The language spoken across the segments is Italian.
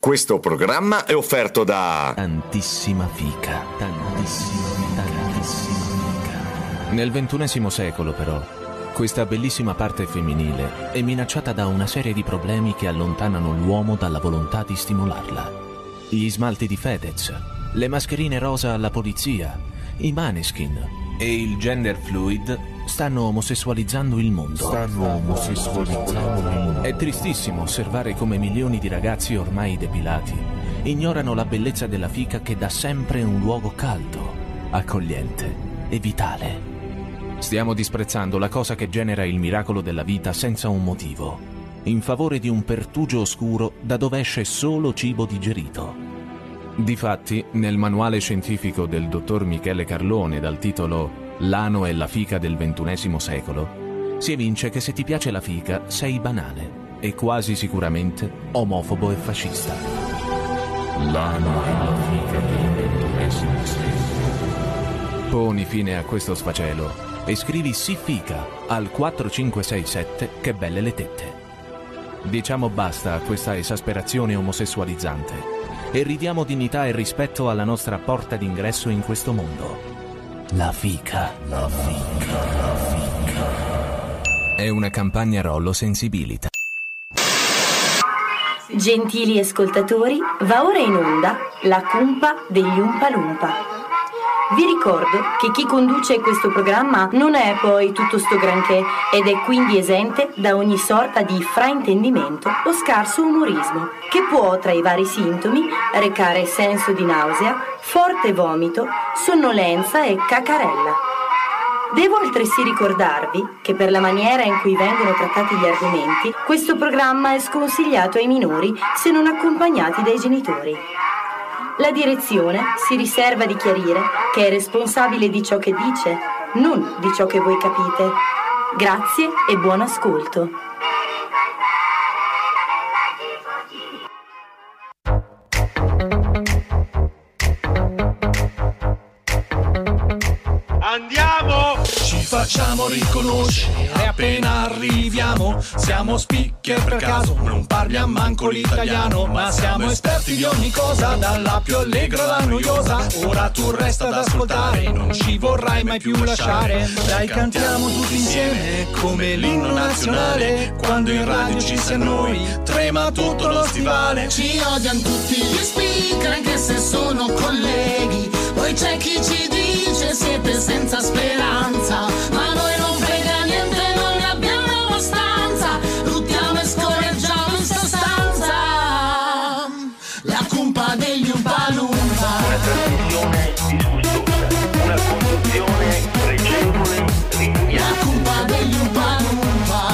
Questo programma è offerto da tantissima fica, tantissima fica. Nel XXI secolo, però, questa bellissima parte femminile è minacciata da una serie di problemi che allontanano l'uomo dalla volontà di stimolarla. Gli smalti di Fedez, le mascherine rosa alla polizia, i Maneskin e il gender fluid stanno omosessualizzando il mondo. È tristissimo osservare come milioni di ragazzi ormai depilati ignorano la bellezza della fica che dà sempre un luogo caldo, accogliente e vitale. Stiamo disprezzando la cosa che genera il miracolo della vita senza un motivo, in favore di un pertugio oscuro da dove esce solo cibo digerito. Difatti, nel manuale scientifico del dottor Michele Carlone dal titolo L'ano e la fica del XXI secolo, si evince che se ti piace la fica sei banale e quasi sicuramente omofobo e fascista. L'ano e la fica del XXI secolo. Poni fine a questo sfacelo e scrivi sì fica al 4567 che belle le tette. Diciamo basta a questa esasperazione omosessualizzante e ridiamo dignità e rispetto alla nostra porta d'ingresso in questo mondo. La fica. La fica. La fica. È una campagna Rollo Sensibilità. Gentili ascoltatori, va ora in onda la cumpa degli Umpa Lumpa. Vi ricordo che chi conduce questo programma non è poi tutto sto granché ed è quindi esente da ogni sorta di fraintendimento o scarso umorismo, che può, tra i vari sintomi, recare senso di nausea, forte vomito, sonnolenza e cacarella. Devo altresì ricordarvi che per la maniera in cui vengono trattati gli argomenti, questo programma è sconsigliato ai minori se non accompagnati dai genitori. La direzione si riserva di chiarire che è responsabile di ciò che dice, non di ciò che voi capite. Grazie e buon ascolto. Andiamo! Ci facciamo riconoscere appena arriviamo. Siamo speaker per caso, non parliamo manco l'italiano, ma siamo esperti di ogni cosa, dalla più allegra alla noiosa. Ora tu resta ad ascoltare, non ci vorrai mai più lasciare. Dai, cantiamo tutti insieme come l'inno nazionale. Quando in radio ci sei noi, trema tutto lo stivale. Ci odiano tutti gli speaker anche se sono colleghi. Poi c'è chi ci dice siete senza speranza, ma noi non frega niente, non ne abbiamo abbastanza. Luttiamo e scorreggiamo in sostanza. La cumpa degli Umpa Lumpa. Una trasmissione disgustosa, una conduzione pregevole, ripugnante. La cumpa degli Umpa Lumpa.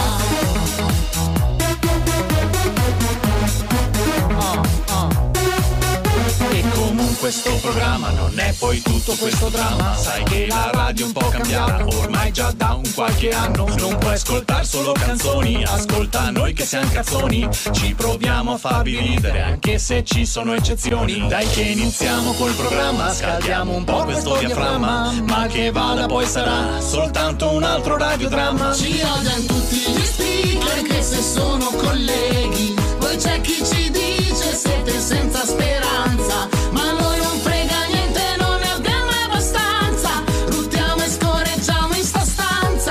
E comunque sto programma non è poi tutto questo dramma. Sai che la radio è un po' cambiata, ormai già da un qualche anno. Non puoi ascoltare solo canzoni, ascolta noi che siamo cazzoni. Ci proviamo a farvi ridere anche se ci sono eccezioni. Dai che iniziamo col programma, scaldiamo un po' questo diaframma. Ma che vada poi sarà soltanto un altro radiodramma. Ci odiano tutti gli speaker anche se sono colleghi. Poi c'è chi ci dice siete senza speranza, ma noi non frega niente, non ne abbiamo abbastanza. Ruttiamo e scorreggiamo in sta stanza.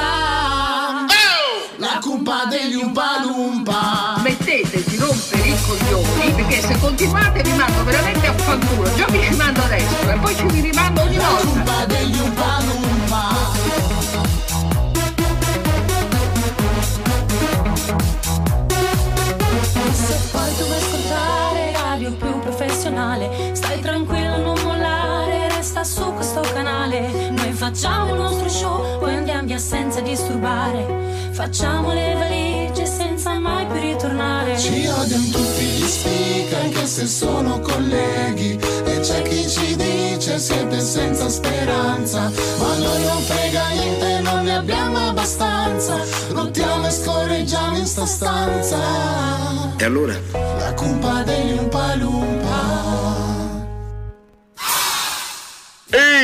La cumpa degli Umpa Lumpa. Smettete di rompere i coglioni, perché se continuate vi mando veramente a fanculo. Già vi ci mando adesso e poi ci vi rimando ogni La volta. cumpa degli Umpa Lumpa. Se poi tu vuoi ascoltare radio più professionale, stai tranquillo, non mollare, resta su questo canale. Noi facciamo il nostro show, poi andiamo via senza disturbare. Facciamo le valigie senza mai più ritornare. Ci odiano tutti gli speaker anche se sono colleghi. E c'è chi ci dice siete senza speranza, ma noi non frega niente, non ne abbiamo abbastanza. Lottiamo e scorreggiamo in sta stanza. E allora? La cumpa degli Umpa Lumpa. Ehi là!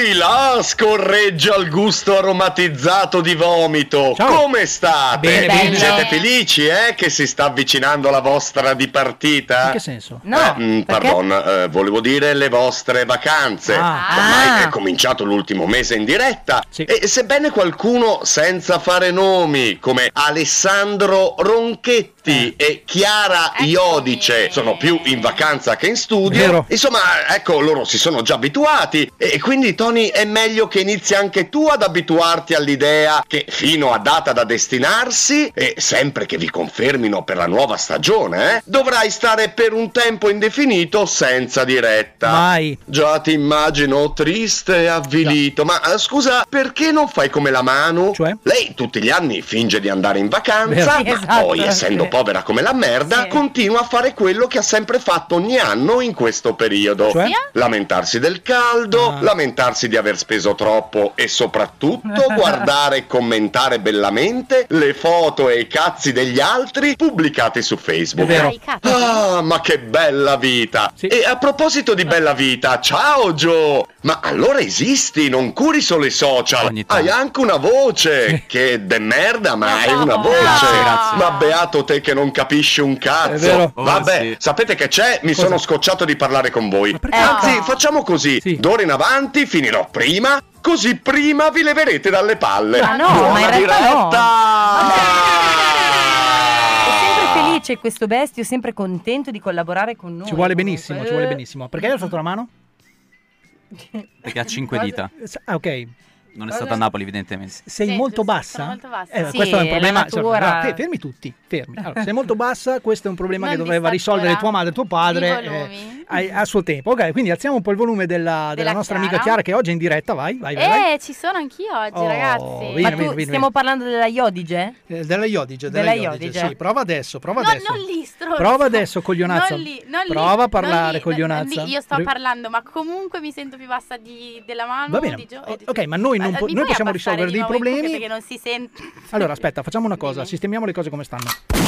Scorreggia il gusto aromatizzato di vomito. Ciao. Come state? Bene. Siete felici, che si sta avvicinando la vostra dipartita? In che senso? No, Pardon, volevo dire le vostre vacanze. Ormai è cominciato l'ultimo mese in diretta. Sì. E sebbene qualcuno senza fare nomi, come Alessandro Ronchetti e Chiara Iodice, sono più in vacanza che in studio. Vero. Insomma, ecco, loro si sono già abituati. E quindi, Tony, è meglio che inizi anche tu ad abituarti all'idea che fino a data da destinarsi, e sempre che vi confermino per la nuova stagione, dovrai stare per un tempo indefinito senza diretta. Mai. Già ti immagino triste e avvilito. Ma scusa, perché non fai come la Manu? Cioè? Lei tutti gli anni finge di andare in vacanza, Vero. ma Esatto, poi, essendo sì. povera come la merda, Sì. continua a fare quello che ha sempre fatto ogni anno in questo periodo. Cioè? Lamentarsi del caldo, lamentarsi di aver speso troppo e soprattutto guardare e commentare bellamente le foto e i cazzi degli altri pubblicati su Facebook. È vero. Dai, cazzo. Ah, ma che bella vita! Sì. E a proposito di bella vita, ciao Gio! Ma allora esisti, non curi solo i social, Ogni tanto. hai anche una voce, Sì. che de merda, ma hai una voce! Grazie. Ma beato te che non capisci un È cazzo! vero. Vabbè, sì. sapete che c'è? Mi sono scocciato di parlare con voi. perché? Anzi, facciamo così, Sì. d'ora in avanti finirò prima, così prima vi leverete dalle palle. Ma no, Buona ma in realtà diretta! È sempre felice questo bestio, sempre contento di collaborare con noi. Ci vuole comunque. benissimo, ci vuole benissimo. Perché hai alzato la mano? Perché ha 5 dita. Ok. Non è stata a Napoli, evidentemente. Sei Sì, molto giusto, bassa? sono molto bassa. Sì, questo è un la problema. natura. Fermi tutti, fermi. Allora, sei molto bassa, questo è un problema Non che doveva distruttura. risolvere tua madre e tuo padre I volumi. a suo tempo. Ok, quindi alziamo un po' il volume della nostra Chiara. amica Chiara, che oggi è in diretta. Vai. Ci sono anch'io oggi, Oh, ragazzi. vedi. Ma Vieni, tu vieni, stiamo parlando della Iodice? Della Iodice, Della Iodice. Sì, prova adesso. Non lì, stronzo. Prova adesso, coglionazza. Non lì. Prova a parlare, non lì, coglionazza. non lì. Io sto parlando, ma comunque mi sento più bassa della mano. Va bene. Di Gio, Ok, ma noi, non Mi noi puoi possiamo abbassare risolvere di dei nuovo il problemi. cuffie perché non si sente. Allora, aspetta, facciamo una cosa, sistemiamo le cose come stanno.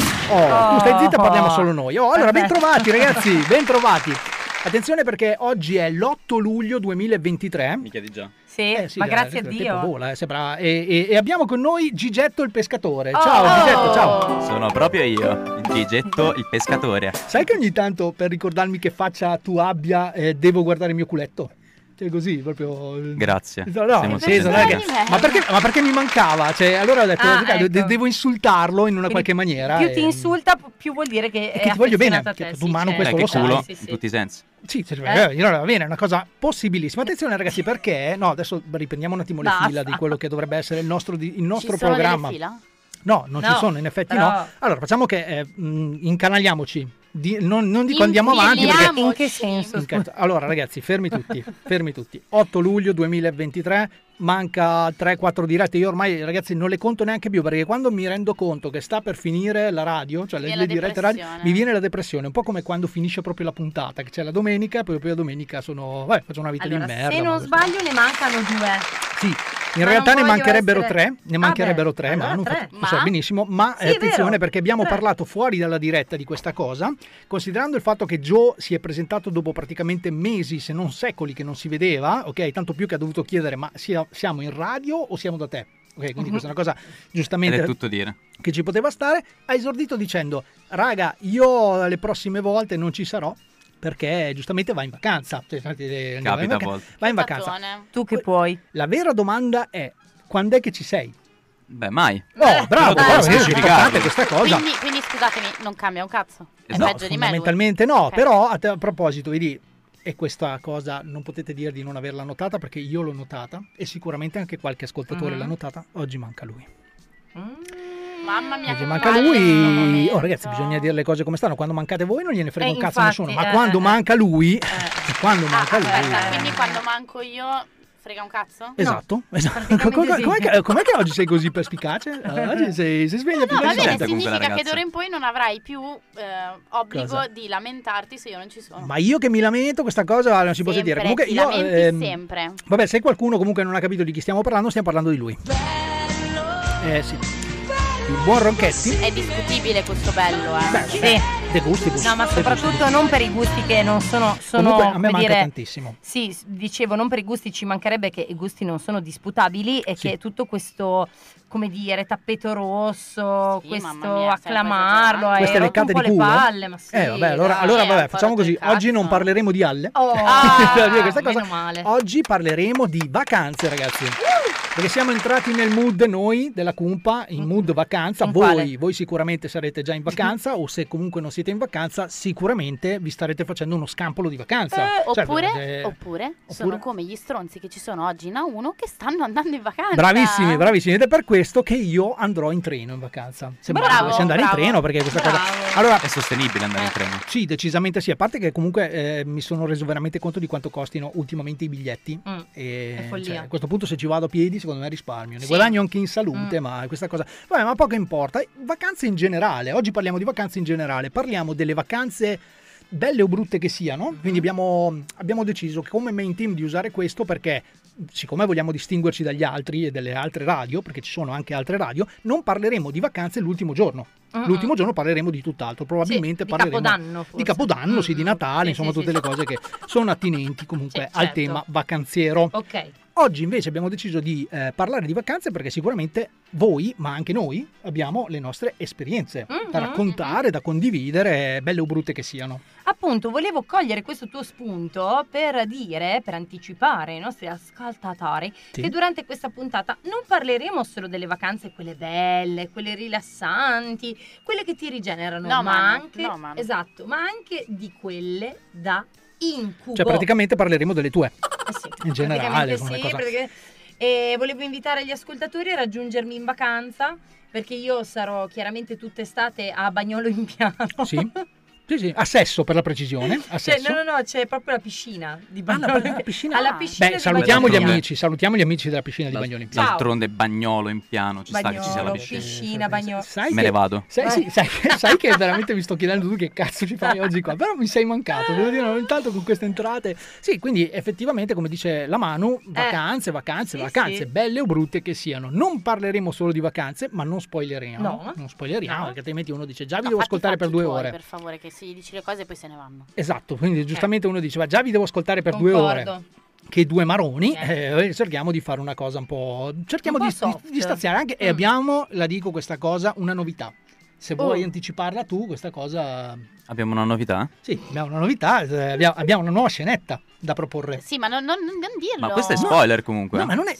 Tu stai zitta, parliamo solo noi. Allora, bentrovati ragazzi, bentrovati. Attenzione perché oggi è l'8 luglio 2023. Mi chiedi già. Sì, Sì, ma grazie a il Dio. tempo vola, sembra. E abbiamo con noi Gigetto il pescatore. Ciao Gigetto, ciao. Sono proprio io, il Gigetto, il pescatore. Sai che ogni tanto per ricordarmi che faccia tu abbia devo guardare il mio culetto? Cioè così, proprio. Grazie. No, Sei molto sì, non è che- gentile. ma perché mi mancava? Cioè, allora ho detto, ecco. devo insultarlo in una Quindi qualche maniera. Più ti insulta, più vuol dire che e è che ti voglio bene, affezionato a te. tu mano sì, questo Che lo sai. culo, Sì, sì. in tutti i sensi. Sì, allora va bene, è una cosa possibilissima. Attenzione ragazzi, perché no, adesso riprendiamo un attimo le Basta. fila di quello che dovrebbe essere il nostro Ci sono programma. delle fila? No, non ci No, sono, in effetti però- no. Allora, facciamo che incanaliamoci. Non dico andiamo avanti perché Infiliamo. In che senso? allora ragazzi, fermi tutti. 8 luglio 2023, manca 3-4 dirette. Io ormai ragazzi non le conto neanche più, perché quando mi rendo conto che sta per finire la radio, cioè Viene le la dirette radio, depressione. mi viene la depressione, un po' come quando finisce proprio la puntata, che c'è la domenica, poi la domenica faccio una vita Allora, di merda. se non sbaglio ne mancano 2. Sì, in Ma realtà non ne voglio mancherebbero essere- 3, ne mancherebbero 3, ma allora non 3. lo sai benissimo, ma Sì, è attenzione vero. perché abbiamo 3. parlato fuori dalla diretta di questa cosa, considerando il fatto che Joe si è presentato dopo praticamente mesi, se non secoli che non si vedeva, ok, tanto più che ha dovuto chiedere ma siamo in radio o siamo da te? Ok, quindi questa è una cosa Ed giustamente è tutto dire. che ci poteva stare. Ha esordito dicendo raga, io le prossime volte non ci sarò perché giustamente va in vacanza. Cioè, Capita a volte. va in vacanza. Pezzatone. Tu che puoi. La vera domanda è quando è che ci sei? Beh, mai. Oh, bravo, devo bravo, è specificarlo. importante questa cosa. Quindi scusatemi, non cambia un cazzo. È Esatto, peggio di me. lui. Fondamentalmente no, Ok. però a proposito, vedi, e questa cosa non potete dire di non averla notata perché io l'ho notata e sicuramente anche qualche ascoltatore l'ha notata, oggi manca lui. Mamma mia, Oggi che manca palle in questo lui. momento. Oh ragazzi, bisogna dire le cose come stanno. Quando mancate voi non gliene frega un cazzo a infatti, nessuno, ma quando manca lui, quando manca lui. Aspetta, quindi quando manco io frega un cazzo? Esatto, esatto. praticamente sì. Com'è che oggi sei così perspicace? Oggi sei sveglia più No, va perspicace. bene, comunque la significa che ragazza. d'ora in poi non avrai più obbligo Cosa? di lamentarti se io non ci sono. Ma io che mi lamento, questa cosa non si può Sempre, dire. Comunque ti io lamenti sempre. vabbè, se qualcuno comunque non ha capito di chi stiamo parlando di lui. Sì. Il buon Ronchetti. È discutibile questo bello, Beh, Sì. De gustibus. No, ma soprattutto non per i gusti che non sono Comunque a me come manca dire, tantissimo. Sì, dicevo, non per i gusti, ci mancherebbe che i gusti non sono disputabili e Sì. che tutto questo, come dire, tappeto rosso, Sì, questo mamma mia, sempre acclamarlo, hai Queste rotto un leccate po' di le culo? palle, ma sì. Vabbè, allora vabbè, facciamo così. Oggi non parleremo di Alle. Oh, Devo dire questa cosa. meno male. Oggi parleremo di vacanze, ragazzi. Perché siamo entrati nel mood noi della Cumpa, in mood vacanza. In quale? Voi sicuramente sarete già in vacanza o se comunque non siete in vacanza, sicuramente vi starete facendo uno scampolo di vacanza. Cioè, Oppure sono come gli stronzi che ci sono oggi in A1 che stanno andando in vacanza. Bravissimi. Ed è per questo che io andrò in treno in vacanza. Se dovessi andare in treno, perché questa cosa. Allora, È sostenibile andare in treno. sì, decisamente sì. A parte che comunque mi sono reso veramente conto di quanto costino ultimamente i biglietti. È follia. A questo punto, se ci vado a piedi, secondo me risparmio. Ne Sì. guadagno anche in salute, ma questa cosa. Vabbè, ma poco importa. Vacanze in generale. Oggi parliamo di vacanze in generale. Parliamo delle vacanze belle o brutte che siano. Quindi abbiamo deciso come main team di usare questo perché, siccome vogliamo distinguerci dagli altri e dalle altre radio, perché ci sono anche altre radio, non parleremo di vacanze l'ultimo giorno. L'ultimo giorno parleremo di tutt'altro. Probabilmente Sì, di parleremo Capodanno, forse. di Capodanno, sì, di Natale, insomma, tutte le cose che sono attinenti comunque Sì, al certo. tema vacanziero. Ok. Oggi invece abbiamo deciso di parlare di vacanze perché sicuramente voi, ma anche noi, abbiamo le nostre esperienze da raccontare, da condividere, belle o brutte che siano. Appunto, volevo cogliere questo tuo spunto per anticipare ai nostri ascoltatori Sì. che durante questa puntata non parleremo solo delle vacanze, quelle belle, quelle rilassanti, quelle che ti rigenerano, No, ma mano, anche, no, mano. esatto, ma anche di quelle da incubo. Cioè praticamente parleremo delle tue. Sì, in generale, praticamente come sì, cosa. e volevo invitare gli ascoltatori a raggiungermi in vacanza perché io sarò chiaramente tutta estate a Bagnolo in Piano. Sì. Sì, a Sesso per la precisione. A Cioè, Sesso. no, c'è proprio la piscina di la Bagnolo. piscina? Alla piscina Beh, di salutiamo gli Bagnolo. amici, della piscina di Bagnolo in Piano. D'altronde Bagnolo in Piano, ci sta che ci sia la Bagnolo, piscina. Bagnolo. Sai Me che- ne vado. Sai che veramente mi sto chiedendo tu che cazzo ci fai oggi qua, però mi sei mancato, devo dire, intanto con queste entrate. Sì, quindi effettivamente, come dice la Manu, vacanze, sì. belle o brutte che siano. Non parleremo solo di vacanze, ma non spoileriamo. No. Non spoileriamo, No. perché altrimenti uno dice già vi devo ascoltare per 2 ore. Per favore, che se gli dici le cose poi se ne vanno. Esatto, quindi giustamente uno dice, ma già vi devo ascoltare per 2 Concordo. ore. Che due maroni, cerchiamo di fare una cosa un po'. Cerchiamo Un po' di soft. staziare anche. E abbiamo, la dico questa cosa, una novità. Se vuoi anticiparla tu, questa cosa. Abbiamo una novità? Sì, abbiamo una novità. Abbiamo una nuova scenetta da proporre. Sì, ma non dirlo. Ma questo è spoiler comunque. No, ma non,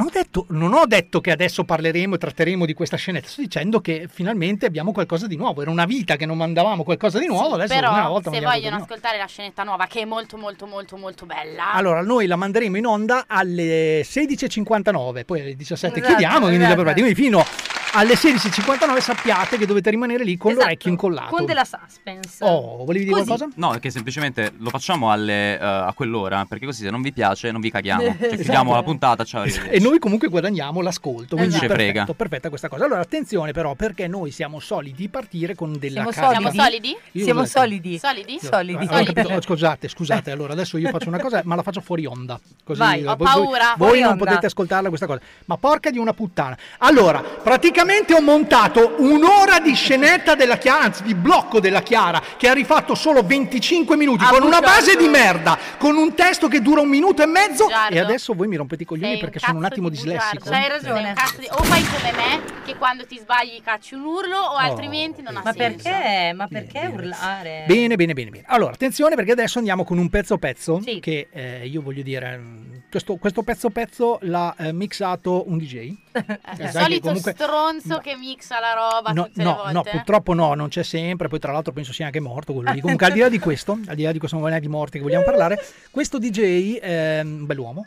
non ho detto che adesso parleremo e tratteremo di questa scenetta. Sto dicendo che finalmente abbiamo qualcosa di nuovo. Era una vita che non mandavamo qualcosa di nuovo. Adesso Però una volta se mandiamo vogliono qualcosa di ascoltare la scenetta nuova, che è molto molto molto molto bella. Allora, noi la manderemo in onda alle 16.59, poi alle 17 Esatto, chiudiamo, quindi, esatto. quindi fino alle 16.59 sappiate che dovete rimanere lì con l'orecchio incollato. Con della suspense. Oh, volevi dire Così. qualcosa? No, che semplicemente lo facciamo a quell'ora, perché così se non vi piace non vi caghiamo. Cioè Esatto. chiudiamo la puntata, ciao, arrivederci. E noi comunque guadagniamo l'ascolto, quindi Ci frega. perfetto, perfetta questa cosa. Allora, attenzione però, perché noi siamo solidi partire con della Siamo carta. solidi? Siamo solidi? Io Siamo cosa ho detto? solidi. Solidi? Solidi. Ho capito. Scusate, allora adesso io faccio una cosa, ma la faccio fuori onda. Così Vai, ho paura. Voi Fuori non onda. potete ascoltarla questa cosa. Ma porca di una puttana. Allora, praticamente ho montato un'ora di scenetta della Chiara, anzi di blocco della Chiara, che ha rifatto solo 25 minuti, con una base di merda, con un testo che dura 1 minuto e mezzo. Bugiardo. E adesso voi mi rompete i coglioni Sei perché un sono un cazzo attimo di dislessico. bugiardo. Hai ragione. Sei un cazzo di... O fai come me, che quando ti sbagli cacci un urlo, o altrimenti non ha Ma senso. perché? Ma perché urlare? Bene. Allora, attenzione perché adesso andiamo con un pezzo Sì. che io voglio dire, questo pezzo l'ha mixato un DJ. Il Sai che solito comunque- stronzo che mixa la roba No, tutte le no, volte. no, purtroppo no, non c'è sempre, poi tra l'altro penso sia anche morto quello lì. Comunque al di là di questo non è di morti che vogliamo parlare, questo DJ è un bell'uomo,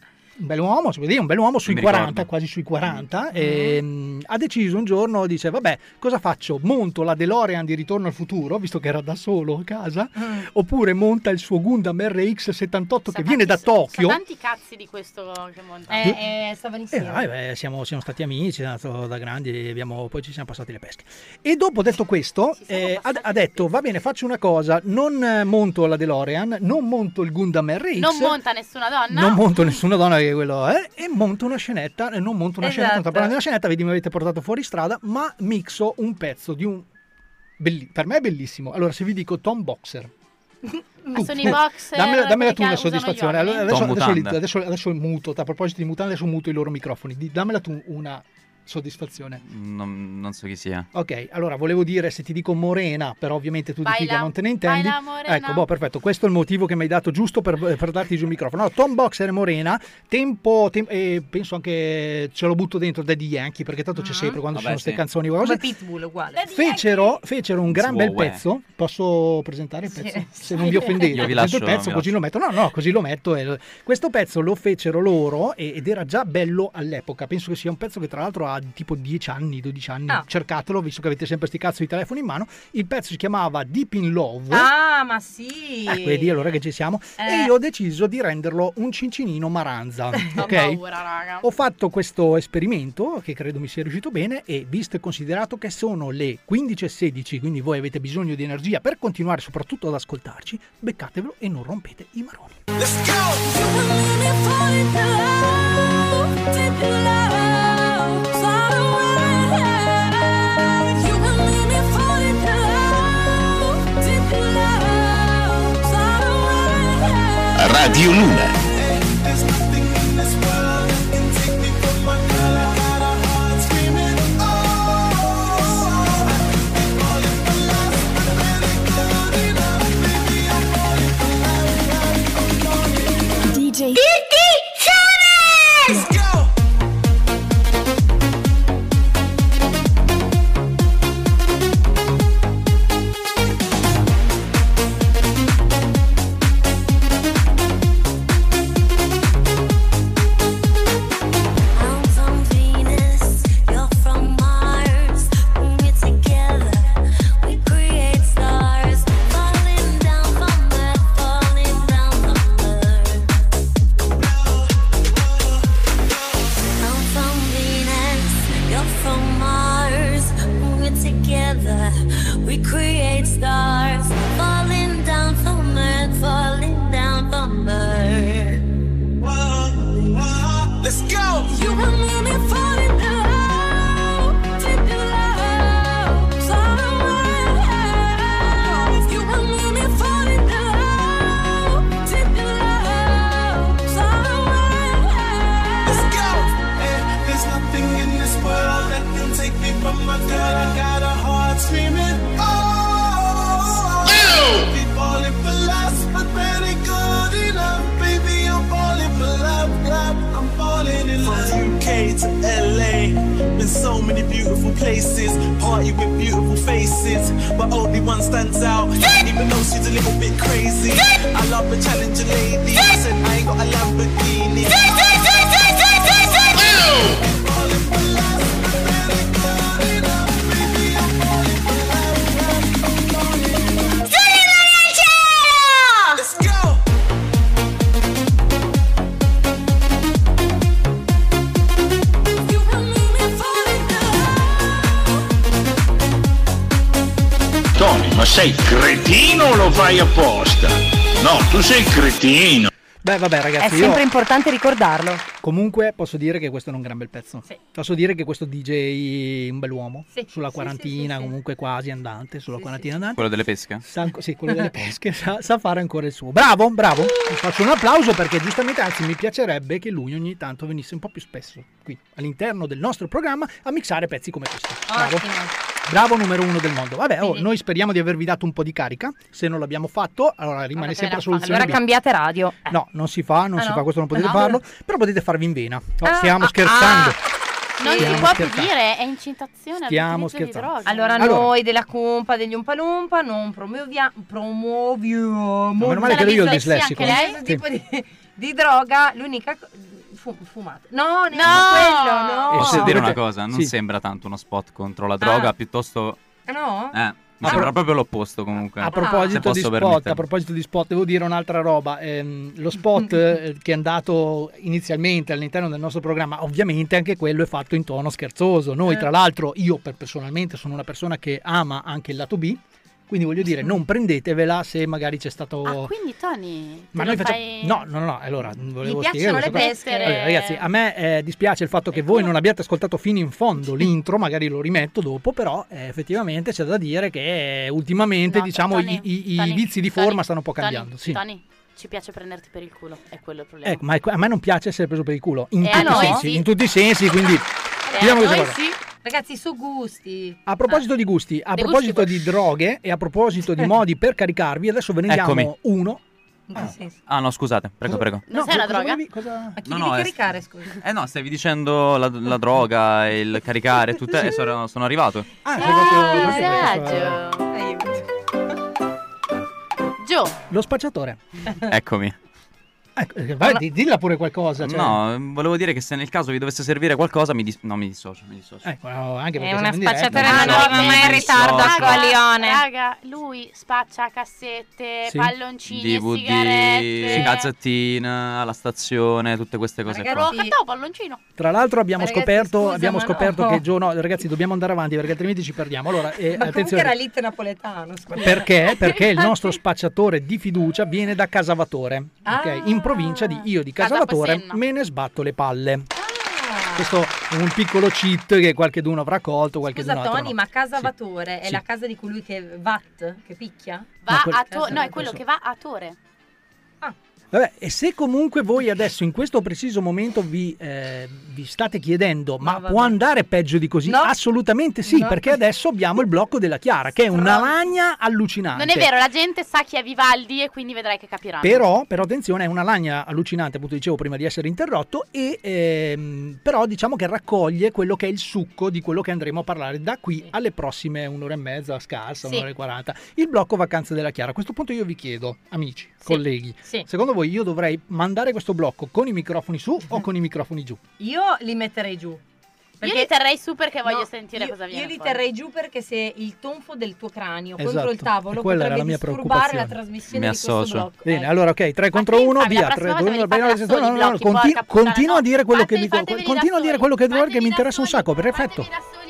si può dire, un bell'uomo sui Mi 40, ricordo. quasi sui 40, e ha deciso un giorno, dice vabbè, cosa faccio? Monto la DeLorean di Ritorno al Futuro, visto che era da solo a casa, oppure monta il suo Gundam RX-78 che viene da Tokyo. Sa tanti cazzi di questo che monta. Stava insieme. Siamo stati amici, da grandi, poi ci siamo passati le pesche. E dopo detto questo, ha detto va bene, faccio una cosa, non monto la DeLorean, non monto il Gundam RX, Non monta nessuna donna. non monto nessuna donna che quello è, e monto una scenetta, e non monto una scenetta, non sto parlando di una scenetta, vedi mi avete portato fuori strada, ma mixo un pezzo di un Per me è bellissimo. Allora, se vi dico Tom Boxer. Ma sono i boxer. Dammela tu che una usano soddisfazione. gli uomini? Allora, adesso muto. A proposito di mutande, adesso muto i loro microfoni. Dammela tu una soddisfazione. Non so chi sia. Ok, allora volevo dire, se ti dico Morena, però ovviamente tu di figa non te ne intendi. Morena. Ecco, perfetto, questo è il motivo che mi hai dato giusto per darti giù il microfono. No, Tom Boxer e Morena, e penso anche ce lo butto dentro Daddy Yankee, perché tanto c'è sempre quando ci sono queste canzoni Come Pitbull, uguale. Fecero un gran bel pezzo. Posso presentare il pezzo? Se non vi offendete, Io vi lascio, il pezzo, così lo metto. No, così lo metto. Questo pezzo lo fecero loro ed era già bello all'epoca. Penso che sia un pezzo che tra l'altro ha tipo 10 anni, 12 anni. Cercatelo, visto che avete sempre sti cazzo di telefoni in mano. Il pezzo si chiamava Deep in Love. Ah, ma sì. Vedi, allora che ci siamo. E io ho deciso di renderlo un cincinino maranza. Ok? Paura, raga. Ho fatto questo esperimento che credo mi sia riuscito bene, e visto e considerato che sono le 15:16, quindi voi avete bisogno di energia per continuare soprattutto ad ascoltarci, beccatevelo e non rompete i maroni. Let's go! Radio Luna. DJ Let's go! Ma sei cretino o lo fai apposta? No, tu sei cretino. Beh, vabbè, ragazzi. È sempre importante ricordarlo. Comunque posso dire che questo è un gran bel pezzo. Sì. Posso dire che questo DJ è un bell'uomo. Sì. Sulla quarantina, comunque quasi andante. Sulla quarantina andante. Quello delle pesche? Sì, quello delle pesche. sa fare ancora il suo. Bravo. Faccio un applauso perché giustamente, anzi, mi piacerebbe che lui ogni tanto venisse un po' più spesso qui all'interno del nostro programma a mixare pezzi come questo. Bravo. Bravo, numero 1 del mondo. Vabbè, noi speriamo di avervi dato un po' di carica. Se non l'abbiamo fatto, allora rimane sempre la soluzione. Allora cambiate radio. No, non si fa, questo non potete farlo. Però potete farvi in vena. Stiamo scherzando. Non si può più dire, è incitazione Stiamo all'utilizzo scherzando. di droga. Allora, noi della Cumpa degli Umpalumpa non promuoviamo meno male che io il dislessico. Questo tipo di droga, l'unica fumate. No, quello, no. Posso dire una cosa? Non sembra tanto uno spot contro la droga, piuttosto... No? Mi sembra proprio l'opposto comunque. A proposito di spot, devo dire un'altra roba. Lo spot che è andato inizialmente all'interno del nostro programma, ovviamente anche quello è fatto in tono scherzoso. Noi tra l'altro, io personalmente sono una persona che ama anche il lato B, Quindi voglio dire, non prendetevela se magari c'è stato... Quindi Tony, Ma noi facciamo... No, allora, volevo Gli piacciono le spiegare... Allora, ragazzi, a me dispiace il fatto che voi non abbiate ascoltato fino in fondo l'intro, magari lo rimetto dopo, però effettivamente c'è da dire che ultimamente, diciamo, Tony, i vizi di forma stanno un po' cambiando. Sì. Tony, ci piace prenderti per il culo, è quello il problema. Ma a me non piace essere preso per il culo, in a tutti i noi sensi, sì. in tutti i sensi, quindi... A noi sì. Ragazzi, su gusti. A proposito di gusti, a proposito di droghe e a proposito di modi per caricarvi, adesso ve ne diamo Eccomi. uno. No, scusate, prego. Non sei una droga? Ma chi devi caricare, scusa? No, stavi dicendo la droga, il caricare, tutto, e sono arrivato. Gio. Lo spacciatore. Eccomi. Vai, dilla pure qualcosa. Cioè. No, volevo dire che se nel caso vi dovesse servire qualcosa mi dissocio. Anche è una spacciatore, non arriva mai in ritardo a coglione. Raga, lui spaccia cassette, Sì. palloncini, DVD, sigarette. calzettina, alla stazione, tutte queste cose qua. Cantavo palloncino. Tra l'altro abbiamo Ragazzi, scoperto no. che Gio, no, ragazzi, dobbiamo andare avanti perché altrimenti ci perdiamo. Allora, Ma comunque attenzione. era l'hit napoletano, scusa. Perché il nostro spacciatore di fiducia viene da Casavatore, ok? In provincia di Casavatore me ne sbatto le palle. Questo è un piccolo cheat che qualcheduno avrà colto, Scusa altro Tony, no. ma Casavatore è Sì. la casa di colui che che picchia? No, è quello che va a Tore. Vabbè, e se comunque voi adesso in questo preciso momento vi state chiedendo ma può andare peggio di così? No. Assolutamente sì, No. perché adesso abbiamo il blocco della Chiara che è una lagna allucinante. Non è vero, la gente sa chi è Vivaldi e quindi vedrai che capiranno. Però attenzione, è una lagna allucinante, appunto dicevo prima di essere interrotto, e però diciamo che raccoglie quello che è il succo di quello che andremo a parlare da qui alle prossime un'ora e mezza scarsa, Sì. un'ora e 40. Il blocco vacanze della Chiara. A questo punto io vi chiedo, amici, colleghi, Sì. secondo voi io dovrei mandare questo blocco con i microfoni su o con i microfoni giù? Io li metterei giù. Io li terrei su perché voglio No, sentire cosa viene Io li fuori. terrei giù perché se il tonfo del tuo cranio Esatto, contro il tavolo e quella era potrebbe la mia disturbare preoccupazione. la trasmissione Mi di questo associo. blocco. Bene, allora ok, 3 contro 1, la via. prossima 3, volta 2, ve li 1, fate da soli i blocchi, porca puttana, continua a dire quello che mi Fateveli da continua a dire soli, quello che vuoi, che mi interessa un sacco, perfetto.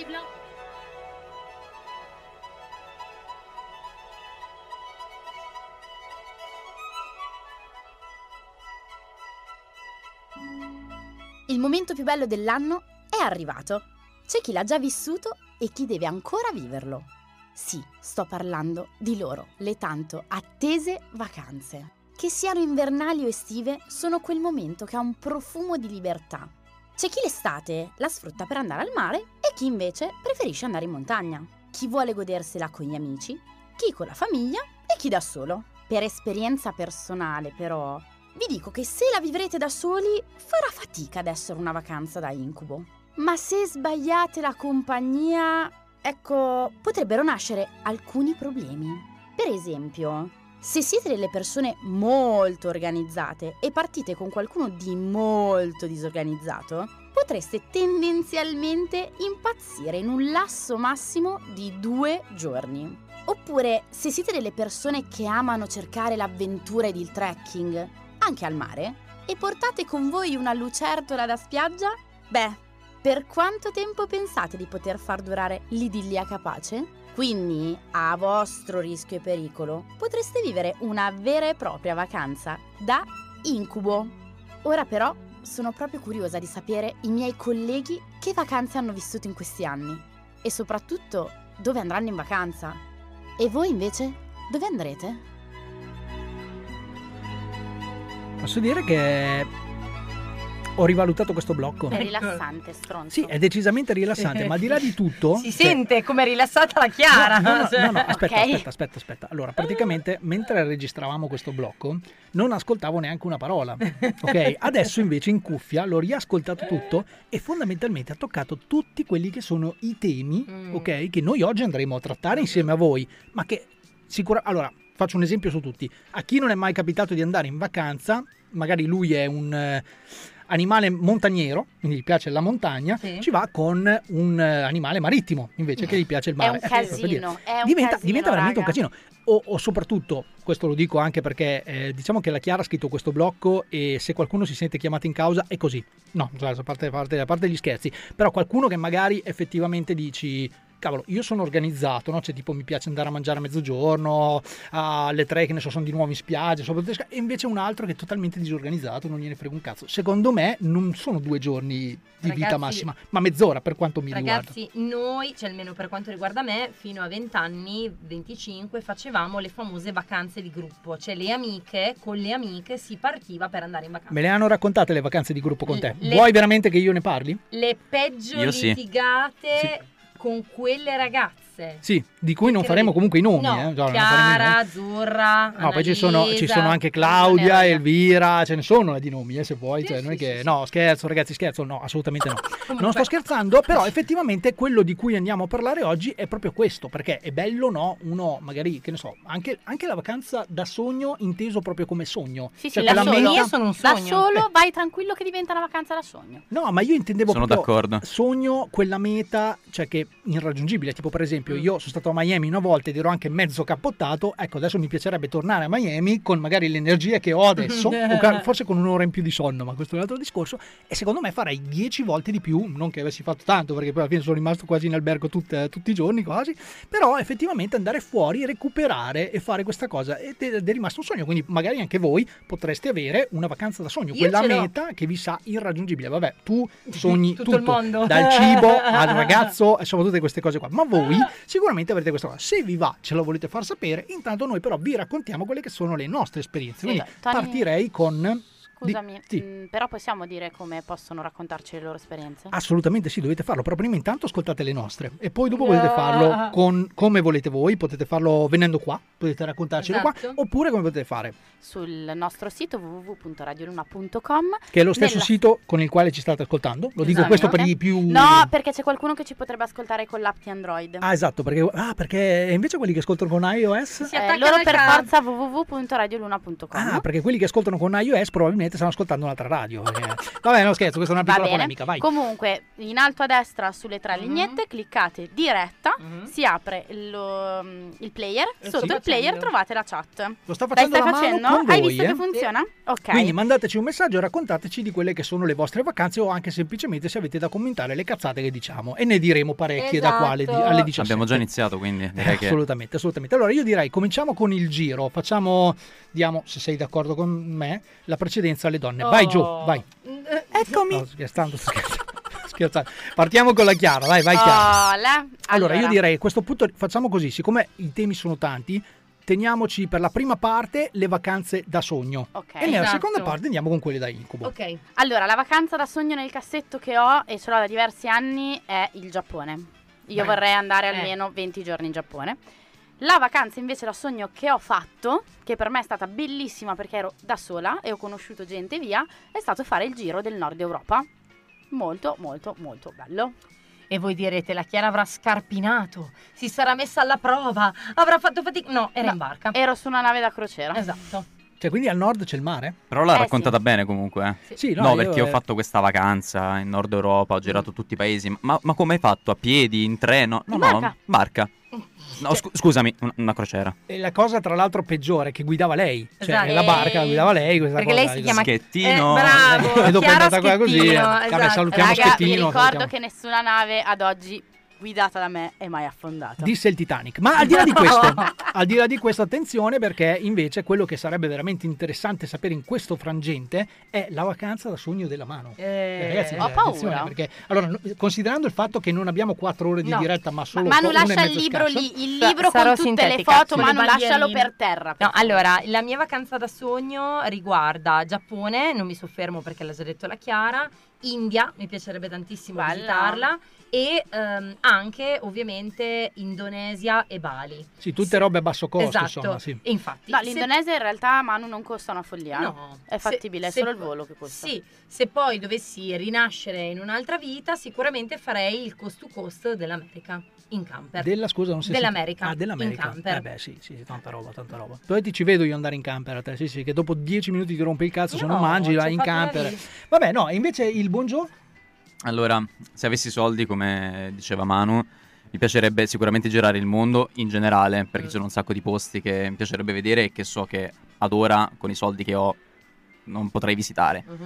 Il momento più bello dell'anno è arrivato. C'è chi l'ha già vissuto e chi deve ancora viverlo. Sì, sto parlando di loro, le tanto attese vacanze. Che siano invernali o estive, sono quel momento che ha un profumo di libertà. C'è chi l'estate la sfrutta per andare al mare e chi invece preferisce andare in montagna. Chi vuole godersela con gli amici, chi con la famiglia e chi da solo. Per esperienza personale, però, vi dico che se la vivrete da soli, farà fatica ad essere una vacanza da incubo. Ma se sbagliate la compagnia, ecco, potrebbero nascere alcuni problemi. Per esempio, se siete delle persone molto organizzate e partite con qualcuno di molto disorganizzato, potreste tendenzialmente impazzire in un lasso massimo di 2 giorni. Oppure, se siete delle persone che amano cercare l'avventura ed il trekking, anche al mare, e portate con voi una lucertola da spiaggia, beh, per quanto tempo pensate di poter far durare l'idilliaca pace? Quindi, a vostro rischio e pericolo, potreste vivere una vera e propria vacanza da incubo. Ora però, sono proprio curiosa di sapere i miei colleghi che vacanze hanno vissuto in questi anni e soprattutto dove andranno in vacanza. E voi invece, dove andrete? Posso dire che ho rivalutato questo blocco. È rilassante, stronzo. Sì, è decisamente rilassante, ma al di là di tutto... Si sente come rilassata la Chiara. No, aspetta, Ok. aspetta. Allora, praticamente, mentre registravamo questo blocco, non ascoltavo neanche una parola, ok? Adesso invece in cuffia l'ho riascoltato tutto e fondamentalmente ha toccato tutti quelli che sono i temi, ok? Che noi oggi andremo a trattare insieme a voi, ma che Allora, faccio un esempio su tutti. A chi non è mai capitato di andare in vacanza, magari lui è un... animale montagnero, quindi gli piace la montagna, ci va con un animale marittimo invece che gli piace il mare. È un casino, Diventa veramente un raga. casino. O soprattutto, questo lo dico anche perché diciamo che la Chiara ha scritto questo blocco e se qualcuno si sente chiamato in causa è così. No, a parte gli scherzi, però qualcuno che magari effettivamente dici... cavolo, io sono organizzato, no? Cioè tipo mi piace andare a mangiare a mezzogiorno, alle 3 che ne so, sono di nuovo in spiaggia, e invece un altro che è totalmente disorganizzato, non gliene frega un cazzo. Secondo me non sono 2 giorni di vita massima, ma mezz'ora per quanto mi riguarda. Ragazzi, noi, cioè almeno per quanto riguarda me, fino a 20 anni, 25, facevamo le famose vacanze di gruppo, cioè con le amiche si partiva per andare in vacanza. Me le hanno raccontate le vacanze di gruppo con te? Vuoi veramente che io ne parli? Le peggio litigate con quelle ragazze. Sì, di cui non faremo comunque i nomi. Chiara, Azzurra, no, poi ci sono anche Claudia, Elvira, ce ne sono di nomi, se vuoi. Cioè, non è che no, scherzo, ragazzi, scherzo, no, assolutamente no. Non sto scherzando, però effettivamente quello di cui andiamo a parlare oggi è proprio questo, perché è bello, no? Uno magari, che ne so, anche la vacanza da sogno inteso proprio come sogno. Sì, cioè, da solo. Io sono un sogno. Da solo vai tranquillo che diventa una vacanza da sogno. No, ma io intendevo sono proprio d'accordo. Sogno quella meta, cioè che irraggiungibile, tipo per esempio io sono stato a Miami una volta ed ero anche mezzo cappottato, ecco adesso mi piacerebbe tornare a Miami con magari l'energia che ho adesso, o forse con un'ora in più di sonno, ma questo è un altro discorso, e secondo me farei 10 volte di più, non che avessi fatto tanto perché poi alla fine sono rimasto quasi in albergo tutti i giorni quasi, però effettivamente andare fuori, recuperare e fare questa cosa ed è rimasto un sogno, quindi magari anche voi potreste avere una vacanza da sogno, quella meta che vi sa irraggiungibile. Vabbè, tu sogni tutto il mondo, dal cibo al ragazzo e soprattutto queste cose qua, ma voi sicuramente avrete questa cosa. Se vi va, ce lo volete far sapere, intanto noi però vi raccontiamo quelle che sono le nostre esperienze. Quindi partirei con... Scusami, però possiamo dire come possono raccontarci le loro esperienze? Assolutamente sì, dovete farlo, però prima intanto ascoltate le nostre e poi dopo potete farlo come volete voi, potete farlo venendo qua, potete raccontarcelo qua, oppure come potete fare? Sul nostro sito www.radioluna.com, che è lo stesso sito con il quale ci state ascoltando, lo dico questo per i più... No, perché c'è qualcuno che ci potrebbe ascoltare con l'app di Android. Ah, esatto, perché invece quelli che ascoltano con iOS... loro per forza www.radioluna.com. Ah, perché quelli che ascoltano con iOS probabilmente stanno ascoltando un'altra radio. Vabbè, no scherzo, questa è una piccola polemica, vai. Comunque, in alto a destra sulle 3 lineette, cliccate diretta, si apre il player, sotto il player trovate la chat. Lo sta facendo la mano con voi, Hai visto che funziona? Ok. Quindi mandateci un messaggio e raccontateci di quelle che sono le vostre vacanze o anche semplicemente se avete da commentare le cazzate che diciamo e ne diremo parecchie da qua alle 17. Abbiamo già iniziato, quindi direi che... Assolutamente. Allora io direi cominciamo con il giro, diamo, se sei d'accordo con me, la precedenza alle donne. Vai Gio, vai. Eccomi. No, scherzando. Partiamo con la Chiara, vai Chiara. Allora io direi a questo punto facciamo così, siccome i temi sono tanti, teniamoci per la prima parte le vacanze da sogno, e nella seconda parte andiamo con quelle da incubo. Ok. Allora, la vacanza da sogno nel cassetto che ho e ce l'ho da diversi anni è il Giappone. Io vorrei andare almeno 20 giorni in Giappone. La vacanza invece da sogno che ho fatto, che per me è stata bellissima perché ero da sola e ho conosciuto gente via, è stato fare il giro del nord Europa. Molto molto molto bello. E voi direte, la Chiara avrà scarpinato, si sarà messa alla prova, avrà fatto fatica. No, era in barca. Ero su una nave da crociera. Esatto. Cioè, quindi al nord c'è il mare? Però l'ha raccontata bene comunque. Sì, no, perché io ho fatto questa vacanza in Nord Europa, ho girato tutti i paesi. Ma come hai fatto? A piedi, in treno? No, barca. No, scusami, una crociera. E la cosa tra l'altro peggiore è che guidava lei, cioè la barca la guidava lei, questa perché cosa, lei si chiama Schettino. Bravo, e dopo è andata qua così. Esatto. Salutiamo Raga, Schettino. vi ricordo che nessuna nave ad oggi guidata da me è mai affondata. Disse il Titanic. Ma al di là di questo, attenzione, perché invece quello che sarebbe veramente interessante sapere in questo frangente è la vacanza da sogno della mano. Ragazzi, ho paura. Perché allora, considerando il fatto che non abbiamo 4 ore di diretta, ma solo Manu una e lascia il mezzo libro scarso, lì, il libro con tutte le foto, Manu lascialo per terra. No, allora, la mia vacanza da sogno riguarda Giappone, non mi soffermo perché l'ha già detto la Chiara, India, mi piacerebbe tantissimo visitarla, e anche ovviamente Indonesia e Bali. Sì, tutte robe a basso costo, esatto. Insomma, sì. E infatti, no, l'Indonesia in realtà, Manu, non costa una follia. No, è fattibile, è solo il volo che costa. Sì, se poi dovessi rinascere in un'altra vita, sicuramente farei il cost to cost dell'America in camper. Dell'America. Ah, dell'America. In camper. Beh, sì, tanta roba. Poi ti ci vedo io andare in camper a te, sì, che dopo 10 minuti ti rompe il cazzo, se non mangi vai in camper. Vabbè, no, invece il buon Gio? Allora, se avessi soldi, come diceva Manu, mi piacerebbe sicuramente girare il mondo in generale, perché ci sono un sacco di posti che mi piacerebbe vedere e che so che ad ora, con i soldi che ho, non potrei visitare.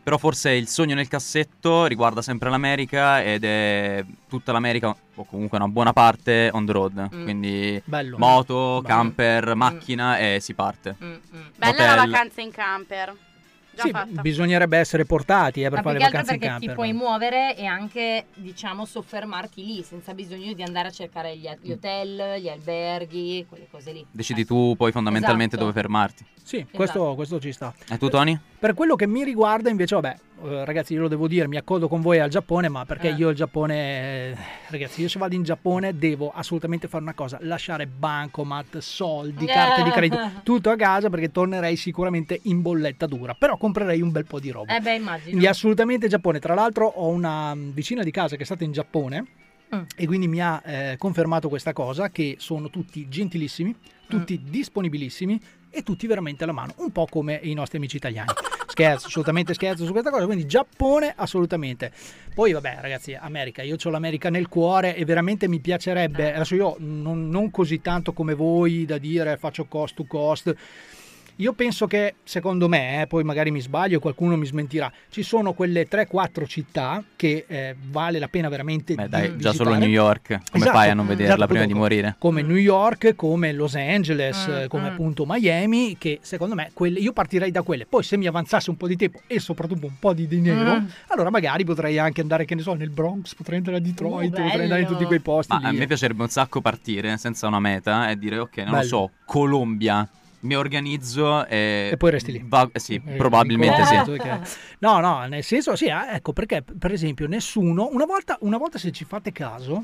Però forse il sogno nel cassetto riguarda sempre l'America ed è tutta l'America, o comunque una buona parte, on the road. Quindi moto, camper, macchina e si parte. Bella la vacanza in camper. Sì, bisognerebbe essere portati per fare le vacanze in camper. Perché ti puoi muovere e anche, diciamo, soffermarti lì senza bisogno di andare a cercare gli hotel, gli alberghi, quelle cose lì. Decidi tu poi fondamentalmente dove fermarti. Sì, questo ci sta. E tu, Tony? Per quello che mi riguarda invece, vabbè, ragazzi, io lo devo dire, mi accodo con voi al Giappone, ma perché io il Giappone, ragazzi, io se vado in Giappone devo assolutamente fare una cosa, lasciare bancomat, soldi, carte di credito, tutto a casa, perché tornerei sicuramente in bolletta dura, però comprerei un bel po' di roba. Immagino. Quindi assolutamente Giappone. Tra l'altro ho una vicina di casa che è stata in Giappone e quindi mi ha confermato questa cosa, che sono tutti gentilissimi, tutti disponibilissimi e tutti veramente alla mano, un po' come i nostri amici italiani. Assolutamente scherzo su questa cosa, quindi Giappone assolutamente. Poi vabbè ragazzi, America, io ho l'America nel cuore e veramente mi piacerebbe, adesso io non così tanto come voi da dire faccio cost to cost. Io penso che, secondo me, poi magari mi sbaglio e qualcuno mi smentirà, ci sono quelle 3-4 città che vale la pena veramente di già visitare. solo New York, come fai a non vederla prima di morire? Come New York, come Los Angeles, come appunto Miami, che secondo me io partirei da quelle. Poi se mi avanzasse un po' di tempo e soprattutto un po' di dinero, allora magari potrei anche andare, che ne so, nel Bronx, potrei andare a Detroit, potrei andare in tutti quei posti lì. A me piacerebbe un sacco partire senza una meta e dire ok, non lo so, Colombia. Mi organizzo e poi resti lì. Sì, probabilmente sì. No, nel senso sì, ecco perché per esempio nessuno, una volta se ci fate caso,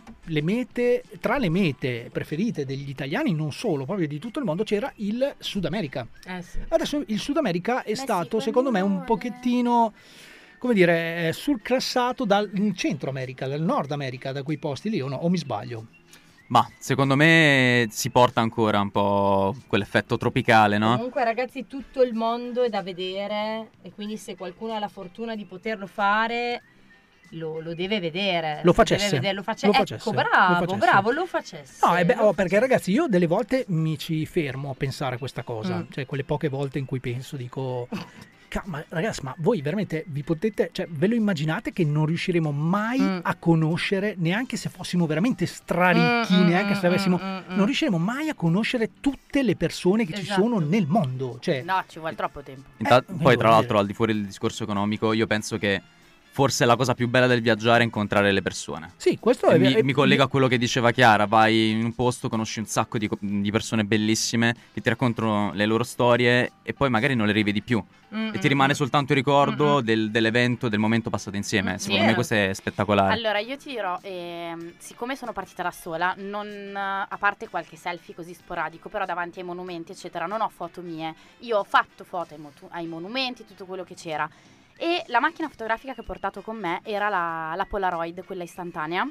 tra le mete preferite degli italiani, non solo, proprio di tutto il mondo, c'era il Sud America. Sì. Adesso il Sud America è stato secondo me un pochettino, come dire, surclassato dal Centro America, dal Nord America, da quei posti lì, o mi sbaglio? Ma secondo me si porta ancora un po' quell'effetto tropicale, no? Comunque ragazzi, tutto il mondo è da vedere e quindi se qualcuno ha la fortuna di poterlo fare lo deve vedere. Lo facesse. Ecco, bravo, lo facesse. No, perché ragazzi, io delle volte mi ci fermo a pensare a questa cosa, cioè quelle poche volte in cui penso, dico... Ma ragazzi, ma voi veramente vi potete, cioè ve lo immaginate che non riusciremo mai a conoscere, neanche se fossimo veramente straricchi, neanche se avessimo, non riusciremo mai a conoscere tutte le persone che ci sono nel mondo, cioè no, ci vuole troppo tempo. Poi tra l'altro, al di fuori del discorso economico, io penso che forse la cosa più bella del viaggiare è incontrare le persone. Sì, questo è mi collego a quello che diceva Chiara, vai in un posto, conosci un sacco di persone bellissime che ti raccontano le loro storie e poi magari non le rivedi più e ti rimane soltanto il ricordo dell'evento, del momento passato insieme. Secondo me questo è spettacolare. Allora io ti dirò, siccome sono partita da sola, a parte qualche selfie così sporadico, però davanti ai monumenti eccetera non ho foto mie, io ho fatto foto ai monumenti, tutto quello che c'era. E la macchina fotografica che ho portato con me era la Polaroid, quella istantanea.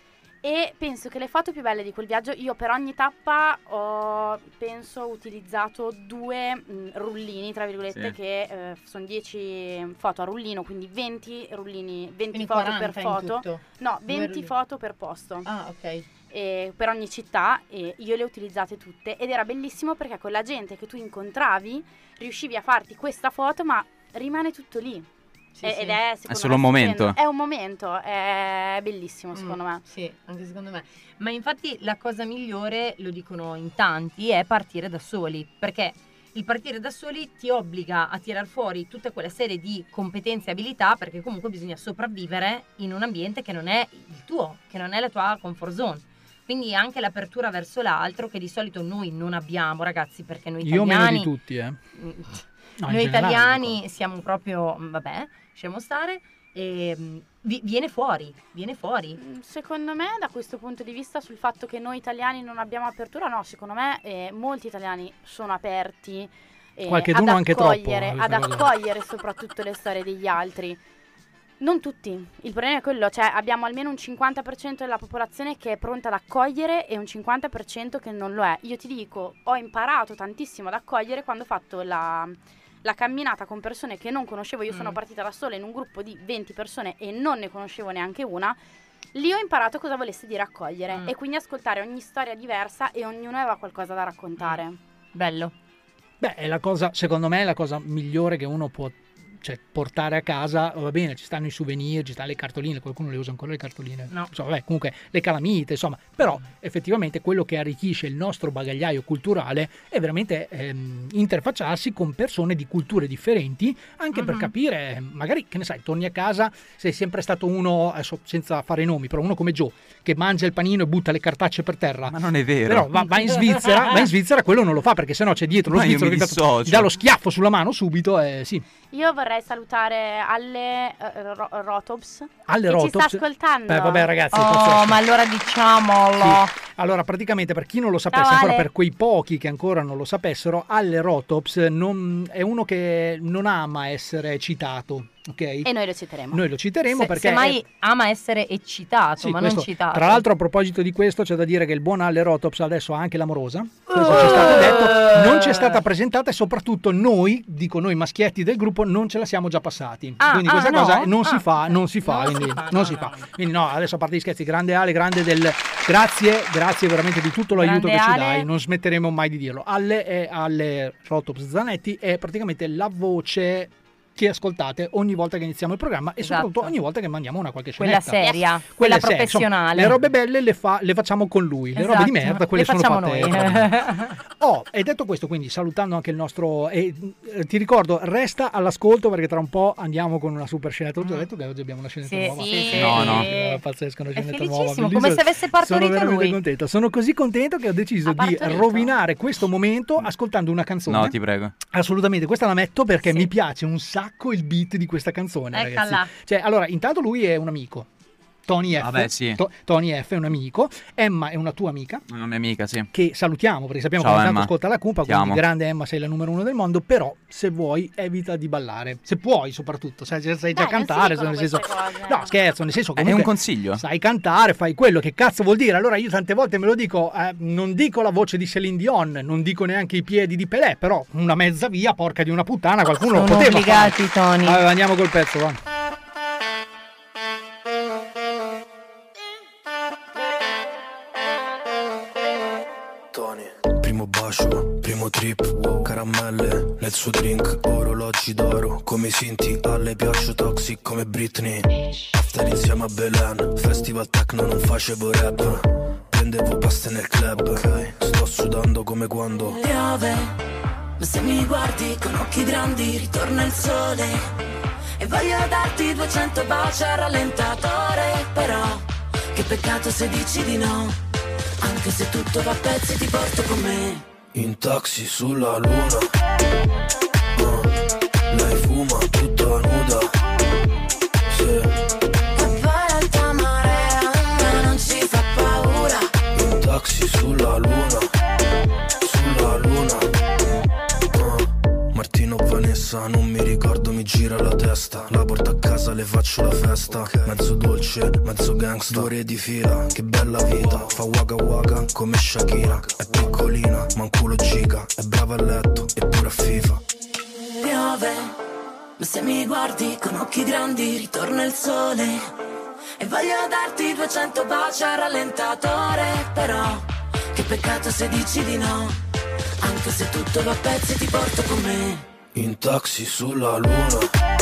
E penso che le foto più belle di quel viaggio, io per ogni tappa ho utilizzato 2 rullini, tra virgolette, che sono 10 foto a rullino, quindi 20 rullini, 20 foto per foto. No, 20 foto per posto. Ah, ok. Per ogni città, e io le ho utilizzate tutte ed era bellissimo perché con la gente che tu incontravi riuscivi a farti questa foto, ma rimane tutto lì. Ed è solo un momento. È un momento, è bellissimo secondo me. Sì, anche secondo me. Ma infatti la cosa migliore, lo dicono in tanti, è partire da soli, perché il partire da soli ti obbliga a tirar fuori tutta quella serie di competenze e abilità, perché comunque bisogna sopravvivere in un ambiente che non è il tuo, che non è la tua comfort zone. Quindi anche l'apertura verso l'altro, che di solito noi non abbiamo, ragazzi, perché noi italiani... Io meno di tutti, No, noi italiani siamo proprio, vabbè, lasciamo stare, e viene fuori. Secondo me, da questo punto di vista, sul fatto che noi italiani non abbiamo apertura, no, secondo me molti italiani sono aperti qualcheduno anche troppo, ad accogliere soprattutto le storie degli altri. Non tutti, il problema è quello, cioè abbiamo almeno un 50% della popolazione che è pronta ad accogliere e un 50% che non lo è. Io ti dico, ho imparato tantissimo ad accogliere quando ho fatto la camminata con persone che non conoscevo. Io sono partita da sola in un gruppo di 20 persone e non ne conoscevo neanche una. Lì ho imparato cosa volesse dire accogliere e quindi ascoltare ogni storia diversa e ognuno aveva qualcosa da raccontare. Bello. Beh, è la cosa, secondo me è la cosa migliore che uno può cioè, portare a casa, va bene, ci stanno i souvenir, ci stanno le cartoline, qualcuno le usa ancora le cartoline? No. Insomma, vabbè, comunque le calamite, insomma, però effettivamente quello che arricchisce il nostro bagagliaio culturale è veramente interfacciarsi con persone di culture differenti, anche per capire, magari, che ne sai, torni a casa, sei sempre stato uno, adesso senza fare nomi, però uno come Joe, che mangia il panino e butta le cartacce per terra. Ma non è vero. Però va in Svizzera, quello non lo fa, perché sennò c'è dietro lo svizzero che gli dà lo schiaffo sulla mano subito, sì. Io vorrei salutare Alle Rotops, Alle che Rotops ci sta ascoltando. Vabbè ragazzi, ma allora diciamolo. Sì. Allora, praticamente, per chi non lo sapesse, Ciao, ancora Ale. per quei pochi che ancora non lo sapessero, Alle Rotops è uno che non ama essere citato, ok? E noi lo citeremo. Noi lo citeremo perché... Semmai ama essere eccitato, Sì, ma questo- non citato. Tra l'altro, a proposito di questo, c'è da dire che il buon Alle Rotops adesso ha anche l'amorosa. Questo ci è stato detto, non ci è stata presentata e soprattutto noi, dico noi maschietti del gruppo, non ce la siamo già passati. Quindi questa no? cosa non si fa, quindi non si fa. Quindi no, adesso a parte gli scherzi, grande Ale, grande del... Grazie veramente di tutto l'aiuto Grande che ci Ale. dai, non smetteremo mai di dirlo. Alle Rotops Zanetti è praticamente la voce che ascoltate ogni volta che iniziamo il programma e Esatto. soprattutto ogni volta che mandiamo una qualche Quella scenetta. seria, quella serie, professionale. insomma, le robe belle le facciamo con lui, le robe di Esatto, merda quelle le sono facciamo fatte. noi. E detto questo, quindi salutando anche il nostro... ti ricordo, resta all'ascolto perché tra un po' andiamo con una super scenetta. Ho già detto che oggi abbiamo una scenetta nuova. Sì. No. Pazzesca, una È scenetta felicissimo, nuova. come se avesse partorito Sono veramente lui. contento. Sono così contento che ho deciso di rovinare questo momento ascoltando una canzone. No, ti prego. Assolutamente, questa la metto perché mi piace un sacco il beat di questa canzone, Eccola. ragazzi. Cioè, allora, intanto lui è un amico. Tony F. Vabbè, sì. Tony F è un amico. Emma è una tua amica. Una mia amica, sì. Che salutiamo perché sappiamo Ciao, che ogni tanto Emma. ascolta la Cumpa. Ti Quindi amo. grande Emma, sei la numero 1 del mondo. Però se vuoi evita di ballare. Se puoi soprattutto. Sai già cantare. non si Nel dicono senso, queste cose. no, scherzo, nel senso È comunque un consiglio. sai cantare, fai quello. Che cazzo vuol dire? Allora io tante volte me lo dico, non dico la voce di Celine Dion, non dico neanche i piedi di Pelé, però una mezza via, porca di una puttana, qualcuno lo Sono poteva obbligati, fare. Tony. Vabbè, andiamo col pezzo, va. Primo bacio, primo trip, caramelle nel suo drink, orologi d'oro, come Sinti, alle piaccio toxic come Britney. After insieme a Belen, festival techno non facevo rap, prendevo paste nel club, sto sudando come quando Piove, ma se mi guardi con occhi grandi ritorna il sole e voglio darti 200 baci al rallentatore, però che peccato se dici di no, anche se tutto va a pezzi ti porto con me. in taxi sulla luna, lei fuma tutta nuda, sì. E poi l'alta marea ma non ci fa paura. In taxi sulla luna, Martino Vanessa, non mi ricordo, mi gira la testa. La porto a casa, le faccio la festa, mezzo dolce, mezzo gangsta, 2 ore di fila, che bella vita. Fa waka waka come Shakira, è piccolina, ma un culo giga, è brava a letto e pure a FIFA. Piove, ma se mi guardi con occhi grandi ritorna il sole e voglio darti 200 baci al rallentatore, però che peccato se dici di no, anche se tutto va a pezzi ti porto con me. In taxi sulla luna,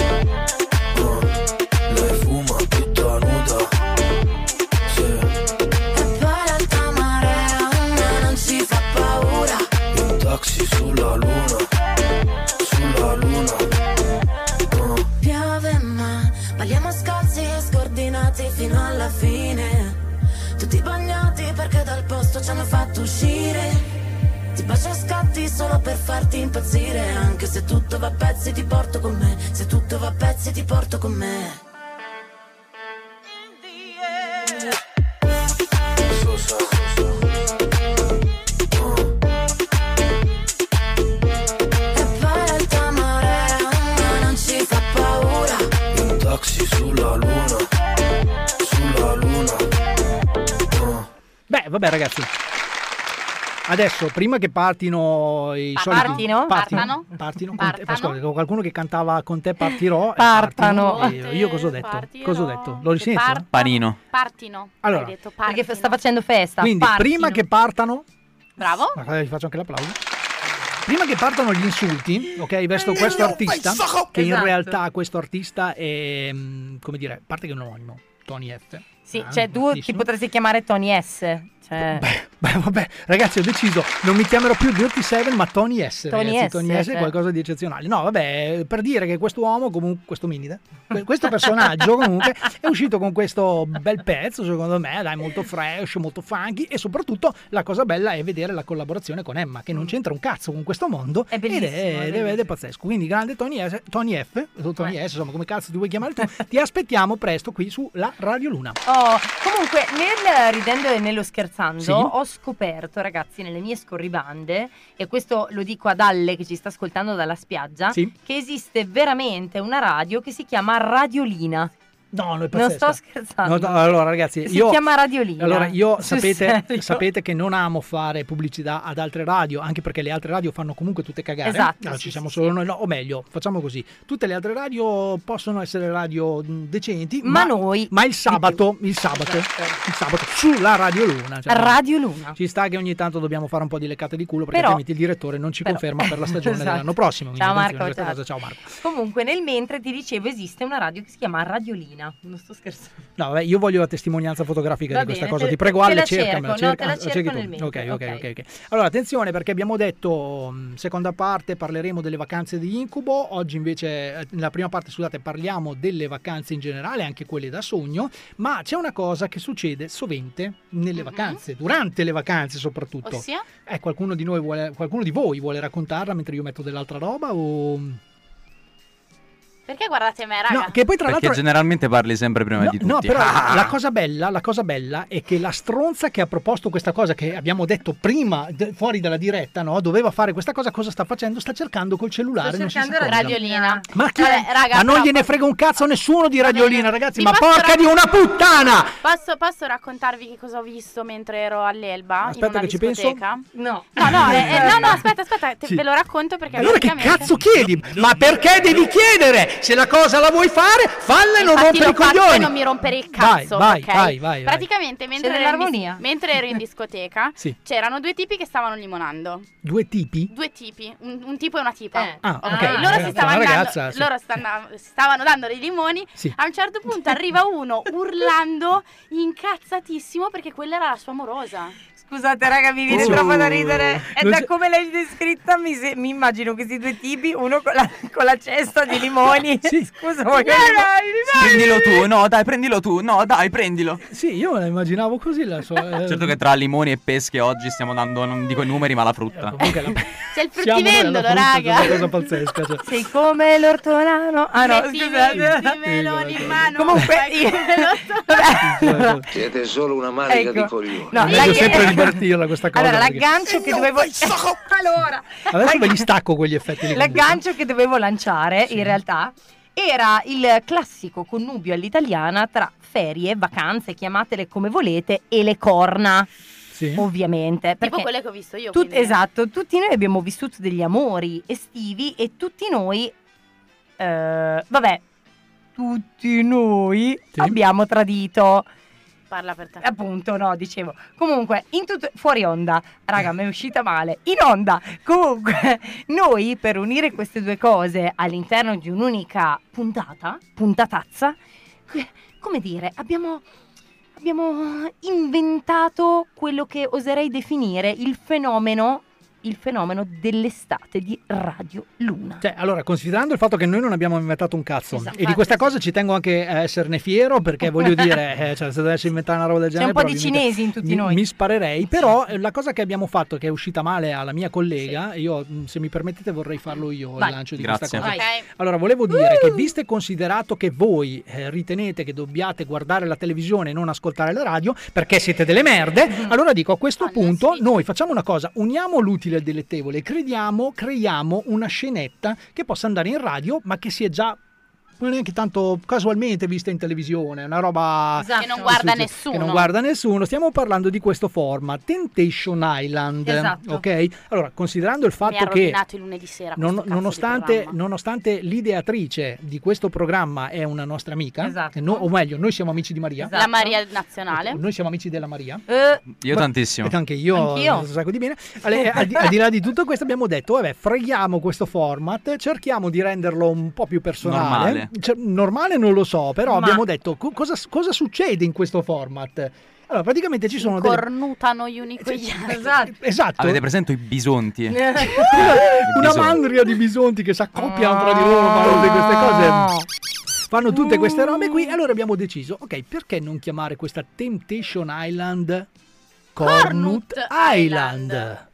lei fuma tutta nuda, sì. E poi l'alta marea ma non ci fa paura. In taxi sulla luna, Piove ma balliamo scalzi e scordinati fino alla fine, tutti bagnati perché dal posto ci hanno fatto uscire. Ti bacio a scatti solo per farti impazzire, anche se tutto va a pezzi ti porto con me, se tutto va a pezzi ti porto con me. E poi l'alta marea ma non ci fa paura. in taxi sulla luna, Beh, vabbè ragazzi. Adesso, prima che partino i soliti... Partano? Ascolta, qualcuno che cantava con te partirò. Partano. Io cosa ho detto? Cosa ho detto? Lo risento? Panino. Partino. Allora, hai detto Perché partino. sta facendo festa. Quindi, partino. prima che partano... Bravo. Ma gli faccio anche l'applauso. prima che partano gli insulti, ok, verso questo artista, che in Esatto. realtà questo artista è, come dire, a parte che è un anonimo, Tony F. Sì, cioè tu ti potresti chiamare Tony S. Cioè... Beh, vabbè, ragazzi, ho deciso, non mi chiamerò più Dirty Seven, ma Tony S. Tony ragazzi. S, Tony S è cioè. qualcosa di eccezionale. No, vabbè, per dire che quest'uomo, comunque, questo minide, questo personaggio comunque è uscito con questo bel pezzo, secondo me, dai, molto fresh, molto funky, e soprattutto la cosa bella è vedere la collaborazione con Emma, che non c'entra un cazzo con questo mondo, È bellissimo, ed è pazzesco. Quindi grande Tony F, o Tony S, insomma, come cazzo ti vuoi chiamare tu, ti aspettiamo presto qui sulla Radio Luna. Oh, comunque, nel ridendo e nello scherzando, Sì. ho scoperto, ragazzi, nelle mie scorribande, e questo lo dico ad Alle che ci sta ascoltando dalla spiaggia, Sì. che esiste veramente una radio che si chiama Radiolina. No, è Non pazzesco. sto scherzando. No, allora ragazzi, Si chiama Radiolina. Allora io Sul sapete serio. che non amo fare pubblicità ad altre radio, anche perché le altre radio fanno comunque tutte cagare. Esatto, Allora, sì, ci siamo sì, solo noi, no, o meglio, facciamo così. Tutte le altre radio possono essere radio decenti, Ma noi ma il sabato sulla Radio Luna, cioè, Radio Luna. ci sta che ogni tanto dobbiamo fare un po' di leccate di culo, perché Però- altrimenti il direttore non ci conferma per la stagione Esatto. dell'anno prossimo. Ciao Quindi Marco, attenzione a questa ciao. cosa. Ciao Marco. Comunque, nel mentre ti dicevo, esiste una radio che si chiama Radiolina. Non sto scherzando. No, vabbè, io voglio la testimonianza fotografica Va di questa bene, cosa. te- Ti prego, te Ale, la cercamela. cerco, no, te la cerchi cerco tu. nel mentre, Ok. Allora, attenzione, perché abbiamo detto, seconda parte, parleremo delle vacanze di incubo. Oggi invece, nella prima parte, scusate, parliamo delle vacanze in generale, anche quelle da sogno. Ma c'è una cosa che succede sovente nelle vacanze, durante le vacanze soprattutto. Ossia? Qualcuno di voi vuole raccontarla mentre io metto dell'altra roba o... Perché guardate me, raga? No, che poi tra Perché l'altro... generalmente parli sempre prima di tutti. No, però Ah! la cosa bella è che la stronza che ha proposto questa cosa, che abbiamo detto prima fuori dalla diretta, no? Doveva fare questa cosa, cosa sta facendo? Sta cercando col cellulare. Sto non si cercando accorge. Radiolina. Ma chi è? Vabbè, raga, Ma non però gliene frega un cazzo a nessuno di Radiolina, ragazzi. Vi Ma posso porca di una puttana! Posso raccontarvi che cosa ho visto mentre ero all'Elba Aspetta in una che ci penso. discoteca? No. No, aspetta, Sì. ve lo racconto perché Allora che praticamente- cazzo chiedi? Ma perché devi chiedere? Se la cosa la vuoi fare, falla e non Infatti rompere i l'ho fatto coglioni. e non mi rompere il cazzo, Vai, ok? vai. Praticamente mentre C'è ero, dell'armonia. mentre ero in discoteca Sì. c'erano due tipi che stavano limonando. Due tipi? Due tipi, un tipo e una tipa. Ah, ok. Loro Ragazza, si stavano una dando, ragazza, sì. stavano dando dei limoni. Sì. A un certo punto arriva uno urlando, incazzatissimo perché quella era la sua amorosa. Scusate, raga, mi viene Oh. troppo da ridere. E Non da c'è- come l'hai descritta mi immagino questi due tipi, uno con la cesta di limoni. Sì. Scusa, voglio Prendilo tu, no dai, prendilo tu, no dai, prendilo. Sì, io me la immaginavo così la sua... Certo che tra limoni e pesche oggi stiamo dando, non dico i numeri, ma la frutta. Comunque la... C'è il Siamo fruttivendolo, nella frutta, raga. è una cosa pazzesca. Cioè. Sei come l'ortolano. Ah no, Metti scusate. i meloni in mano. Comunque Siete solo una manica Ecco. di coglioni. No, Meglio la- sempre ripartirla questa cosa. Allora, perché- l'aggancio che dovevo Allora, Adesso ve li stacco quegli effetti lì. l'aggancio che dovevo lanciare in realtà era il classico connubio all'italiana tra ferie, vacanze, chiamatele come volete, e le corna. Sì. Ovviamente, Tipo perché quelle che ho visto io. quindi. esatto, tutti noi abbiamo vissuto degli amori estivi e tutti noi tutti noi Sì. abbiamo tradito. Parla per te. Appunto, no, dicevo. Comunque, fuori onda, raga, mi è uscita male. In onda, comunque, noi per unire queste due cose all'interno di un'unica puntatazza, come dire, abbiamo inventato quello che oserei definire il fenomeno dell'estate di Radio Luna. Cioè, allora, considerando il fatto che noi non abbiamo inventato un cazzo, Esatto. e di questa cosa ci tengo anche a esserne fiero, perché voglio dire, cioè, se dovessi inventare una roba del C'è genere, un po' di probabilmente cinesi in tutti noi. mi sparerei. Però la cosa che abbiamo fatto, che è uscita male alla mia collega, io, se mi permettete, vorrei farlo io Vai. il lancio di Grazie. questa cosa. Ok. Allora, volevo dire che, visto e considerato che voi ritenete che dobbiate guardare la televisione e non ascoltare la radio, perché siete delle merde, allora dico, a questo punto noi facciamo una cosa, uniamo l'utile al dilettevole, creiamo una scenetta che possa andare in radio, ma che sia già non neanche tanto casualmente vista in televisione, una roba che non guarda nessuno. Che non guarda nessuno. Stiamo parlando di questo format, Temptation Island. Esatto. Ok? Allora, considerando il Mi ha fatto che rovinato il lunedì sera questo nonostante l'ideatrice di questo programma è una nostra amica, Esatto. o meglio, noi siamo amici di Maria. La Maria nazionale. Noi siamo amici della Maria. Io tantissimo. Anche io. Un sacco di bene. Al di là di tutto questo abbiamo detto, vabbè, freghiamo questo format, cerchiamo di renderlo un po' più personale. Normale non lo so, però abbiamo detto cosa succede in questo format. Allora, praticamente ci sono cornutano gli unicogliani. Esatto. Avete presente i bisonti? Una mandria di bisonti che si accoppiano tra di loro, fanno tutte queste cose. Fanno tutte queste robe qui. E allora abbiamo deciso, ok, perché non chiamare questa Temptation Island Cornut Island?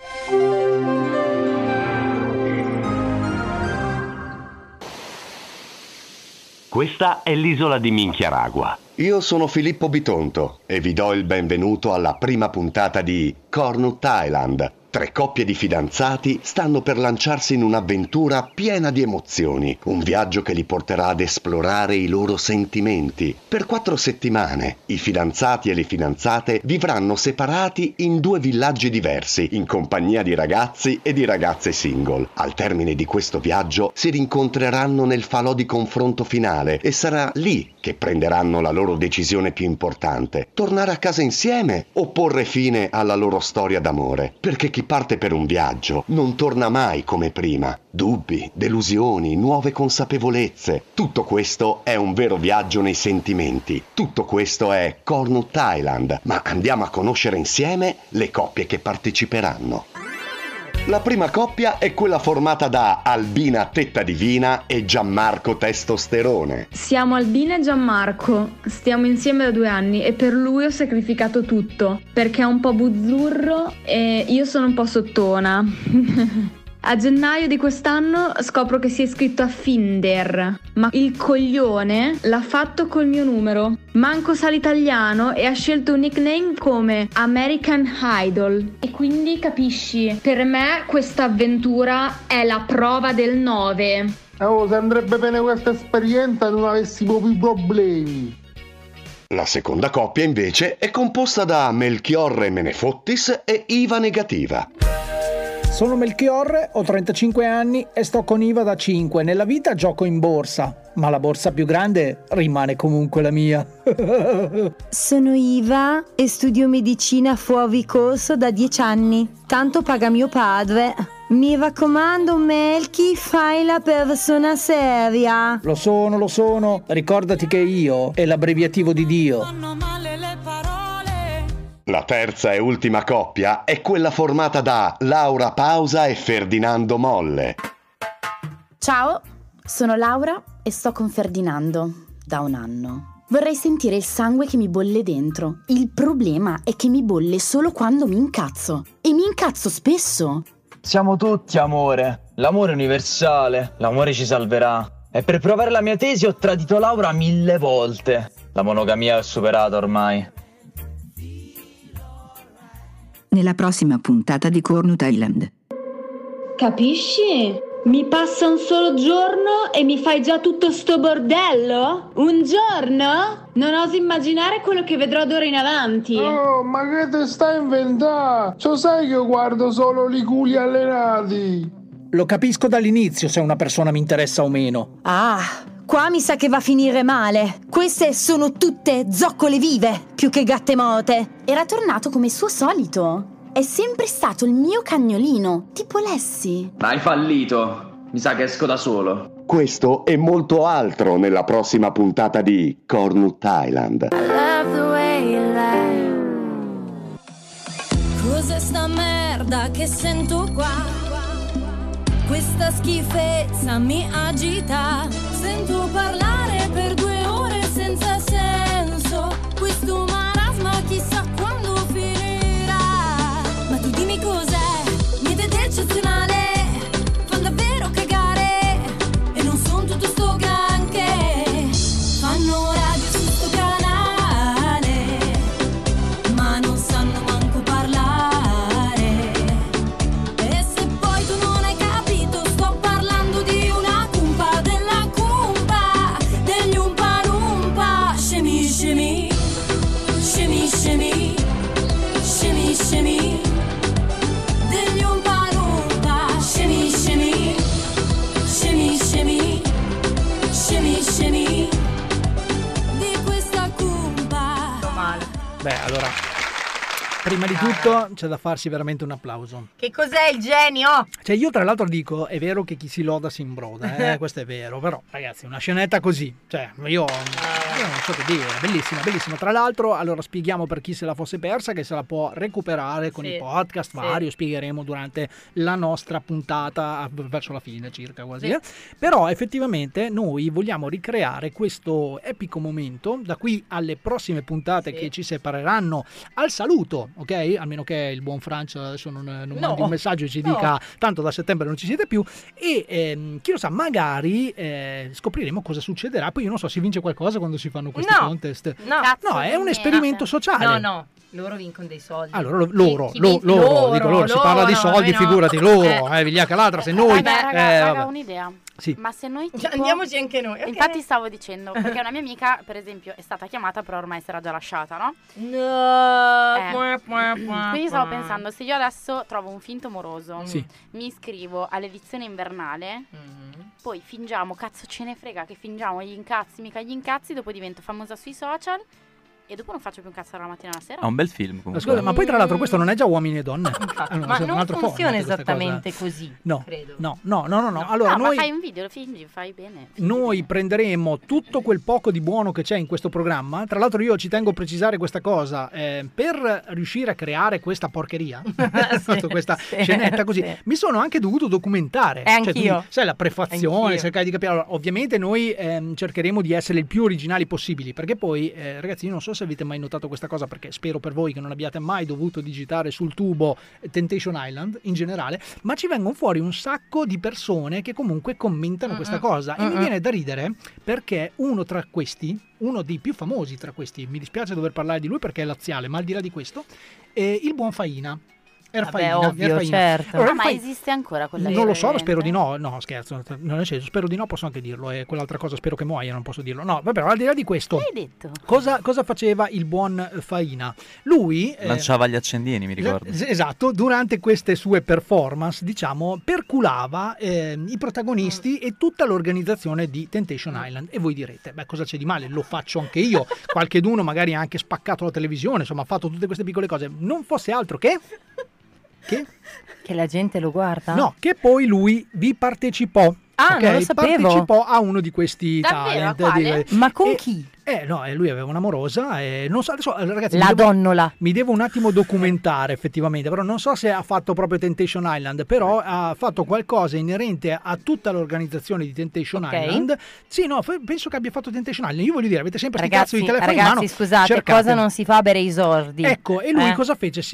Questa è l'isola di Minchiaragua. Io sono Filippo Bitonto e vi do il benvenuto alla prima puntata di Cornut Island. 3 coppie di fidanzati stanno per lanciarsi in un'avventura piena di emozioni, un viaggio che li porterà ad esplorare i loro sentimenti. Per 4 settimane i fidanzati e le fidanzate vivranno separati in 2 villaggi diversi, in compagnia di ragazzi e di ragazze single. Al termine di questo viaggio si rincontreranno nel falò di confronto finale e sarà lì che prenderanno la loro decisione più importante: tornare a casa insieme o porre fine alla loro storia d'amore. Perché chi parte per un viaggio non torna mai come prima. Dubbi, delusioni, nuove consapevolezze. Tutto questo è un vero viaggio nei sentimenti. Tutto questo è Cornut Island, ma andiamo a conoscere insieme le coppie che parteciperanno. La prima coppia è quella formata da Albina Tetta Divina e Gianmarco Testosterone. Siamo Albina e Gianmarco, stiamo insieme da 2 anni e per lui ho sacrificato tutto, perché è un po' buzzurro e io sono un po' sottona. A gennaio di quest'anno scopro che si è iscritto a Finder, ma il coglione l'ha fatto col mio numero. Manco sa l'italiano e ha scelto un nickname come American Idol. E quindi capisci, per me questa avventura è la prova del 9. Oh, se andrebbe bene questa esperienza non avessimo più problemi. La seconda coppia invece è composta da Melchiorre Menefottis e Iva Negativa. Sono Melchiorre, ho 35 anni e sto con Iva da 5. Nella vita gioco in borsa, ma la borsa più grande rimane comunque la mia. Sono Iva e studio medicina fuori corso da 10 anni. Tanto paga mio padre. Mi raccomando, Melchi, fai la persona seria. Lo sono. Ricordati che io è l'abbreviativo di Dio. La terza e ultima coppia è quella formata da Laura Pausa e Ferdinando Molle. Ciao, sono Laura e sto con Ferdinando da 1 anno. Vorrei sentire il sangue che mi bolle dentro. Il problema è che mi bolle solo quando mi incazzo. E mi incazzo spesso. Siamo tutti amore. L'amore è universale. L'amore ci salverà. E per provare la mia tesi ho tradito Laura 1000 volte. La monogamia è superata ormai. Nella prossima puntata di Cornut Island. Capisci? Mi passa un solo giorno e mi fai già tutto sto bordello? Un giorno? Non oso immaginare quello che vedrò d'ora in avanti. Oh, ma che te stai inventando? So sai che io guardo solo i culi allenati. Lo capisco dall'inizio se una persona mi interessa o meno. Ah, qua mi sa che va a finire male. Queste sono tutte zoccole vive, più che gatte morte. Era tornato come suo solito. È sempre stato il mio cagnolino, tipo Lessi. Hai fallito. Mi sa che esco da solo. Questo e molto altro nella prossima puntata di Cornut Island. Cos'è sta merda che sento qua? Questa schifezza mi agita. Sento parlare per 2 ore senza senso. Questo marasma chissà quando finirà. Ma tu dimmi cos'è? Niente di eccezionale. Fan davvero cagare. E non son tutto sto granché. Fanno radio su sto canale, ma non sanno manco parlare. E se poi tu non hai capito, sto parlando di una cumpa della cumpa. osceni di questa cumpa. Beh, allora, prima di tutto c'è da farsi veramente un applauso. Che cos'è il genio? Cioè, io tra l'altro dico, è vero che chi si loda si imbroda, questo è vero, però ragazzi, una scenetta così, cioè, io non so che dire, bellissima, bellissima. Tra l'altro, allora spieghiamo per chi se la fosse persa che se la può recuperare con i podcast vari, spiegheremo durante la nostra puntata verso la fine circa quasi. Però effettivamente noi vogliamo ricreare questo epico momento da qui alle prossime puntate che ci separeranno al saluto, ok? Almeno che il buon Francia adesso non mandi un messaggio e ci dica tanto da settembre non ci siete più e chi lo sa, magari scopriremo cosa succederà. Poi io non so, si vince qualcosa quando si fanno questi contest? No, è un esperimento sociale. No, loro vincono dei soldi. Allora, loro, si parla di soldi, figurati, loro, Vigliacca Ladra, se noi... raga, un'idea. Sì. Ma se noi tipo... Andiamoci anche noi, okay. Infatti stavo dicendo, perché una mia amica, per esempio, è stata chiamata, però ormai si era già lasciata, no? Quindi stavo pensando, se io adesso trovo un finto moroso, mi iscrivo all'edizione invernale, poi fingiamo, cazzo ce ne frega, che fingiamo gli incazzi, dopo divento famosa sui social e dopo non faccio più un cazzo dalla mattina alla sera. È un bel film comunque. Scusa, ma poi tra l'altro questo non è già Uomini e Donne? Ma non funziona esattamente così, credo. No. Allora, ma fai un video, lo fingi, fai bene. Noi prenderemo tutto quel poco di buono che c'è in questo programma. Tra l'altro io ci tengo a precisare questa cosa, per riuscire a creare questa porcheria, questa scenetta così, mi sono anche dovuto documentare. Anch'io. Quindi, sai, la prefazione, cercare di capire. Allora, ovviamente noi cercheremo di essere il più originali possibili, perché poi, ragazzi, io non so se avete mai notato questa cosa, perché spero per voi che non abbiate mai dovuto digitare sul tubo Temptation Island in generale, ma ci vengono fuori un sacco di persone che comunque commentano questa cosa e mi viene da ridere perché uno dei più famosi tra questi, mi dispiace dover parlare di lui perché è laziale, ma al di là di questo, è il buon Faina. Ovvio, certo. Allora, ma esiste ancora quella? Non lo so, spero di no. No, scherzo, non è senso, spero di no, posso anche dirlo. E quell'altra cosa spero che muoia, non posso dirlo. No, vabbè, al di là di questo. Che hai detto? Cosa faceva il buon Faina? Lui lanciava gli accendini, mi ricordo. Esatto, durante queste sue performance, diciamo, perculava i protagonisti e tutta l'organizzazione di Temptation Island. E voi direte, beh, cosa c'è di male? Lo faccio anche io. Qualcheduno magari ha anche spaccato la televisione, insomma, ha fatto tutte queste piccole cose. Non fosse altro che la gente lo guarda? No, che poi lui vi partecipò. Non lo sapevo. Partecipò a uno di questi Davvero, talent. Ma con chi? No, lui aveva un'amorosa e non so, adesso, ragazzi, donnola. Mi devo un attimo documentare effettivamente, però non so se ha fatto proprio Temptation Island, però ha fatto qualcosa inerente a tutta l'organizzazione di Temptation Island. Sì, no, penso che abbia fatto Temptation Island. Io voglio dire, avete sempre sti cazzo di telefono in mano. Ragazzi, scusate, cercate. Cosa non si fa a bere i sordi? Ecco, e lui cosa fece?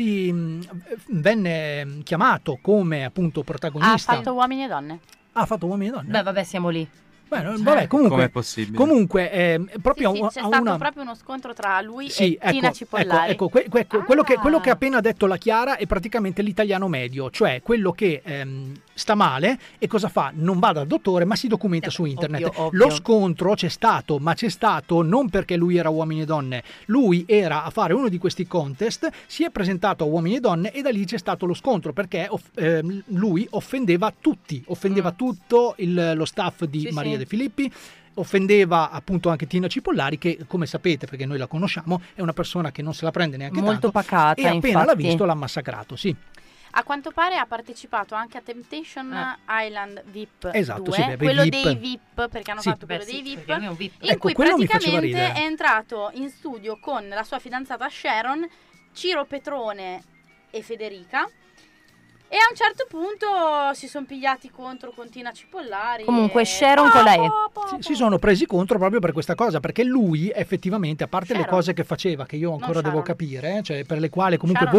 Venne chiamato come appunto protagonista. Ha fatto Uomini e Donne. Ha fatto Uomini e Donne? Beh, vabbè, siamo lì. Vabbè, comunque, com'è possibile? Comunque, proprio c'è stato proprio uno scontro tra lui e Tina Cipollari. Quello che ha appena detto la Chiara è praticamente l'italiano medio, cioè quello che sta male e cosa fa? Non va dal dottore, ma si documenta su internet. Ovvio. Lo scontro c'è stato, ma c'è stato non perché lui era Uomini e Donne, lui era a fare uno di questi contest, si è presentato a Uomini e Donne e da lì c'è stato lo scontro perché lui offendeva tutti, offendeva tutto lo staff di Maria De Filippi, offendeva appunto anche Tina Cipollari, che come sapete, perché noi la conosciamo, è una persona che non se la prende neanche molto tanto, pacata, e appena infatti. l'ha visto l'ha massacrato, sì. A quanto pare ha partecipato anche a Temptation Island VIP 2, sì, quello VIP. dei VIP, perché hanno fatto quello dei VIP, in cui quello praticamente è entrato in studio con la sua fidanzata Sharon, Ciro Petrone e Federica. E a un certo punto si sono pigliati contro con Tina Cipollari. Comunque Sharon con la E. Si sono presi contro proprio per questa cosa, perché lui effettivamente, a parte le cose che faceva, che io ancora devo capire, cioè per le quali comunque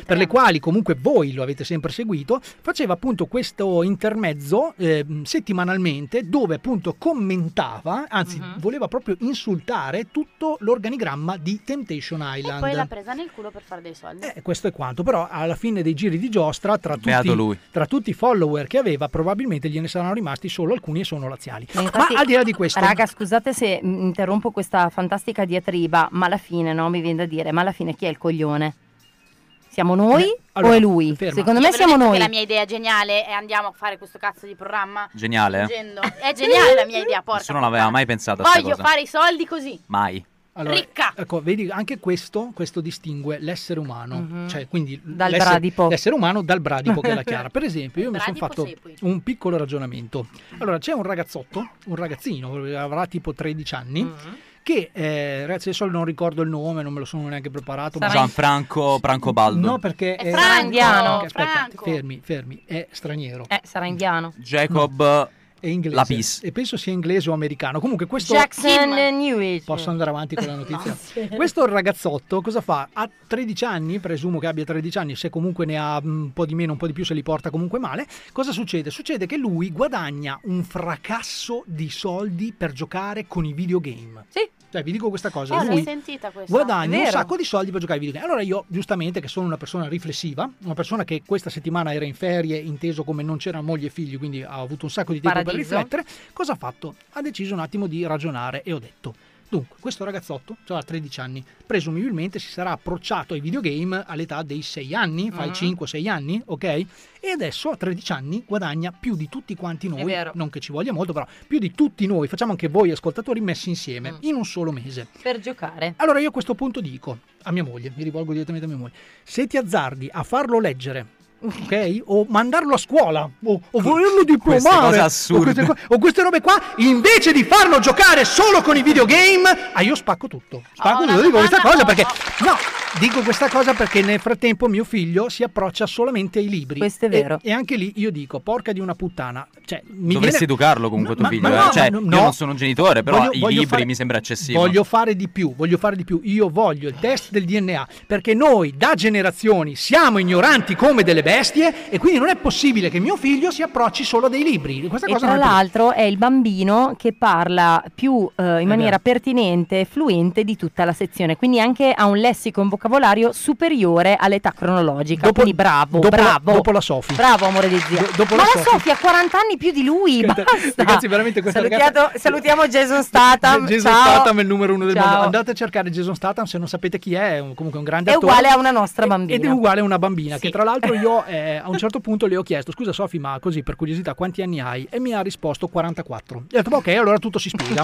voi lo avete sempre seguito, faceva appunto questo intermezzo settimanalmente, dove appunto commentava, anzi voleva proprio insultare tutto l'organigramma di Temptation Island. E poi l'ha presa nel culo per fare dei soldi. Questo è quanto, però alla fine dei giri di giostra, tra tutti i follower che aveva, probabilmente gliene saranno rimasti solo alcuni e sono laziali. Infatti, ma al di là di questo, raga, scusate se interrompo questa fantastica diatriba, ma alla fine mi viene da dire, ma alla fine chi è il coglione? Siamo noi allora, o è lui? ferma. Secondo me Io ve l'ho siamo detto noi. che la mia idea è geniale e andiamo a fare questo cazzo di programma. Geniale. Fingendo. È geniale la mia idea, porca. Nessuno l'aveva mai pensato a sta Voglio cosa. fare i soldi così. Mai. Allora, Ricca! Ecco, vedi, anche questo distingue l'essere umano, cioè quindi Dal bradipo. l'essere umano dal bradipo che è la Chiara. Per esempio, io mi sono Bradipo fatto sepui. un piccolo ragionamento. Allora, c'è un ragazzino, avrà tipo 13 anni, che ragazzi adesso non ricordo il nome, non me lo sono neanche preparato. Ma Gianfranco Francobaldo. no, perché È Franco, indiano. aspetta, Franco. fermi, è straniero. Sarà indiano. Jacob È inglese. Lapis. E penso sia inglese o americano. Comunque questo Jackson Newich. Posso andare avanti con la notizia? Questo ragazzotto cosa fa? Ha 13 anni, presumo che abbia 13 anni, se comunque ne ha un po' di meno, un po' di più, se li porta comunque male. Cosa succede? Succede che lui guadagna un fracasso di soldi per giocare con i videogame. Sì. Cioè, vi dico questa cosa, L'hai lui sentita questa? guadagna un Vero. sacco di soldi per giocare ai videogame. Allora io, giustamente, che sono una persona riflessiva, una persona che questa settimana era in ferie, inteso come non c'era moglie e figli, quindi ha avuto un sacco di tempo Paradiso. per riflettere, cosa ha fatto? Ha deciso un attimo di ragionare e ho detto: dunque, questo ragazzotto, cioè ha 13 anni, presumibilmente si sarà approcciato ai videogame all'età dei 6 anni, fai 5-6 anni, ok? E adesso a 13 anni guadagna più di tutti quanti noi, vero. non che ci voglia molto, però più di tutti noi, facciamo anche voi ascoltatori messi insieme, in un solo mese. Per giocare. Allora io a questo punto dico a mia moglie, mi rivolgo direttamente a mia moglie: se ti azzardi a farlo leggere, ok? O mandarlo a scuola, o volerlo Queste diplomare, cose assurde. o queste robe qua, invece di farlo giocare solo con i videogame, io spacco tutto. Spacco tutto, dico questa cosa perché no, dico questa cosa perché nel frattempo mio figlio si approccia solamente ai libri. Questo è vero. E anche lì io dico: porca di una puttana, cioè mi Dovresti viene... educarlo comunque tuo Ma- figlio. ma no, Cioè, no, io no. non sono un genitore, però i Voglio libri fare- mi sembra eccessivo. Voglio fare di più. Io voglio il test del DNA, perché noi da generazioni siamo ignoranti come delle bestie e quindi non è possibile che mio figlio si approcci solo a dei libri. Questa E cosa tra non è l'altro è il bambino che parla più in maniera pertinente e fluente di tutta la sezione, quindi anche ha un lessico e un vocabolario superiore all'età cronologica. Quindi bravo, bravo. Dopo la Sofì. Bravo, amore di zio. dopo Ma la la Sofì. Sofì ha 40 anni più di lui, basta. Ragazzi, veramente questa ragazza... Salutiamo Jason Statham. Jason Ciao. Statham è il numero uno del Ciao. mondo. Andate a cercare Jason Statham, se non sapete chi è comunque un grande È attore. uguale a una nostra bambina. Ed è uguale a una bambina, Sì. che tra l'altro io a un certo punto le ho chiesto: scusa Sofì, ma così per curiosità quanti anni hai? E mi ha risposto 44. E ho detto: ok, allora tutto si spiega.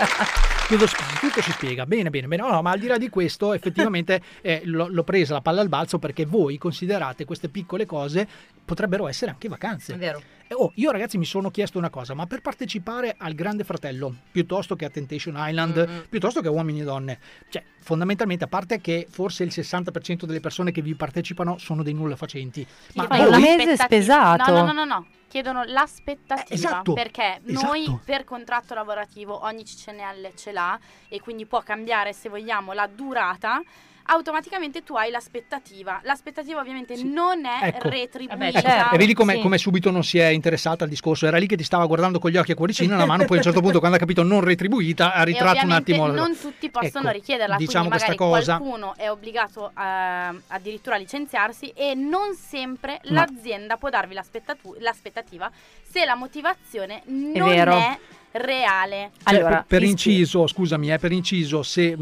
tutto si spiega. Bene. No, ma al di là di questo, effettivamente l'ho presa la palla al balzo, perché voi considerate queste piccole cose potrebbero essere anche vacanze. È vero. Io ragazzi mi sono chiesto una cosa: ma per partecipare al Grande Fratello, piuttosto che a Temptation Island, piuttosto che a Uomini e Donne, cioè fondamentalmente, a parte che forse il 60% delle persone che vi partecipano sono dei nullafacenti, ma fai un voi- mese spesato. No. Chiedono l'aspettativa, esatto, perché noi esatto. per contratto lavorativo ogni CCNL ce l'ha e quindi può cambiare, se vogliamo, la durata. Automaticamente tu hai l'aspettativa. L'aspettativa ovviamente non è Ecco. retribuita. E vedi come subito non si è interessato al discorso. Era lì che ti stava guardando con gli occhi a cuoricino nella mano, poi a un certo punto, quando ha capito non retribuita, ha ritratto un ovviamente attimo. non tutti possono Ecco, richiederla, diciamo quindi magari questa cosa. qualcuno è obbligato addirittura a licenziarsi e non sempre Ma- l'azienda può darvi l'aspettativa se la motivazione non vero. è reale. Cioè, Allora, per ti inciso, scusami, per inciso, se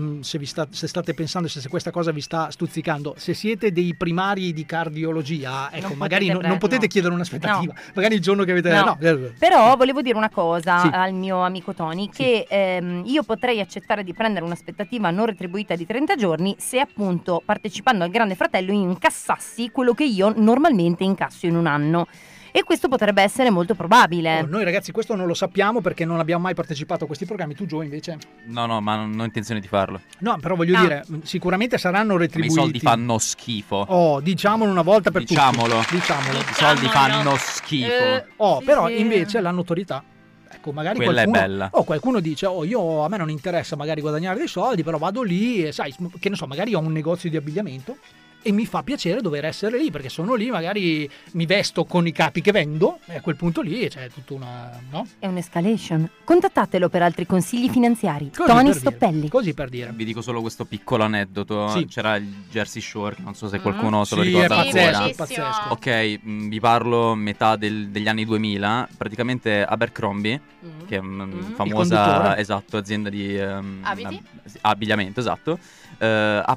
state pensando, se questa cosa vi sta stuzzicando, se siete dei primari di cardiologia, ecco, Non magari potete non potete no. chiedere un'aspettativa. No. Magari il giorno che avete... No. no. Però volevo dire una cosa Sì. al mio amico Tony, che io potrei accettare di prendere un'aspettativa non retribuita di 30 giorni se appunto partecipando al Grande Fratello incassassi quello che io normalmente incasso in un anno. E questo potrebbe essere molto probabile. Noi ragazzi questo non lo sappiamo perché non abbiamo mai partecipato a questi programmi. Tu Gio invece? No, ma non ho intenzione di farlo. No, però voglio No. dire, sicuramente saranno Ma i retribuiti. soldi fanno schifo. Oh, diciamolo una volta per Diciamolo. tutti. Diciamolo. I soldi fanno schifo. Oh, però invece la notorietà. Ecco, magari Quella è qualcuno, bella. qualcuno dice: a me non interessa magari guadagnare dei soldi, però vado lì e sai, che ne so, magari ho un negozio di abbigliamento e mi fa piacere dover essere lì, perché sono lì, magari mi vesto con i capi che vendo e a quel punto lì c'è tutta una... no? È un'escalation. Contattatelo per altri consigli finanziari. Così Tony per Stoppelli. dire, così per dire. Vi dico solo questo piccolo aneddoto. Sì. C'era il Jersey Shore, che non so se qualcuno se lo Sì, ricorda è ancora. pazzesco, pazzesco. Ok, vi parlo metà degli anni 2000. Praticamente Abercrombie, che è una famosa conduttore. azienda di Abiti? abbigliamento, esatto, ha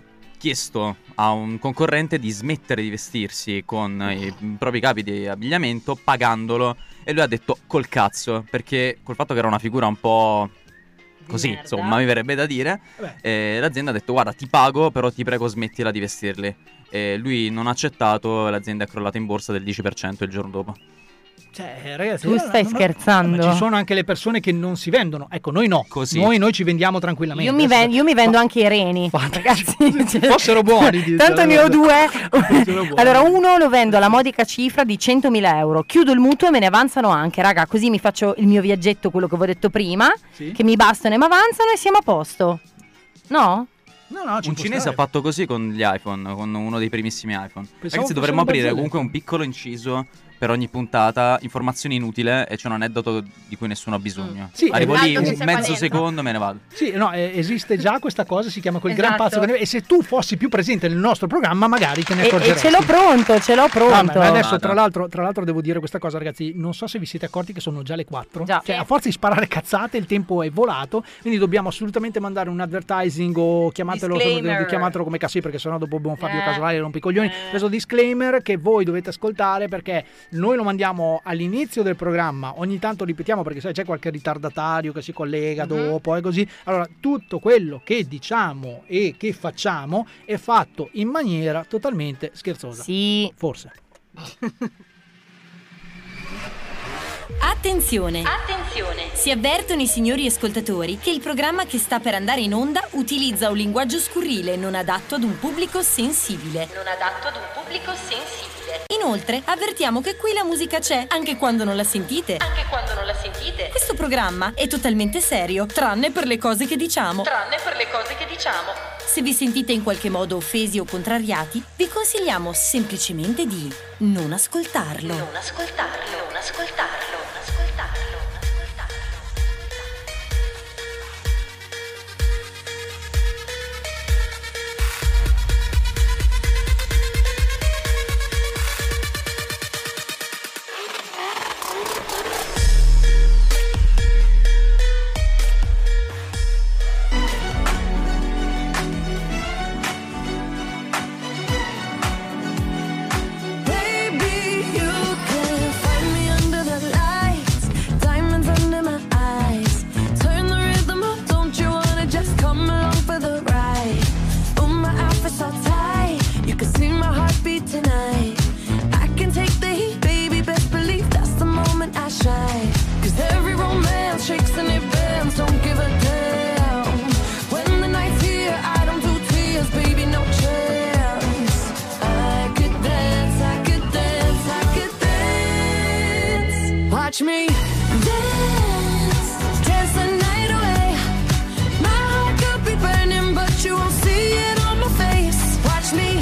chiesto a un concorrente di smettere di vestirsi con i propri capi di abbigliamento pagandolo, e lui ha detto col cazzo, perché col fatto che era una figura un po' così, merda. insomma, mi verrebbe da dire, l'azienda ha detto guarda ti pago, però ti prego smettila di vestirli. E lui non ha accettato e l'azienda è crollata in borsa del 10% il giorno dopo. Cioè, ragazzi, Tu stai scherzando? Ma ci sono anche le persone che non si vendono. Ecco, noi no. Così. Noi ci vendiamo tranquillamente. Io mi vendo anche i reni, ragazzi. Fossero buoni. Tanto ne ho due. Allora, uno lo vendo alla modica cifra di 100.000 euro. Chiudo il mutuo e me ne avanzano anche, raga. Così mi faccio il mio viaggetto, quello che vi ho detto prima. Sì. Che mi bastano e mi avanzano e siamo a posto. No? No, Un cinese ha fatto così con gli iPhone, con uno dei primissimi iPhone. Pensavo Ragazzi, dovremmo fosse aprire una comunque un piccolo inciso per ogni puntata, informazioni inutili, e c'è un aneddoto di cui nessuno ha bisogno. Sì, Arrivo lì esatto, un mezzo secondo, me ne vado. Sì, no, esiste già questa cosa, si chiama quel gran Esatto. pazzo. E se tu fossi più presente nel nostro programma, magari te ne accorgeresti. E ce l'ho pronto. Ma adesso, tra l'altro, devo dire questa cosa, ragazzi. Non so se vi siete accorti che sono già le 4. Cioè, a forza di sparare cazzate, il tempo è volato. Quindi dobbiamo assolutamente mandare un advertising o chiamatelo come cazzo, perché sennò dopo buon Fabio Casolari rompe i coglioni. Questo disclaimer che voi dovete ascoltare, perché noi lo mandiamo all'inizio del programma, ogni tanto ripetiamo perché sai c'è qualche ritardatario che si collega dopo e così. Allora, tutto quello che diciamo e che facciamo è fatto in maniera totalmente scherzosa. Sì. Forse. Attenzione! Si avvertono i signori ascoltatori che il programma che sta per andare in onda utilizza un linguaggio scurrile non adatto ad un pubblico sensibile. Inoltre, avvertiamo che qui la musica c'è, anche quando non la sentite. Questo programma è totalmente serio, tranne per le cose che diciamo. Se vi sentite in qualche modo offesi o contrariati, vi consigliamo semplicemente di non ascoltarlo. Baby, you can find me under the lights, diamonds under my eyes. Turn the rhythm up, don't you wanna just come along for the ride? Oh, my outfit's all tight, you can see my heartbeat tonight. I can take the heat, baby, best believe that's the moment I shine. 'Cause every romance shakes and it bends, don't give a damn. When the night's here, I don't do tears, baby, no chance. I could dance, I could dance, I could dance. Watch me dance, dance the night away. My heart could be burning, but you won't see it on my face. Watch me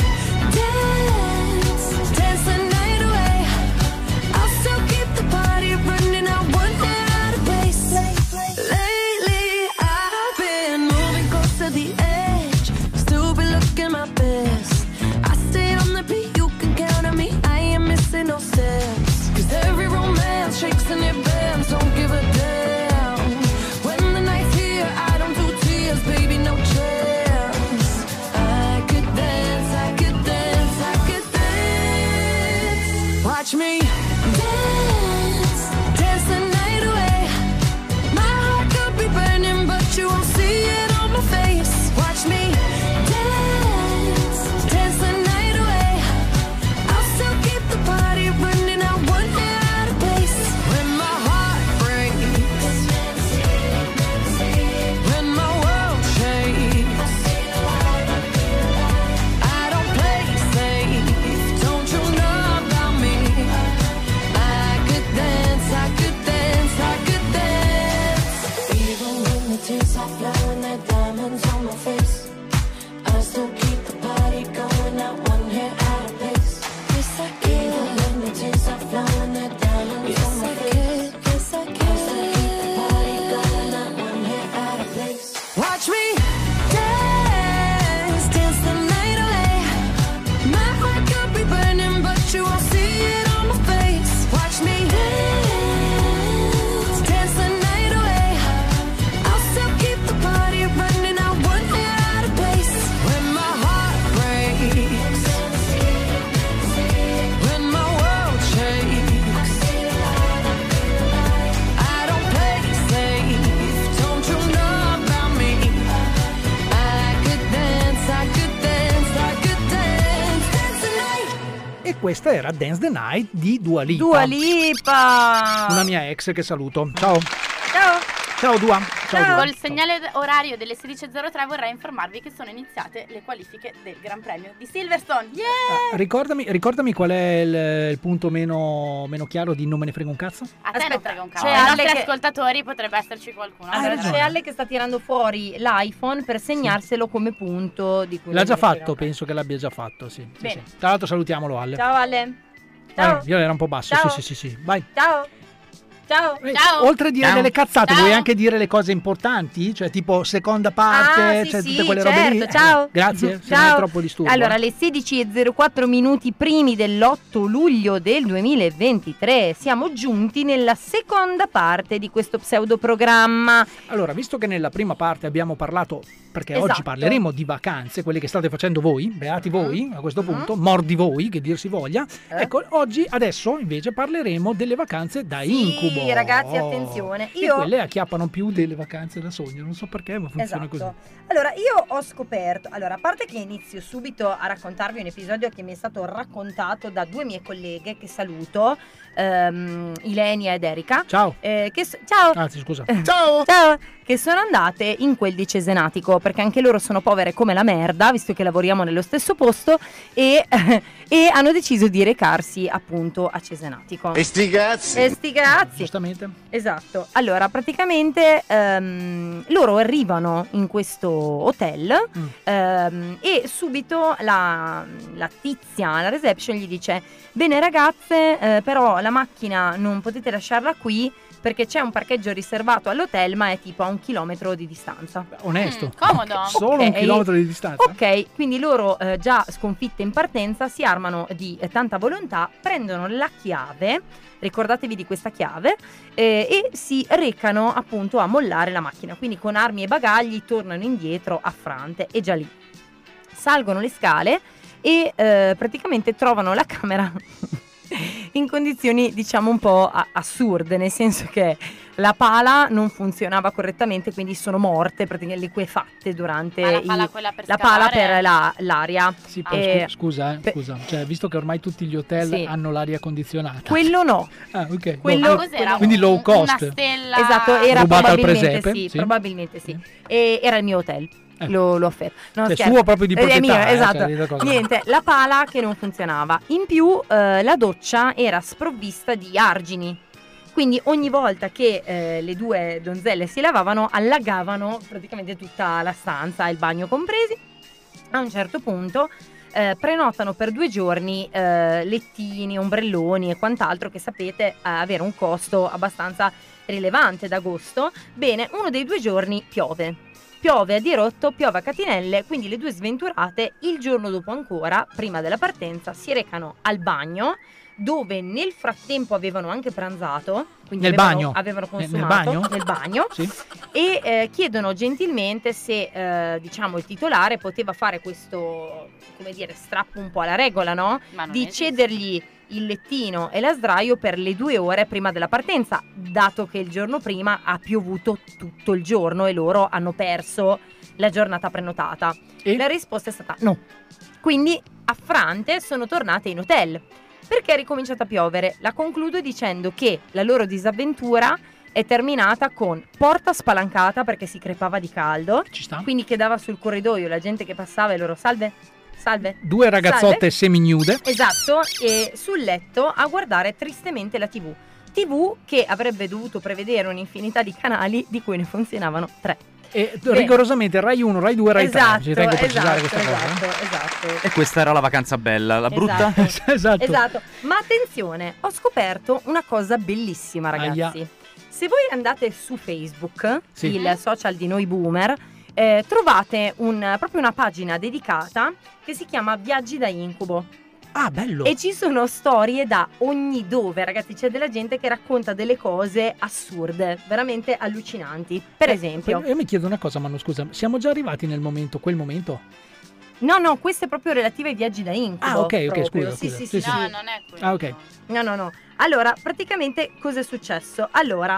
dance, dance the night away. I'll still keep the party running, I won't get out of place. Lately I've been moving close to the edge, still be looking my best. I stay on the beat, you can count on me, I ain't missing no steps. 'Cause every romance shakes and it bends, don't give a damn. When the night's here, I don't do tears, baby, no chance. I could dance, I could dance, I could dance. Watch me dance, dance the night away. My heart could be burning, but you won't see it on my face. Watch me dance, dance the night away. I'll still keep the party running, I won't get out of place. When my heart breaks, when my world shakes, I don't play safe, don't you know about me? I could dance, I could dance, I could dance. Even when the tears are flowing, there diamonds on my face, I still keep the party going, not one hair out of place. Yes, I can. Even when the tears are flowing, there diamonds on my face, yes, I can. I still keep the party going, not one hair out of place. Watch me dance, dance the night away. My heart could be burning, but you won't see it on my face. Watch me dance, dance the night away. I'll still keep the party running, I won't get out of place. When my heart questa era Dance the Night di Dua Lipa. Dua Lipa! Una mia ex che saluto. Ciao. Ciao. Ciao Dua. Ciao Dua. Col segnale orario delle 16.03 vorrei informarvi che sono iniziate le qualifiche del Gran Premio di Silverstone. Yeah! Ricordami qual è il punto meno chiaro di non me ne frega un cazzo? A te non frega un cazzo. c'è Ai Ale nostri che- ascoltatori potrebbe esserci qualcuno. Allora, c'è Ale che sta tirando fuori l'iPhone per segnarselo come punto di cui L'ha non già me ne frega fatto, un penso che l'abbia già fatto, sì. Bene. Tra l'altro salutiamolo Ale. cazzo. Ciao Ale. Ciao. Io era un po' basso, Ciao. sì. Vai. Ciao. Ciao. Ciao. Oltre a dire Ciao. delle cazzate, Ciao. vuoi anche dire le cose importanti? Cioè tipo seconda parte, Ah, sì, cioè sì, tutte quelle robe lì? certo, ciao. Grazie, se Ciao. non è troppo disturbo. Allora, alle 16.04 minuti primi dell'8 luglio del 2023 siamo giunti nella seconda parte di questo pseudoprogramma. Allora, visto che nella prima parte abbiamo parlato, perché Esatto. oggi parleremo di vacanze, quelle che state facendo voi, beati voi a questo punto, mordi voi, che dir si voglia. Ecco, adesso invece parleremo delle vacanze da incubo. Sì, ragazzi, attenzione. E quelle acchiappano più delle vacanze da sogno, non so perché, ma funziona così. Allora, io ho scoperto, a parte che inizio subito a raccontarvi un episodio che mi è stato raccontato da due mie colleghe che saluto, Ilenia ed Erika. Ciao. Ciao. Anzi, scusa. Ciao. Ciao. Che sono andate in quel di Cesenatico, perché anche loro sono povere come la merda, visto che lavoriamo nello stesso posto, e hanno deciso di recarsi appunto a Cesenatico. E sti cazzi. Giustamente. Esatto. Allora, praticamente loro arrivano in questo hotel e subito la tizia, la reception gli dice: bene ragazze, però la macchina non potete lasciarla qui perché c'è un parcheggio riservato all'hotel, ma è tipo a 1 chilometro di distanza. Onesto. Comodo. Solo 1 chilometro di distanza. Ok, quindi loro già sconfitte in partenza si armano di tanta volontà, prendono la chiave, ricordatevi di questa chiave, e si recano appunto a mollare la macchina, quindi con armi e bagagli tornano indietro affrante e già lì salgono le scale e praticamente trovano la camera in condizioni diciamo un po' assurde, nel senso che la pala non funzionava correttamente, quindi sono morte praticamente liquefatte durante Ma la pala quella per la pala scavare? per l'aria. Sì, però scusa, cioè, visto che ormai tutti gli hotel Sì. hanno l'aria condizionata. Quello no. Ah, ok. Quello, cos'era? Quindi low cost. Una stella. Esatto, era Rubata al probabilmente presepe, sì, sì. probabilmente sì. E era il mio hotel. Lo affermo. No, Cioè, scherzo. suo proprio di È mio, proprietà, esatto. cioè, dite cosa. Niente, la pala che non funzionava. In più la doccia era sprovvista di argini. Quindi ogni volta che le due donzelle si lavavano, allagavano praticamente tutta la stanza, il bagno compresi. A un certo punto prenotano per 2 giorni lettini, ombrelloni e quant'altro, che sapete avere un costo abbastanza rilevante d'agosto. Bene, uno dei 2 giorni piove a dirotto, piove a catinelle, quindi le due sventurate il giorno dopo ancora, prima della partenza, si recano al bagno, dove nel frattempo avevano anche pranzato, quindi Nel avevano, bagno? avevano Nel consumato bagno? sì. E chiedono gentilmente se diciamo il titolare poteva fare questo, come dire, strappo un po' alla regola, no? Ma non Di esiste. cedergli il lettino e la sdraio per le 2 ore prima della partenza, dato che il giorno prima ha piovuto tutto il giorno e loro hanno perso la giornata prenotata. La risposta è stata no. Quindi affrante sono tornate in hotel. Perché è ricominciato a piovere? La concludo dicendo che la loro disavventura è terminata con porta spalancata perché si crepava di caldo. Ci sta. Quindi che dava sul corridoio la gente che passava e loro salve. 2 ragazzotte Salve. seminude. Esatto, e sul letto a guardare tristemente la TV che avrebbe dovuto prevedere un'infinità di canali di cui ne funzionavano 3. E rigorosamente Rai 1, Rai 2, Rai 3. Ci tengo a precisare questa cosa. Esatto. E questa era la vacanza bella, la brutta? Esatto. Ma attenzione, ho scoperto una cosa bellissima, ragazzi. Aia. Se voi andate su Facebook, Sì. il social di noi boomer, trovate proprio una pagina dedicata che si chiama Viaggi da Incubo. Ah, bello. E ci sono storie da ogni dove, ragazzi. C'è della gente che racconta delle cose assurde, veramente allucinanti. Per esempio, Io mi chiedo una cosa, Manu, scusa, siamo già arrivati nel momento, quel momento? no, queste è proprio relative ai viaggi da incubo. Ah, ok, proprio. scusa. Sì. No, non è quello. Ah, ok. No. Allora, praticamente cosa è successo? Allora,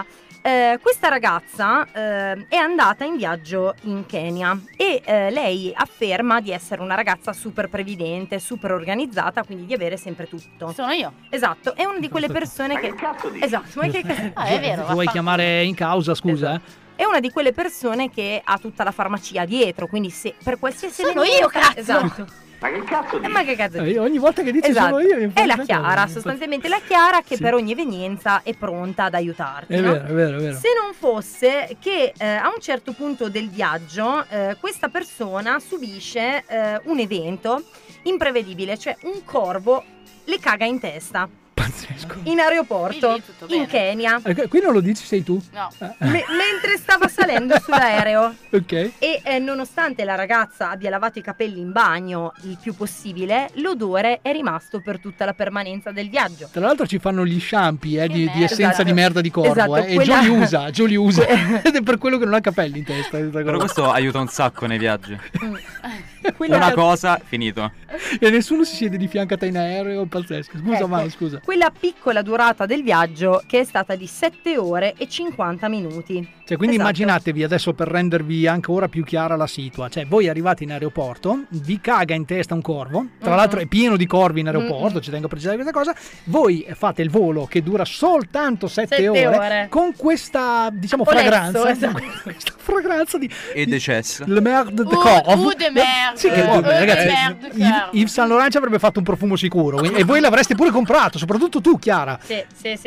Questa ragazza è andata in viaggio in Kenya e lei afferma di essere una ragazza super previdente, super organizzata, quindi di avere sempre tutto. Sono io. Esatto, è una di quelle persone che... Esatto, ma che è vero. Vuoi chiamare in causa, scusa? È una di quelle persone che ha tutta la farmacia dietro, quindi se per qualsiasi Sono io, cazzo! Esatto. Ma che cazzo dici? Ma che cazzo dici? Ogni volta che dici Esatto. sono io mi fa è la una Chiara, cosa. sostanzialmente la Chiara che Sì. per ogni evenienza è pronta ad aiutarti. È no? vero, è vero, è vero. Se non fosse che a un certo punto del viaggio questa persona subisce un evento imprevedibile, cioè un corvo le caga in testa. Pazzesco. In aeroporto, in Kenya, Qui non lo dici, sei tu? No. mentre stava salendo sull'aereo. Ok. E nonostante la ragazza abbia lavato i capelli in bagno il più possibile, l'odore è rimasto per tutta la permanenza del viaggio. Tra l'altro ci fanno gli shampoo di essenza Esatto. di merda di corvo, Esatto, e quella- Joe li usa ed è per quello che non ha capelli in testa. Però questo aiuta un sacco nei viaggi. Quella- Una cosa, finito. E nessuno si siede di fianco a te in aereo, pazzesco. Scusa, Ecco, Manu, scusa. Quella piccola durata del viaggio che è stata di 7 ore e 50 minuti. Cioè, quindi Esatto. immaginatevi adesso, per rendervi ancora più chiara la situa, cioè voi arrivate in aeroporto, vi caga in testa un corvo, tra l'altro è pieno di corvi in aeroporto, ci tengo a precisare questa cosa, voi fate il volo che dura soltanto 7 ore con questa, diciamo, Olezzo, fragranza, esatto. questa fragranza di E decessa. le merde de corvo. de merde. Sì, che ragazzi, Yves Saint Laurent ci avrebbe fatto un profumo sicuro, e voi l'avreste pure comprato, soprattutto tu, Chiara. Sì.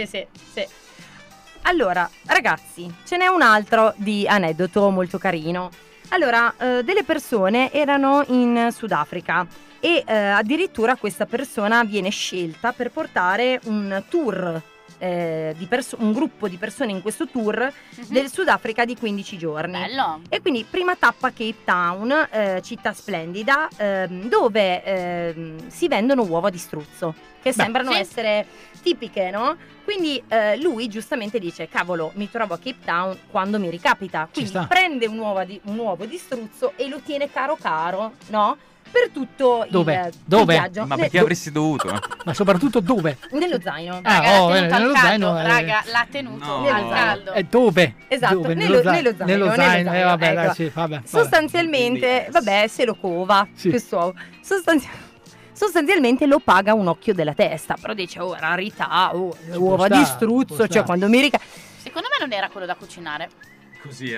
Allora, ragazzi, ce n'è un altro di aneddoto molto carino. Allora, delle persone erano in Sudafrica e addirittura questa persona viene scelta per portare un tour, un gruppo di persone in questo tour del Sudafrica di 15 giorni. Bello. E quindi prima tappa Cape Town, città splendida, dove si vendono uova di struzzo, che sembrano sì. essere tipiche, no? Quindi lui giustamente dice: cavolo, mi trovo a Cape Town quando mi ricapita. Quindi sta. prende un uovo di struzzo e lo tiene caro, no? Per tutto Dove? il viaggio. Ma perché avresti dovuto? Ma soprattto dove? Nello zaino. Raga, l'ha bene, tenuto al nello caldo. zaino, Raga, l'ha tenuto No. al Nello caldo. E dove? Esatto, Dove? nello zaino. Nello zaino. Vabbè, ecco. dai, sì, vabbè. Sostanzialmente, vabbè, se lo cova Sì. quest'uovo. Sostanzialmente lo paga un occhio della testa, però dice: oh, rarità, uova stare, di può struzzo, cioè stare. quando mi Secondo me non era quello da cucinare. Così,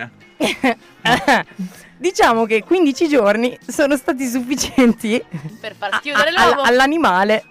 Diciamo che 15 giorni sono stati sufficienti Per far chiudere l'uovo. all'animale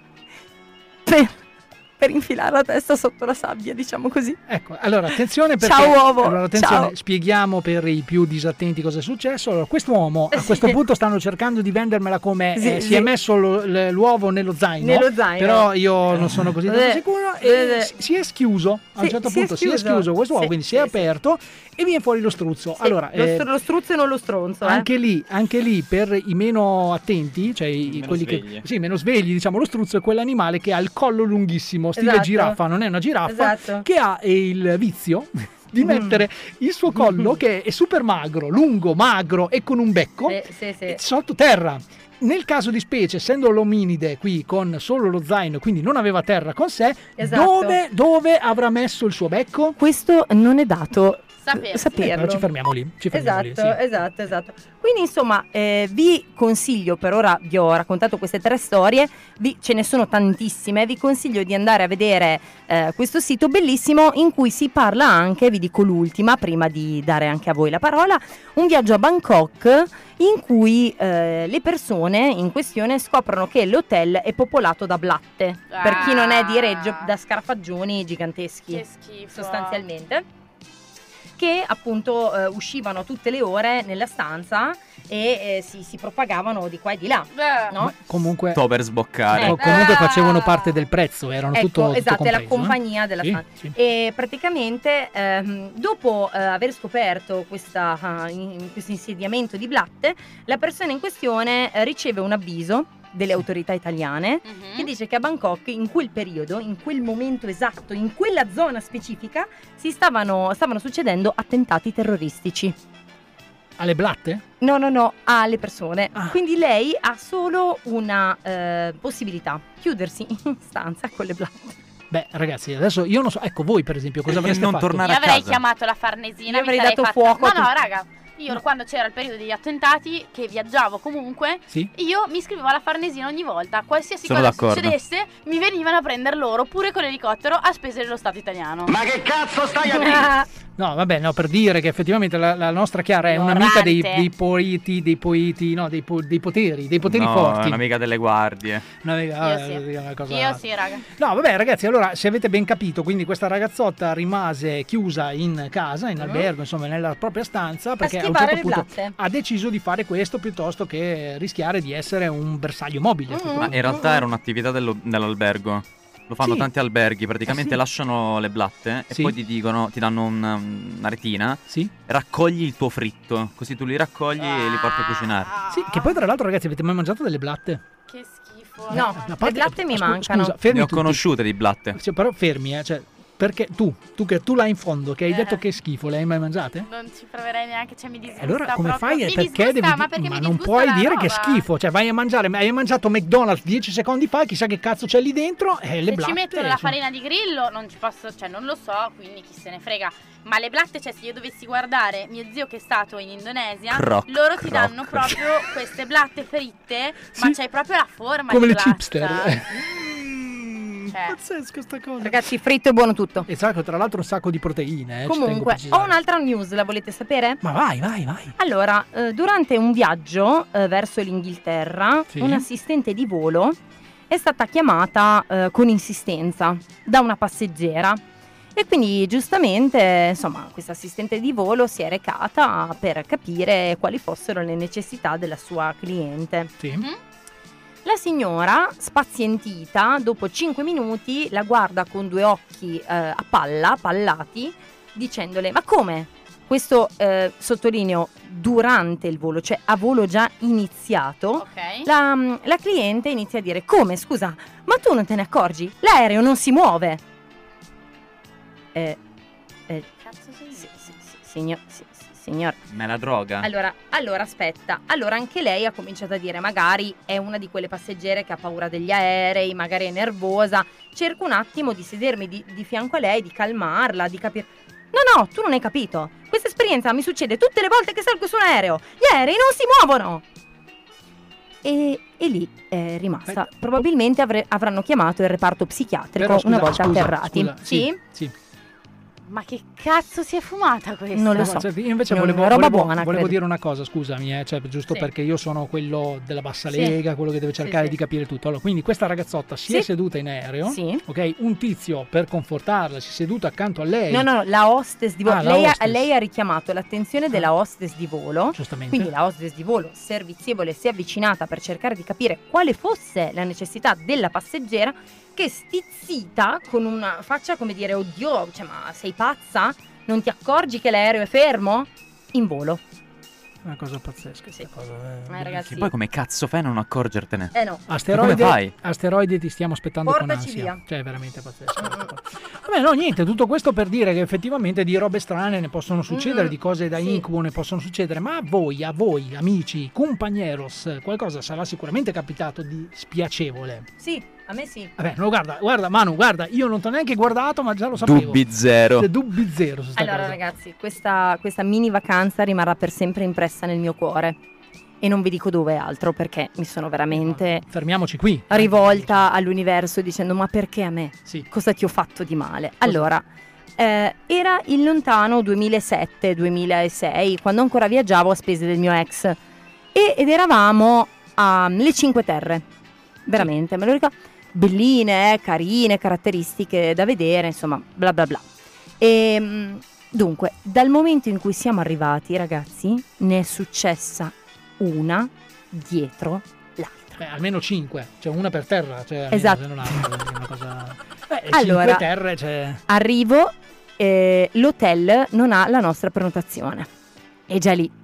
per infilare la testa sotto la sabbia, diciamo così. Ecco, allora attenzione perché Ciao, uovo. Allora, attenzione, Ciao. spieghiamo per i più disattenti cosa è successo. Allora, quest'uomo a questo punto stanno cercando di vendermela come Sì, si sì. è messo l'uovo nello zaino. Nello zaino. Però io non sono così tanto sicuro e si è schiuso. A un Sì, certo si è punto si è schiuso. schiuso questo uovo, Sì, quindi sì, si è sì. aperto e viene fuori lo struzzo. Sì, Allora, lo struzzo e non lo stronzo. anche lì per i meno attenti, cioè quelli svegli. meno svegli, diciamo, lo struzzo è quell'animale che ha il collo lunghissimo, stile Esatto. giraffa, non è una giraffa, Esatto. che ha il vizio di mettere il suo collo, che è super magro, lungo, magro e con un becco, Sì. sottoterra. Nel caso di specie, essendo l'ominide qui con solo lo zaino, quindi non aveva terra con sé, Esatto. dove avrà messo il suo becco? Questo non è dato Saperlo. Però ci fermiamo lì. Esatto. Quindi insomma vi consiglio, per ora vi ho raccontato queste 3 storie, ce ne sono tantissime, vi consiglio di andare a vedere questo sito bellissimo in cui si parla anche, vi dico l'ultima prima di dare anche a voi la parola, un viaggio a Bangkok in cui le persone in questione scoprono che l'hotel è popolato da blatte, per chi non è di Reggio, da scarafaggioni giganteschi. Che schifo. Sostanzialmente, che appunto uscivano tutte le ore nella stanza e si propagavano di qua e di là, no? Comunque, sto per sboccare. comunque facevano parte del prezzo, erano Ecco, tutto esatto, è la compreso, compagnia della Sì, stanza. sì. E praticamente dopo aver scoperto questo insediamento di blatte, la persona in questione riceve un avviso delle autorità italiane che dice che a Bangkok in quel periodo, in quel momento esatto, in quella zona specifica stavano succedendo attentati terroristici. Alle blatte? No, alle persone. Quindi lei ha solo una possibilità: chiudersi in stanza con le blatte. Beh, ragazzi, adesso io non so, ecco voi per esempio cosa avreste non fatto? tornare Io a avrei casa. chiamato la Farnesina, Io avrei mi sarei dato fatta... fuoco a No, no, tutti. raga, io quando c'era il periodo degli attentati, che viaggiavo comunque, Sì. io mi iscrivevo alla Farnesina ogni volta. Qualsiasi Sono cosa d'accordo. succedesse, mi venivano a prendere loro, pure con l'elicottero, a spese dello Stato italiano. Ma che cazzo stai a dire? No, vabbè, no, per dire che effettivamente la nostra Chiara è un'amica dei poteri, dei poteri No, forti. è un'amica delle guardie. Io sì, raga. No, vabbè, ragazzi, allora, se avete ben capito, quindi questa ragazzotta rimase chiusa in casa, in albergo, insomma, nella propria stanza, perché a un certo schivare le punto blatte. ha deciso di fare questo piuttosto che rischiare di essere un bersaglio mobile. Ma in realtà era un'attività dell'albergo. Lo fanno Sì. tanti alberghi, praticamente sì. lasciano le blatte e Sì. poi ti danno una retina. Sì. Raccogli il tuo fritto, così tu li raccogli e li porti a cucinare. Sì, che poi tra l'altro, ragazzi, avete mai mangiato delle blatte? Che schifo. No, A le parte- blatte mi scu- mancano. Scusa, fermi Ne ho tutti. conosciute di blatte. Cioè, però fermi, cioè, perché tu là in fondo che hai detto che è schifo, le hai mai mangiate? Non ci proverei neanche, cioè mi disgusta Allora come proprio. fai? Mi Perché disgusta, devi ma perché mi non disgusta puoi la dire che è roba. schifo, cioè vai a mangiare, hai mangiato McDonald's 10 secondi fa, chissà che cazzo c'è lì dentro e le Se blatte. ci mettono la sono- farina di grillo non ci posso, cioè non lo so, quindi chi se ne frega. Ma le blatte, cioè se io dovessi guardare mio zio che è stato in Indonesia, Croc, loro ti croc. danno proprio queste blatte fritte, Sì. ma c'hai proprio la forma Come di le glassa. chipster. Cioè, Pazzesco sta cosa. Ragazzi, fritto è buono tutto. E sa che tra l'altro un sacco di proteine, ci tengo a Comunque, precisare. ho un'altra news, la volete sapere? Ma vai. Allora, durante un viaggio verso l'Inghilterra, Sì. un'assistente di volo è stata chiamata con insistenza da una passeggera. E quindi giustamente, insomma, questa assistente di volo si è recata per capire quali fossero le necessità della sua cliente. Sì. La signora, spazientita, dopo 5 minuti la guarda con due occhi pallati, dicendole: ma come? Questo sottolineo durante il volo, cioè a volo già iniziato. ok. La cliente inizia a dire: come, scusa, ma tu non te ne accorgi? L'aereo non si muove. Cazzo sei? Signor. Ma è la droga? Allora, aspetta. Allora anche lei ha cominciato a dire: magari è una di quelle passeggere che ha paura degli aerei, magari è nervosa. Cerco un attimo di sedermi di fianco a lei, di calmarla, di capire. No, tu non hai capito. Questa esperienza mi succede tutte le volte che salgo su un aereo. Gli aerei non si muovono. E lì è rimasta. Probabilmente avranno chiamato il reparto psichiatrico Però, una volta scusa, atterrati. scusa, Sì? sì. Ma che cazzo si è fumata questa? Non lo No, so. cioè, io invece Non- volevo, roba volevo- buona, volevo credo. dire una cosa, scusami, cioè, giusto Sì. perché io sono quello della bassa Sì. lega, quello che deve cercare Sì. di capire tutto. Allora, quindi questa ragazzotta si è Sì. seduta in aereo, Sì. ok? Un tizio per confortarla si è seduto accanto a lei. No, la hostess di volo. Ah, la lei, hostess. lei ha richiamato l'attenzione della hostess di volo. Giustamente. Quindi la hostess di volo servizievole si è avvicinata per cercare di capire quale fosse la necessità della passeggera, che stizzita con una faccia come dire: oddio, cioè, ma sei pazza? Non ti accorgi che l'aereo è fermo? In volo. Una cosa pazzesca questa cosa. Ragazzi, Che poi come cazzo fai a non accorgertene? no. Come fai? Asteroide ti stiamo aspettando con Portaci ansia. via. Cioè, è veramente pazzesco. Vabbè, no, niente, tutto questo per dire che effettivamente di robe strane ne possono succedere, di cose da incubo ne possono succedere, ma a voi, amici, compagneros, qualcosa sarà sicuramente capitato di spiacevole. Sì, a me sì. Vabbè, no, guarda Manu, guarda, io non ti ho neanche guardato, ma già lo sapevo. Dubbi zero. Dubbi zero su sta Allora, cosa. ragazzi, questa mini vacanza rimarrà per sempre impressa nel mio cuore. E non vi dico dove altro, perché mi sono veramente Fermiamoci qui. rivolta all'universo dicendo: ma perché a me? Sì. Cosa ti ho fatto di male? Allora, era il lontano 2007-2006, quando ancora viaggiavo a spese del mio ex, ed eravamo alle Cinque Terre. Veramente, me lo ricordo. Belline, carine, caratteristiche da vedere, insomma, bla bla bla. E dunque, dal momento in cui siamo arrivati, ragazzi, ne è successa una dietro l'altra. Almeno 5, cioè una per terra, cioè almeno, Esatto. se non altro, è una cosa. Allora, 5 terre, cioè. Arrivo, l'hotel non ha la nostra prenotazione. E già lì,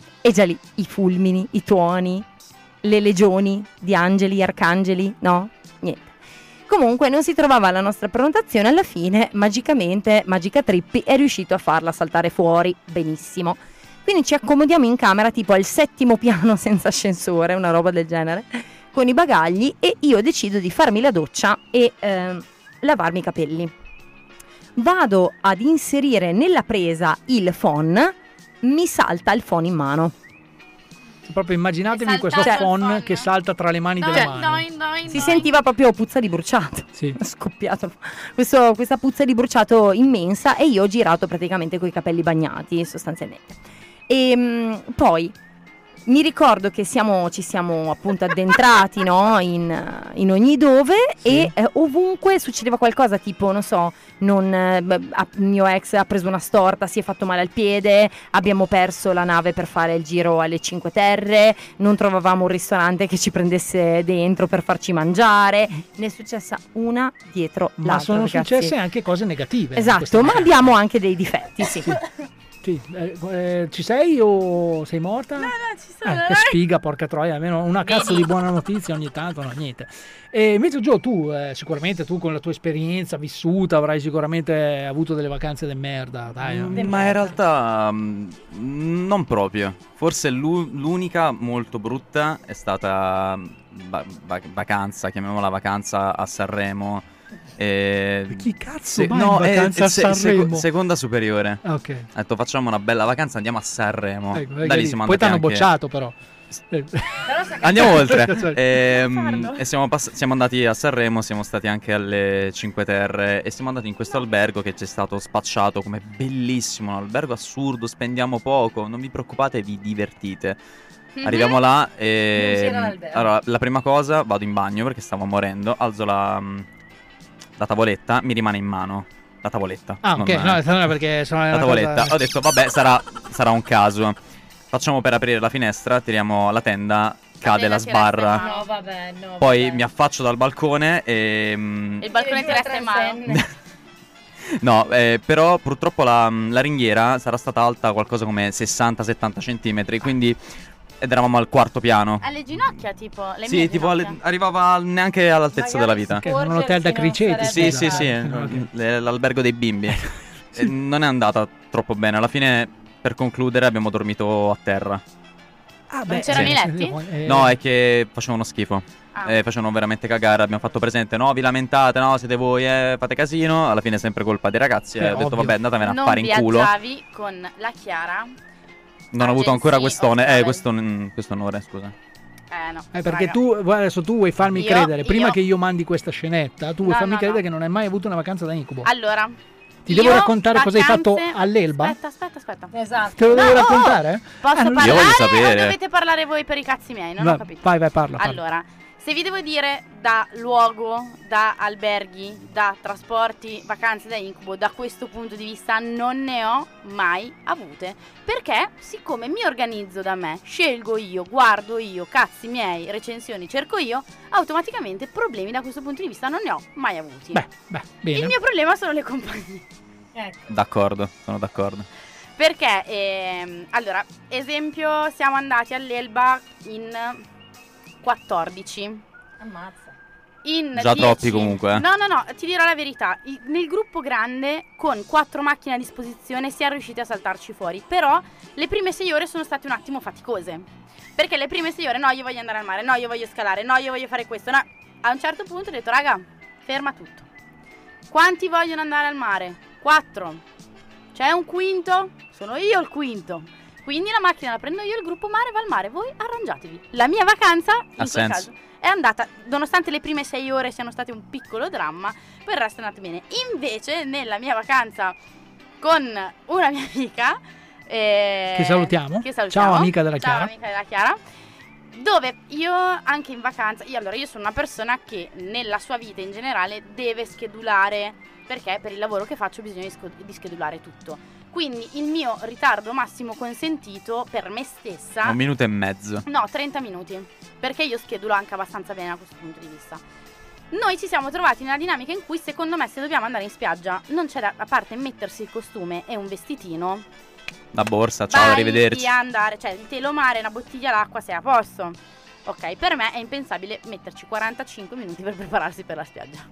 i fulmini, i tuoni, le legioni di angeli, arcangeli, no? Niente. Comunque non si trovava la nostra prenotazione, alla fine magicamente Magica Trippi è riuscito a farla saltare fuori, benissimo. Quindi ci accomodiamo in camera tipo al 7° piano senza ascensore, una roba del genere, con i bagagli, e io decido di farmi la doccia e lavarmi i capelli. Vado ad inserire nella presa il phon, mi salta il phon in mano. Proprio immaginatevi questo phon che salta tra le mani delle mani. Si sentiva proprio puzza di bruciato. Sì. Scoppiato questa puzza di bruciato immensa, e io ho girato praticamente coi capelli bagnati sostanzialmente. E poi mi ricordo che ci siamo appunto addentrati, no, in ogni dove, sì. E ovunque succedeva qualcosa, tipo non so, mio ex ha preso una storta, si è fatto male al piede, abbiamo perso la nave per fare il giro alle Cinque Terre, non trovavamo un ristorante che ci prendesse dentro per farci mangiare, ne è successa una dietro l'altra. Ma sono ragazzi. successe anche cose negative. Esatto, ma abbiamo anche dei difetti, sì. Sì, ci sei o sei morta? No, ci sono. Che sfiga, porca troia, almeno una cazzo di buona notizia ogni tanto, no, niente. E invece Gio, tu sicuramente con la tua esperienza vissuta avrai sicuramente avuto delle vacanze de merda, dai. Ma in realtà non proprio. Forse l'unica molto brutta è stata vacanza, chiamiamola vacanza a Sanremo. Chi cazzo va in vacanza a Sanremo? Seconda superiore. Ok. Ha detto facciamo una bella vacanza, andiamo a Sanremo. Da lì poi ti hanno bocciato però. Andiamo oltre. E siamo andati a Sanremo, siamo stati anche alle Cinque Terre e siamo andati in questo albergo che ci è stato spacciato come bellissimo, un albergo assurdo, spendiamo poco, non vi preoccupate, vi divertite. Arriviamo là e allora la prima cosa, vado in bagno perché stavo morendo, alzo la tavoletta, mi rimane in mano la tavoletta. Ah, ok, no, perché sono la tavoletta. Cosa... Ho detto vabbè, sarà un caso. Facciamo per aprire la finestra, tiriamo la tenda, cade la sbarra. No, vabbè, no. Poi vabbè. mi affaccio dal balcone e il balcone ti resta in mano. No, però purtroppo la ringhiera sarà stata alta qualcosa come 60-70 centimetri, quindi ed eravamo al quarto piano. Alle ginocchia, tipo? Sì, tipo arrivava neanche all'altezza della vita. Che un hotel da criceti. Sì, l'albergo dei bimbi. Non è andata troppo bene. Alla fine, per concludere, abbiamo dormito a terra. Non c'erano i letti? No, è che facevano schifo. Facevano veramente cagare. Abbiamo fatto presente, no, vi lamentate, no, siete voi, fate casino. Alla fine è sempre colpa dei ragazzi. Ho detto, vabbè, andatevene a fare in culo. Non viaggiavi con la Chiara? Non ho avuto ancora questo onore, scusa. No. Perché adesso tu vuoi farmi credere, prima che io mandi questa scenetta, tu vuoi farmi credere che non hai mai avuto una vacanza da incubo. Allora, ti devo raccontare cosa hai fatto all'Elba? Aspetta. Esatto. Te lo devo raccontare? Posso parlare? Io voglio sapere. O dovete parlare voi per i cazzi miei? Non ho capito. Vai, parla. Allora, se vi devo dire da luogo, da alberghi, da trasporti, vacanze da incubo, da questo punto di vista non ne ho mai avute. Perché siccome mi organizzo da me, scelgo io, guardo io, cazzi miei, recensioni cerco io, automaticamente problemi da questo punto di vista non ne ho mai avuti. Bene. Il mio problema sono le compagnie. Ecco. D'accordo, sono d'accordo. Perché, allora, esempio, siamo andati all'Elba in 14. Ammazza. In già 10... troppi comunque. No, ti dirò la verità. Nel gruppo grande, con 4 macchine a disposizione, si è riusciti a saltarci fuori. Però le prime 6 ore sono state un attimo faticose. Perché le prime 6 ore, no, io voglio andare al mare, no, io voglio scalare, no, io voglio fare questo, no. A un certo punto ho detto, raga, ferma tutto. Quanti vogliono andare al mare? 4. C'è un quinto? Sono io il quinto. Quindi la macchina la prendo io, il gruppo mare va al mare, voi arrangiatevi. La mia vacanza, in quel caso, è andata, nonostante le prime 6 ore siano state un piccolo dramma, poi il resto è andato bene. Invece, nella mia vacanza con una mia amica, che salutiamo. Ciao amica della Chiara. Ciao amica della Chiara. Dove io anche in vacanza, io sono una persona che nella sua vita in generale deve schedulare, perché per il lavoro che faccio bisogna di schedulare tutto. Quindi il mio ritardo massimo consentito per me stessa 1 minuto e mezzo. No, 30 minuti. Perché io schedulo anche abbastanza bene da questo punto di vista. Noi ci siamo trovati in una dinamica in cui secondo me se dobbiamo andare in spiaggia non c'è a parte mettersi il costume e un vestitino, la borsa, ciao, arrivederci. Andare, cioè il telo mare, una bottiglia d'acqua, sei a posto. Ok, per me è impensabile metterci 45 minuti per prepararsi per la spiaggia.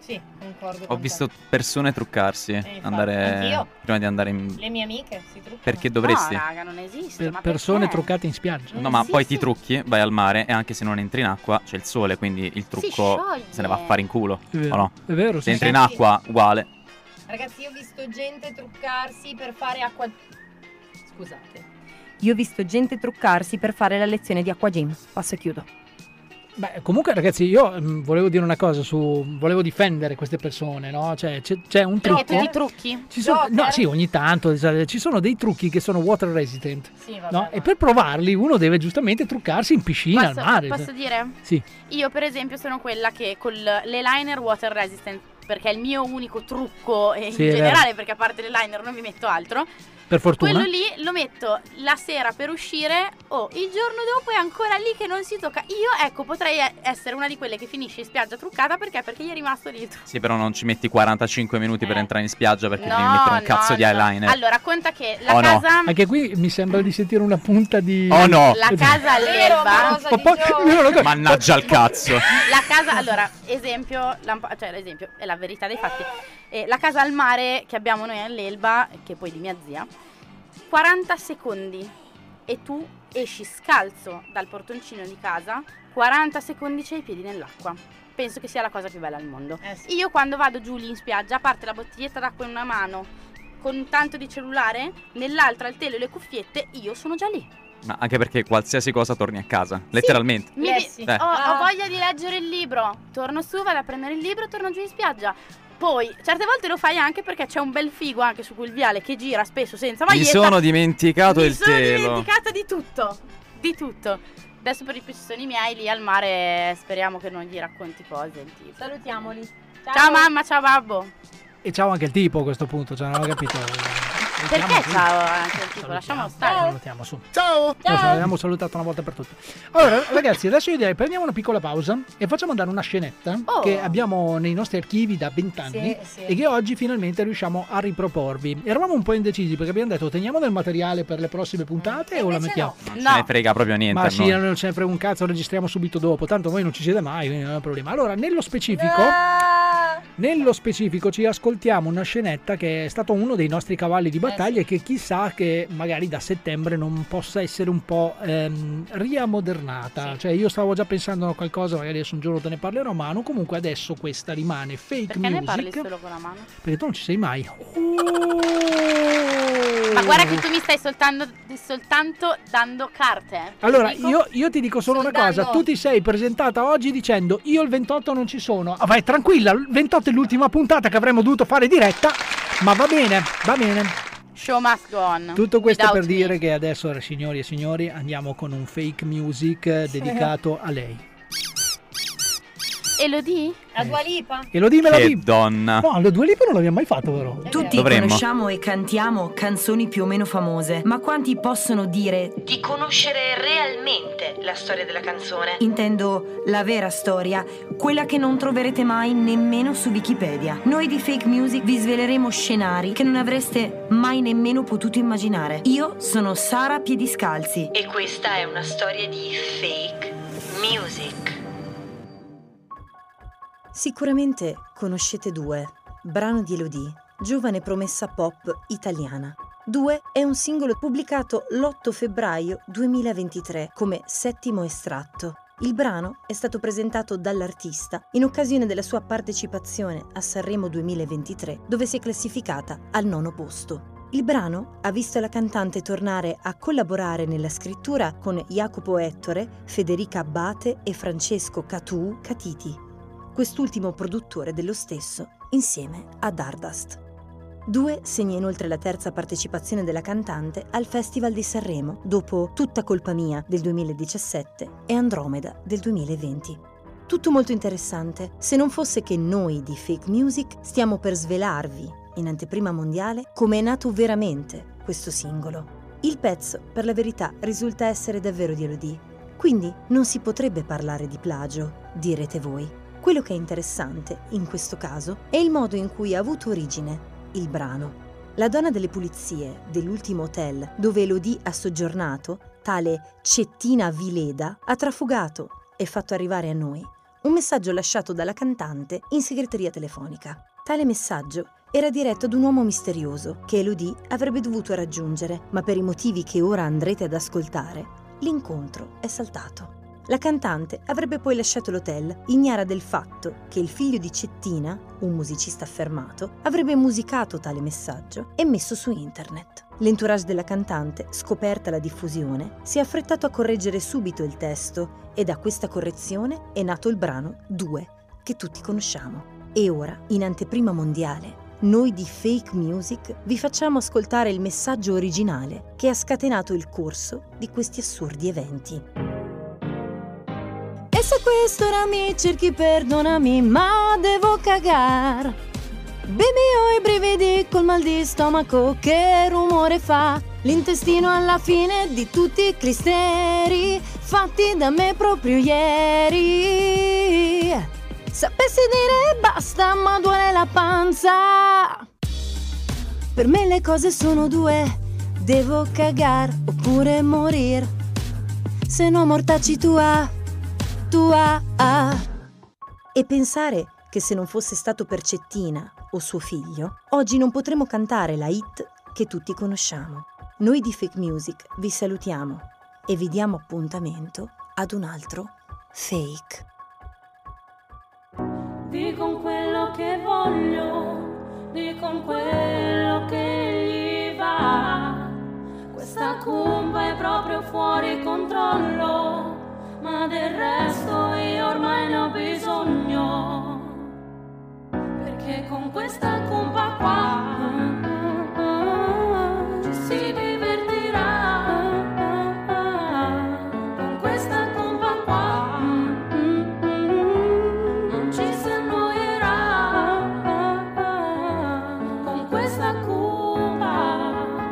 Sì, concordo. Ho visto persone truccarsi anch'io. prima di andare in... Le mie amiche si truccano. Perché dovresti? No, raga, non esiste. Ma persone perché? truccate in spiaggia. No, ma poi ti trucchi, vai al mare e anche se non entri in acqua c'è il sole, quindi il trucco scioglie. se ne va a fare in culo. È vero, o no? è vero, Se sì, entri sì. in acqua, uguale. Ragazzi, io ho visto gente truccarsi per fare acqua... Scusate. Io ho visto gente truccarsi per fare la lezione di acqua gym. Passo e chiudo. Beh, comunque ragazzi, io volevo dire una cosa volevo difendere queste persone, no? Cioè c'è un trucco. Perché tu ti trucchi? No, sì, ogni tanto ci sono dei trucchi che sono water resistant. Sì, vabbè, no? E per provarli uno deve giustamente truccarsi in piscina, al mare. Posso dire? Sì. Io per esempio sono quella che con l'eyeliner water resistant, perché è il mio unico trucco in Sì, è generale, vero. perché a parte l'eyeliner non mi metto altro. Per fortuna. Quello lì lo metto la sera per uscire il giorno dopo è ancora lì che non si tocca. Io ecco potrei essere una di quelle che finisce in spiaggia truccata perché gli è rimasto lì il trucco. Sì, però non ci metti 45 minuti per entrare in spiaggia perché devi mettere un cazzo di eyeliner. Allora conta che la Oh, no. casa Anche qui mi sembra di sentire una punta di... Oh no! La casa all'Elba Mannaggia al cazzo. La casa, allora, esempio, l'esempio è la verità dei fatti. La casa al mare che abbiamo noi all'Elba, che è poi di mia zia, 40 secondi e tu esci scalzo dal portoncino di casa, 40 secondi c'hai i piedi nell'acqua. Penso che sia la cosa più bella al mondo. Sì. Io quando vado giù lì in spiaggia, a parte la bottiglietta d'acqua in una mano, con tanto di cellulare, nell'altra il telo e le cuffiette, io sono già lì. Ma anche perché qualsiasi cosa torni a casa, letteralmente. Ho voglia di leggere il libro, torno su, vado a prendere il libro, torno giù in spiaggia. Poi certe volte lo fai anche perché c'è un bel figo anche su quel viale che gira spesso senza Mi maglietta. sono dimenticato il Mi sono telo. dimenticata di tutto. Adesso per i più ci sono i miei lì al mare, speriamo che non gli racconti cose il tipo. Salutiamoli. Ciao mamma, ciao babbo. E ciao anche il tipo a questo punto, cioè non ho capito. Perché ciao anche il tipo? Lasciamolo stare. Salutiamo su. Ciao! Abbiamo salutato una volta per tutte. Allora, ragazzi, adesso io direi prendiamo una piccola pausa e facciamo andare una scenetta che abbiamo nei nostri archivi da 20 anni e che oggi finalmente riusciamo a riproporvi. Eravamo un po' indecisi perché abbiamo detto teniamo del materiale per le prossime puntate o la mettiamo? Non ce ne frega proprio niente. Ma a sì, noi. non ce ne frega un cazzo, registriamo subito dopo. Tanto voi non ci siete mai, quindi non è un problema. Allora, nello specifico ci ascoltiamo una scenetta che è stato uno dei nostri cavalli di battaglia e che chissà che magari da settembre non possa essere un po' riammodernata. Cioè io stavo già pensando a qualcosa, magari adesso un giorno te ne parlerò a mano. Comunque adesso questa rimane fake Perché music. ne parli solo con la mano? Perché tu non ci sei mai. Ma guarda che tu mi stai soltanto dando carte. Allora, io ti dico solo una cosa, tu ti sei presentata oggi dicendo io il 28 non ci sono. Ah, vai tranquilla, il 28 è l'ultima puntata che avremmo dovuto fare diretta, ma va bene, va bene. Show must go on. Tutto questo Without per dire che adesso, signori e signori, andiamo con un fake music dedicato a lei. Elodie? La Dua Lipa? Elodie me la Che di. donna. No, le Dua Lipa non l'abbiamo mai fatto, però. Tutti Dovremmo. conosciamo e cantiamo canzoni più o meno famose, ma quanti possono dire di conoscere realmente la storia della canzone? Intendo la vera storia, quella che non troverete mai nemmeno su Wikipedia. Noi di Fake Music vi sveleremo scenari che non avreste mai nemmeno potuto immaginare. Io sono Sara Piediscalzi e questa è una storia di Fake Music. Sicuramente conoscete Due, brano di Elodie, giovane promessa pop italiana. Due è un singolo pubblicato l'8 febbraio 2023 come settimo estratto. Il brano è stato presentato dall'artista in occasione della sua partecipazione a Sanremo 2023, dove si è classificata al 9° posto. Il brano ha visto la cantante tornare a collaborare nella scrittura con Jacopo Ettore, Federica Abbate e Francesco Catu Catiti, quest'ultimo produttore dello stesso, insieme a Dardust. Due segna inoltre la terza partecipazione della cantante al Festival di Sanremo, dopo Tutta colpa mia del 2017 e Andromeda del 2020. Tutto molto interessante, se non fosse che noi di Fake Music stiamo per svelarvi, in anteprima mondiale, come è nato veramente questo singolo. Il pezzo, per la verità, risulta essere davvero di Elodie, quindi non si potrebbe parlare di plagio, direte voi. Quello che è interessante, in questo caso, è il modo in cui ha avuto origine il brano. La donna delle pulizie dell'ultimo hotel dove Elodie ha soggiornato, tale Cettina Vileda, ha trafugato e fatto arrivare a noi un messaggio lasciato dalla cantante in segreteria telefonica. Tale messaggio era diretto ad un uomo misterioso che Elodie avrebbe dovuto raggiungere, ma per i motivi che ora andrete ad ascoltare, l'incontro è saltato. La cantante avrebbe poi lasciato l'hotel, ignara del fatto che il figlio di Cettina, un musicista affermato, avrebbe musicato tale messaggio e messo su internet. L'entourage della cantante, scoperta la diffusione, si è affrettato a correggere subito il testo e da questa correzione è nato il brano 2, che tutti conosciamo. E ora, in anteprima mondiale, noi di Fake Music vi facciamo ascoltare il messaggio originale che ha scatenato il corso di questi assurdi eventi. E se quest'ora mi cerchi, perdonami, ma devo cagar. Baby, ho i brividi col mal di stomaco, che rumore fa l'intestino alla fine di tutti i clisteri fatti da me proprio ieri. Sapessi dire basta, ma duole la panza. Per me le cose sono due, devo cagar oppure morir. Se no mortacci tua. E pensare che se non fosse stato per Cettina o suo figlio, oggi non potremmo cantare la hit che tutti conosciamo. Noi di Fake Music vi salutiamo e vi diamo appuntamento ad un altro Fake. Dicono quello che voglio, dicono quello che gli va. Questa cumpa è proprio fuori controllo, ma del resto io ormai ne ho bisogno, perché con questa cumpa qua ci si divertirà, con questa cumpa qua non ci si annoierà, con questa cumpa.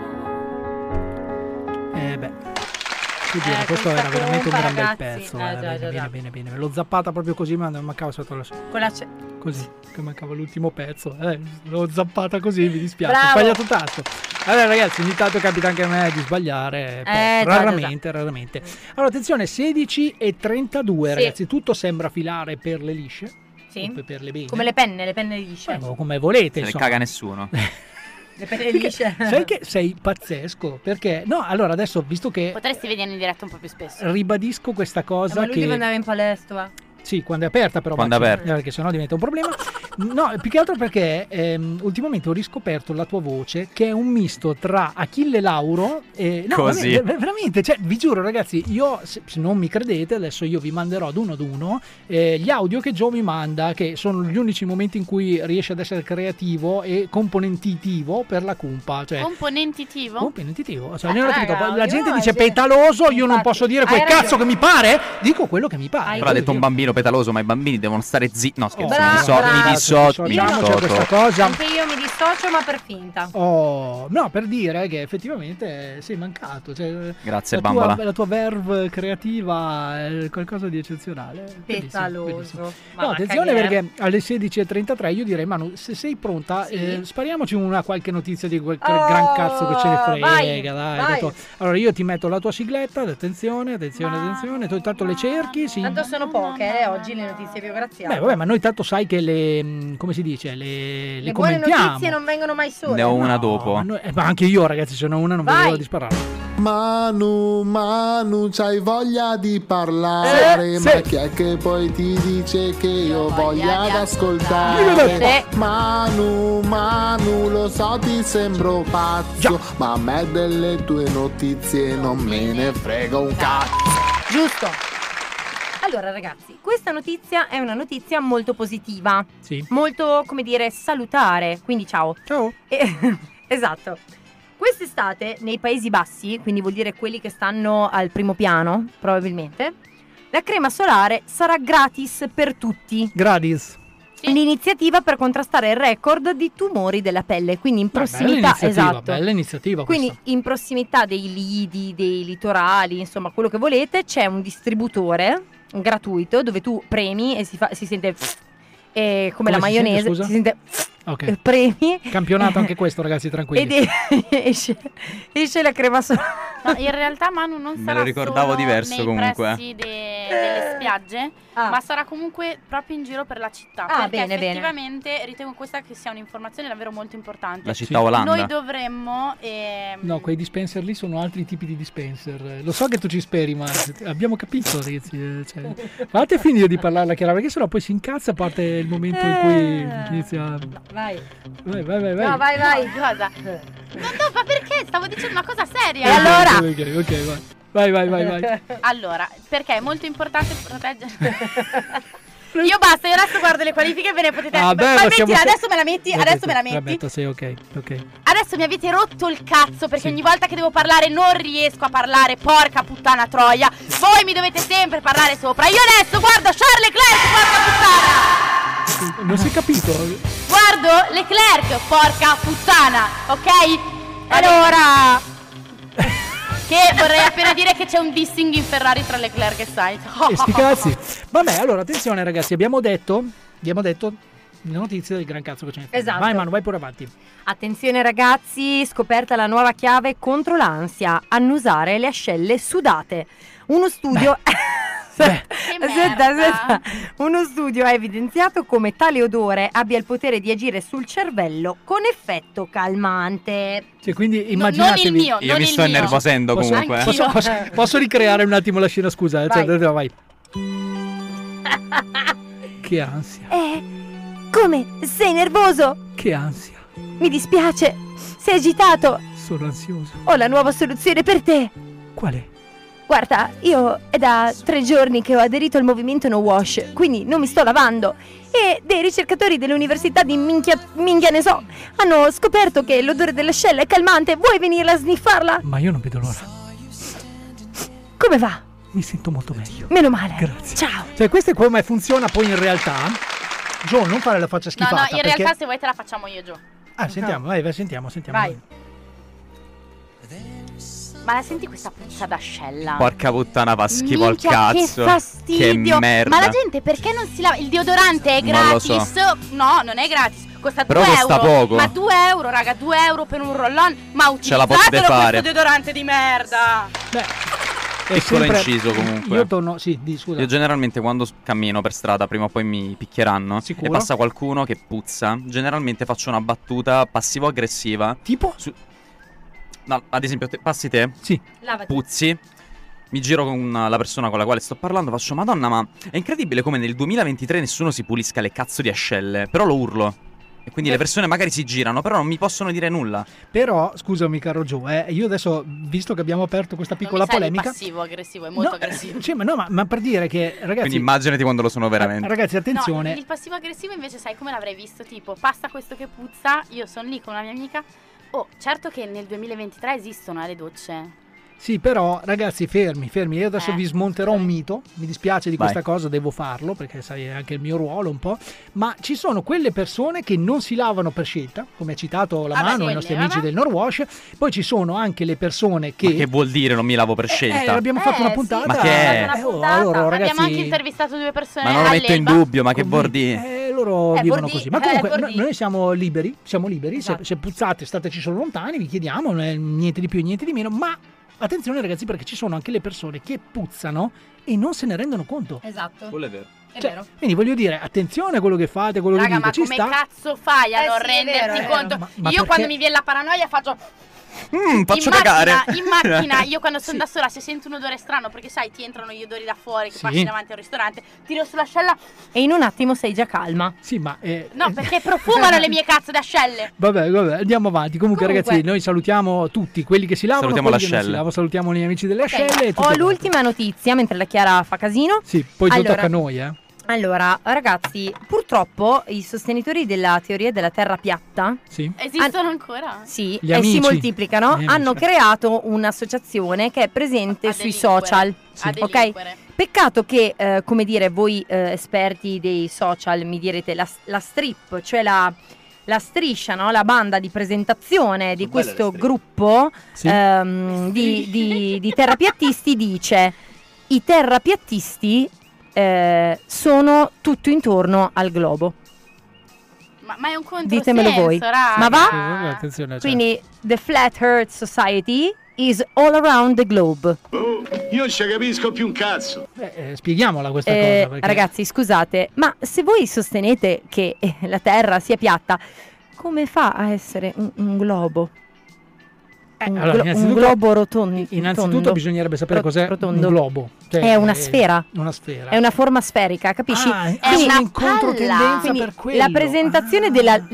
Questo era veramente un gran bel pezzo. Già. Bene. L'ho zappata proprio così, ma non mancava sotto la così, che mancava l'ultimo pezzo. L'ho zappata così, mi dispiace. Ho sbagliato tanto. Allora ragazzi, ogni tanto capita anche a me di sbagliare, raramente. Allora attenzione, 16:32 ragazzi, tutto sembra filare per le lisce. Sì. Per le bene. Come le penne lisce. Come volete. Se ne caga nessuno. Le penne lisce. Sai che sei pazzesco, perché no, allora adesso visto che potresti venire in diretta un po' più spesso. Ribadisco questa cosa, ma lui deve andare in palestra. Sì, quando è aperta però. Quando è aperta. Perché sennò diventa un problema. No, più che altro perché ultimamente ho riscoperto la tua voce che è un misto tra Achille Lauro e... No, così. Veramente, cioè vi giuro ragazzi, io se non mi credete adesso io vi manderò ad uno gli audio che Joe mi manda, che sono gli unici momenti in cui riesce ad essere creativo e componentitivo per la cumpa. Cioè, Componentitivo? Cioè, la gente dice petaloso, io non posso dire quel cazzo che mi pare, dico quello che mi pare. Però ha detto un bambino petaloso, ma i bambini devono stare zitti. No, scherzo, mi dissocio. Questa cosa. Anche io mi dissocio, ma per finta. No, per dire che effettivamente sei mancato. Cioè, grazie, bambola. La tua verve creativa è qualcosa di eccezionale. Petaloso. Bellissimo. No, attenzione perché alle 16:33 io direi, Manu, se sei pronta, spariamoci qualche notizia di quel gran cazzo che ce ne frega. Dai. Allora io ti metto la tua sigletta, attenzione. Tu intanto le cerchi. Sì. Tanto sono poche, oggi le notizie biografiche. Beh, vabbè, ma noi tanto sai che le, come si dice, le buone commentiamo. notizie non vengono mai sole. Ne ho una dopo. Ma anche io ragazzi, se ne ho una non vedo l'ora di sparare. Manu, c'hai voglia di parlare, ma chi è che poi ti dice che io voglia ad ascoltare? Manu, lo so ti sembro pazzo, ma a me delle tue notizie non me ne frega un cazzo. Giusto. Allora ragazzi, questa notizia è una notizia molto positiva, molto, come dire, salutare, quindi ciao. Esatto. Quest'estate nei Paesi Bassi, quindi vuol dire quelli che stanno al primo piano, probabilmente, la crema solare sarà gratis per tutti. Gratis. L'iniziativa per contrastare il record di tumori della pelle, quindi in prossimità, bella iniziativa quindi questa. In prossimità dei lidi, dei litorali, insomma quello che volete, c'è un distributore gratuito dove tu premi e si sente come la maionese, si sente premi. Campionato anche questo, ragazzi, tranquilli. Ed esce la crema solare. No, in realtà Manu non Me sarà lo ricordavo solo diverso nei comunque. pressi delle spiagge, ma sarà comunque proprio in giro per la città. Ah, perché bene, effettivamente ritengo questa che sia un'informazione davvero molto importante. La città Olanda. Noi dovremmo No, quei dispenser lì sono altri tipi di dispenser. Lo so che tu ci speri, ma abbiamo capito, ragazzi. Cioè, fate finire di parlarla chiara, perché sennò poi si incazza, a parte il momento in cui inizia. Vai. Vai. No, vai. Cosa? No, ma perché? Stavo dicendo una cosa seria. E allora? Ok, vai. Allora, perché è molto importante proteggere. Io basta, io adesso guardo le qualifiche, ve ne potete. Mettila, adesso me la metti. Vabbè, sei ok. Adesso mi avete rotto il cazzo perché ogni volta che devo parlare non riesco a parlare, porca puttana troia. Voi mi dovete sempre parlare sopra. Io adesso guardo Charles Leclerc, porca puttana. Non si è capito. Guardo Leclerc, porca puttana, ok? Allora, che vorrei appena dire che c'è un dissing in Ferrari tra Leclerc e Sainz. Sti cazzi. Vabbè, allora attenzione ragazzi, abbiamo detto le notizie del gran cazzo che ce ne frega. Esatto. Vai Manu, vai pure avanti. Attenzione ragazzi, scoperta la nuova chiave contro l'ansia: annusare le ascelle sudate. Uno studio Aspetta. Uno studio ha evidenziato come tale odore abbia il potere di agire sul cervello con effetto calmante. Cioè, quindi immaginatevi. Io mi sto innervosendo comunque. Posso ricreare un attimo la scena, scusa? Vai. Che ansia. Come? Sei nervoso? Che ansia. Mi dispiace. Sei agitato. Sono ansioso. Ho la nuova soluzione per te. Qual è? Guarda, io è da 3 giorni che ho aderito al movimento No Wash, quindi non mi sto lavando. E dei ricercatori dell'università di minchia ne so, hanno scoperto che l'odore dell'ascella è calmante. Vuoi venire a sniffarla? Ma io non vedo l'ora. Come va? Mi sento molto meglio. Meno male. Grazie. Ciao. Cioè, questo è come funziona poi in realtà. Gio, non fare la faccia schifata. No, in realtà se vuoi te la facciamo io, Gio. Sentiamo, vai, sentiamo. Vai. Ma la senti questa puzza d'ascella? Porca puttana, va schifo al Minchia, cazzo. Che fastidio. Che merda. Ma la gente perché non si lava? Il deodorante è gratis? Non lo so. No, non è gratis. Costa Però 2 costa euro. poco. Ma 2 euro, raga, 2 euro per un roll-on. Ma Ce la potete utilizzatelo fare. questo deodorante di merda. Piccolo inciso comunque. Io torno, scusa. Io generalmente quando cammino per strada, prima o poi mi picchieranno. Sicuro? E passa qualcuno che puzza. Generalmente faccio una battuta passivo-aggressiva. Tipo? No, ad esempio, passi te. Sì. Lavati. Puzzi. Mi giro con la persona con la quale sto parlando. Faccio, Madonna, ma è incredibile come nel 2023 nessuno si pulisca le cazzo di ascelle. Però lo urlo. E quindi le persone magari si girano, però non mi possono dire nulla. Però, scusami caro Gio, io adesso, visto che abbiamo aperto questa piccola polemica, passivo aggressivo, è molto aggressivo. Cioè, ma per dire che, ragazzi, Quindi immaginati quando lo sono veramente. Ragazzi, attenzione. No, il passivo aggressivo invece sai come l'avrei visto? Tipo, passa questo che puzza, io sono lì con una mia amica. Oh, certo che nel 2023 esistono le docce. Sì, però ragazzi, fermi. Io adesso vi smonterò un mito. Mi dispiace di questa cosa, devo farlo perché sai, è anche il mio ruolo un po'. Ma ci sono quelle persone che non si lavano per scelta, come ha citato la Mano, i nostri amici del Norwash. Poi ci sono anche le persone che. Ma che vuol dire non mi lavo per scelta? Abbiamo fatto una puntata. Ma che è? Allora, ragazzi, abbiamo anche intervistato 2 persone. Ma non lo metto in dubbio, ma che vuol dire? Loro vivono così. Ma comunque noi siamo liberi. Esatto. Se puzzate, stateci solo lontani, vi chiediamo, niente di più e niente di meno. Ma attenzione ragazzi, perché ci sono anche le persone che puzzano e non se ne rendono conto. Esatto. Quello è vero. È vero. Quindi voglio dire, attenzione a quello che fate, quello Raga, che dite, ma ci come sta. cazzo fai a non sì, renderti è vero. conto? Ma Io perché? quando mi viene la paranoia faccio faccio in cagare. macchina, in macchina, io quando sono da sola, se sento un odore strano, perché sai, ti entrano gli odori da fuori, che passi davanti al ristorante, tiro sull'ascella. E in un attimo sei già calma. Sì, ma No, perché profumano le mie cazzo d'ascelle. Vabbè, andiamo avanti. Comunque ragazzi, noi salutiamo tutti quelli che si lavano, Salutiamo quelli che non si l'ascelle. lavano, salutiamo gli amici delle Ok, ascelle e tutto ho quanto. l'ultima notizia mentre la Chiara fa casino. Sì, poi Allora, tocca a noi, Allora, ragazzi, purtroppo i sostenitori della teoria della terra piatta Sì. Esistono ancora? Sì, Gli si amici. moltiplicano. Gli amici. Hanno creato un'associazione che è presente sui social. A Ok? delinquere. Peccato che, come dire, voi esperti dei social mi direte la strip, cioè la striscia, no? La banda di presentazione di questo gruppo Sì. di terrapiattisti dice: i terrapiattisti sono tutto intorno al globo. Ma è un controsenso, Ditemelo voi. raga. Ma va? Sì, attenzione, cioè. Quindi The Flat Earth Society is all around the globe. Io non ci capisco più un cazzo. Spieghiamola questa cosa. Perché... Ragazzi, scusate, ma se voi sostenete che la Terra sia piatta, come fa a essere un globo? Un globo rotondo. Innanzitutto bisognerebbe sapere cos'è rotondo. un globo. Cioè, è una sfera. Una sfera. È una forma sferica, capisci? È Quindi una controtendenza per quello. La presentazione della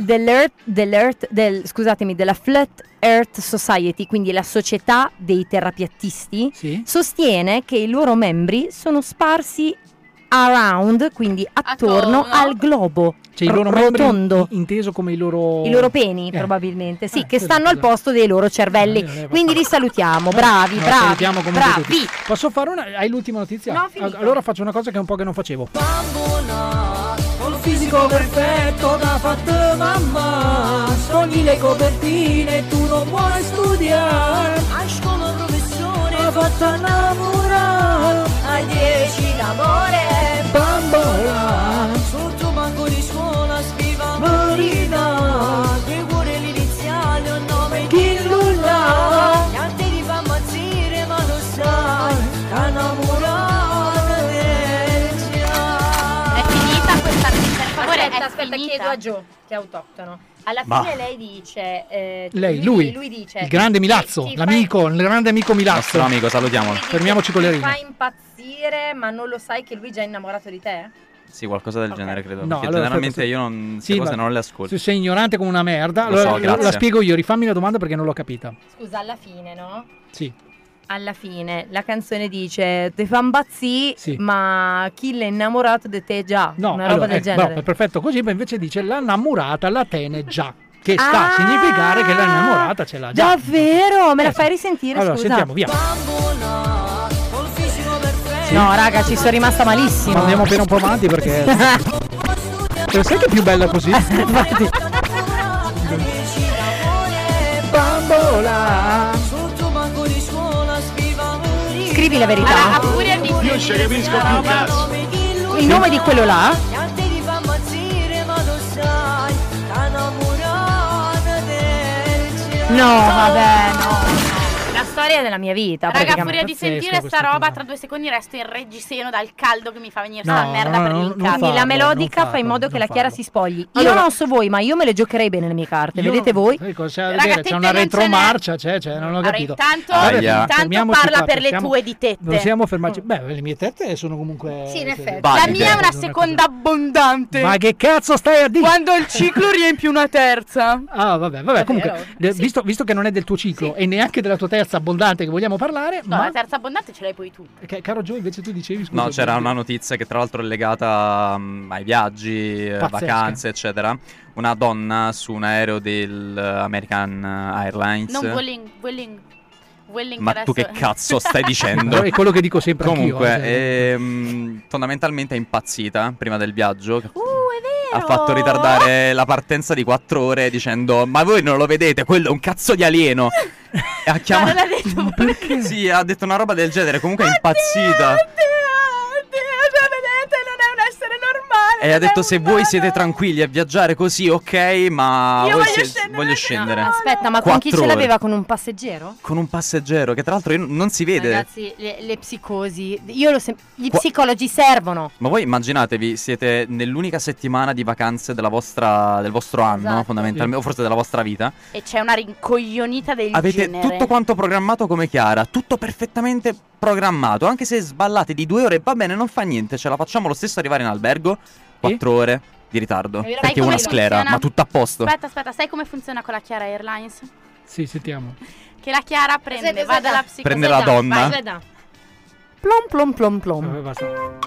Flat Earth Society, quindi la società dei terrapiattisti, sostiene che i loro membri sono sparsi around, quindi attorno al globo. Cioè i loro rotondo. membri inteso come i loro peni probabilmente, sì, che stanno al posto dei loro cervelli. Quindi li salutiamo, bravi. Salutiamo comunque tutti. Posso fare una? Hai l'ultima notizia? No, finito. Allora faccio una cosa che è un po' che non facevo. Bambola, col fisico perfetto da fatta mamma, togli le copertine, tu non puoi studiare. A scuola professore, ha fatto innamorare, ai 10 d'amore. Bambola, sotto banco di scuola scriva Marina, che cuore l'iniziale è un nome di nulla, e a te ti fa ammazzire ma lo sai, innamorata del ciao. È finita questa, per favore, Aspetta, chiedo a Gio, che è autoctono. Alla Ma- fine lei dice... Lui dice... il grande Milazzo, ti l'amico, il grande amico Milazzo. Nostro amico, salutiamolo. Fermiamoci con le Ti rime. fa impazzire, ma non lo sai che lui è già innamorato di te? Sì, qualcosa del genere credo. No, Perché allora, generalmente aspetta, io non, sì, cose ma non le ascolto. Se sei ignorante come una merda, Lo so, allora grazie. la spiego io. Rifammi la domanda perché non l'ho capita. Scusa, alla fine, no? Sì. Alla fine la canzone dice ti fa impazzire, Sì. ma chi l'è innamorato di te già? No, una allora, roba del genere. no, perfetto così, ma invece dice la innamorata la tene già. Che sta a significare che la innamorata ce l'ha già. Davvero? Me la sì. fai risentire? Allora, scusa. sentiamo, via. Bambola, col fisico perfetto. No, raga, ci sono rimasta malissimo. Ma andiamo appena un po' avanti perché. Sai che è più bella così? Infatti. Bambola. Sotto banco di scuola scriva Marina. Scrivi la verità. Allora, a furia di Io non ci capisco più un cazzo. Il nome di quello là? E a te ti fa ammazzire ma lo sai, innamorata del ciao. No, vabbè, no. La storia della mia vita. Raga, a praticamente. furia di sentire questa sta roba, cosa. tra 2 secondi resto in reggiseno dal caldo che mi fa venire No, sta merda per no, l'incazzo. non Quindi la farlo, melodica non fa in modo farlo, che la non Chiara farlo. si spogli. Io Allora- non so voi, ma io me le giocherei bene le mie carte. Io- Vedete voi? Cosa Raga, vedere? tette C'è una non ce retromarcia, non ho Allora, capito. intanto, Aia. intanto parla per le tue di tette. Possiamo fermarci. Beh, le mie tette sono comunque. Sì, in effetti. La Valide. mia è una seconda abbondante. Ma che cazzo stai a dire? Quando il ciclo riempie una terza. Ah, vabbè, comunque, visto che non è del tuo ciclo e neanche della tua terza abbondante che vogliamo parlare, No, ma la terza abbondante ce l'hai poi tu. caro Gio, invece tu dicevi scusa. No, c'era una notizia che tra l'altro è legata ai viaggi, Pazzesca. vacanze, eccetera. Una donna su un aereo del American Airlines. Non Vueling Ma tu che cazzo stai dicendo? È quello che dico sempre Comunque, anch'io. fondamentalmente è impazzita prima del viaggio. è vero. Ha fatto ritardare la partenza di 4 ore dicendo: ma voi non lo vedete, quello è un cazzo di alieno. E ha chiamato. Ma non l'ha detto Perché? Sì, ha detto una roba del genere. Comunque è impazzita. Oddio, vedete, non è un essere normale. E ha detto: se voi siete tranquilli a viaggiare così, ok, ma Io voi voglio se- scendere. voglio scendere. Aspetta, ma con chi 4 ce ore. l'aveva? Con un passeggero? Con un passeggero che tra l'altro non si vede. Ragazzi, le psicosi. Io gli Qua- psicologi servono. Ma voi immaginatevi, siete nell'unica settimana di vacanze del vostro anno, Esatto. fondamentalmente, o forse della vostra vita. E c'è una rincoglionita del Avete genere. tutto quanto programmato come Chiara, tutto perfettamente programmato. Anche se sballate di 2 ore, va bene, non fa niente, ce la facciamo lo stesso arrivare in albergo. 4 ore di ritardo. Sai Perché come una sclera, funziona? ma tutto a posto. Aspetta, sai come funziona con la Chiara Airlines? Sì, sentiamo. Che la Chiara prende, Aspetta, va dalla psicologa. Prende la donna. Vai. Plom plom plom plom. Vabbè, basta.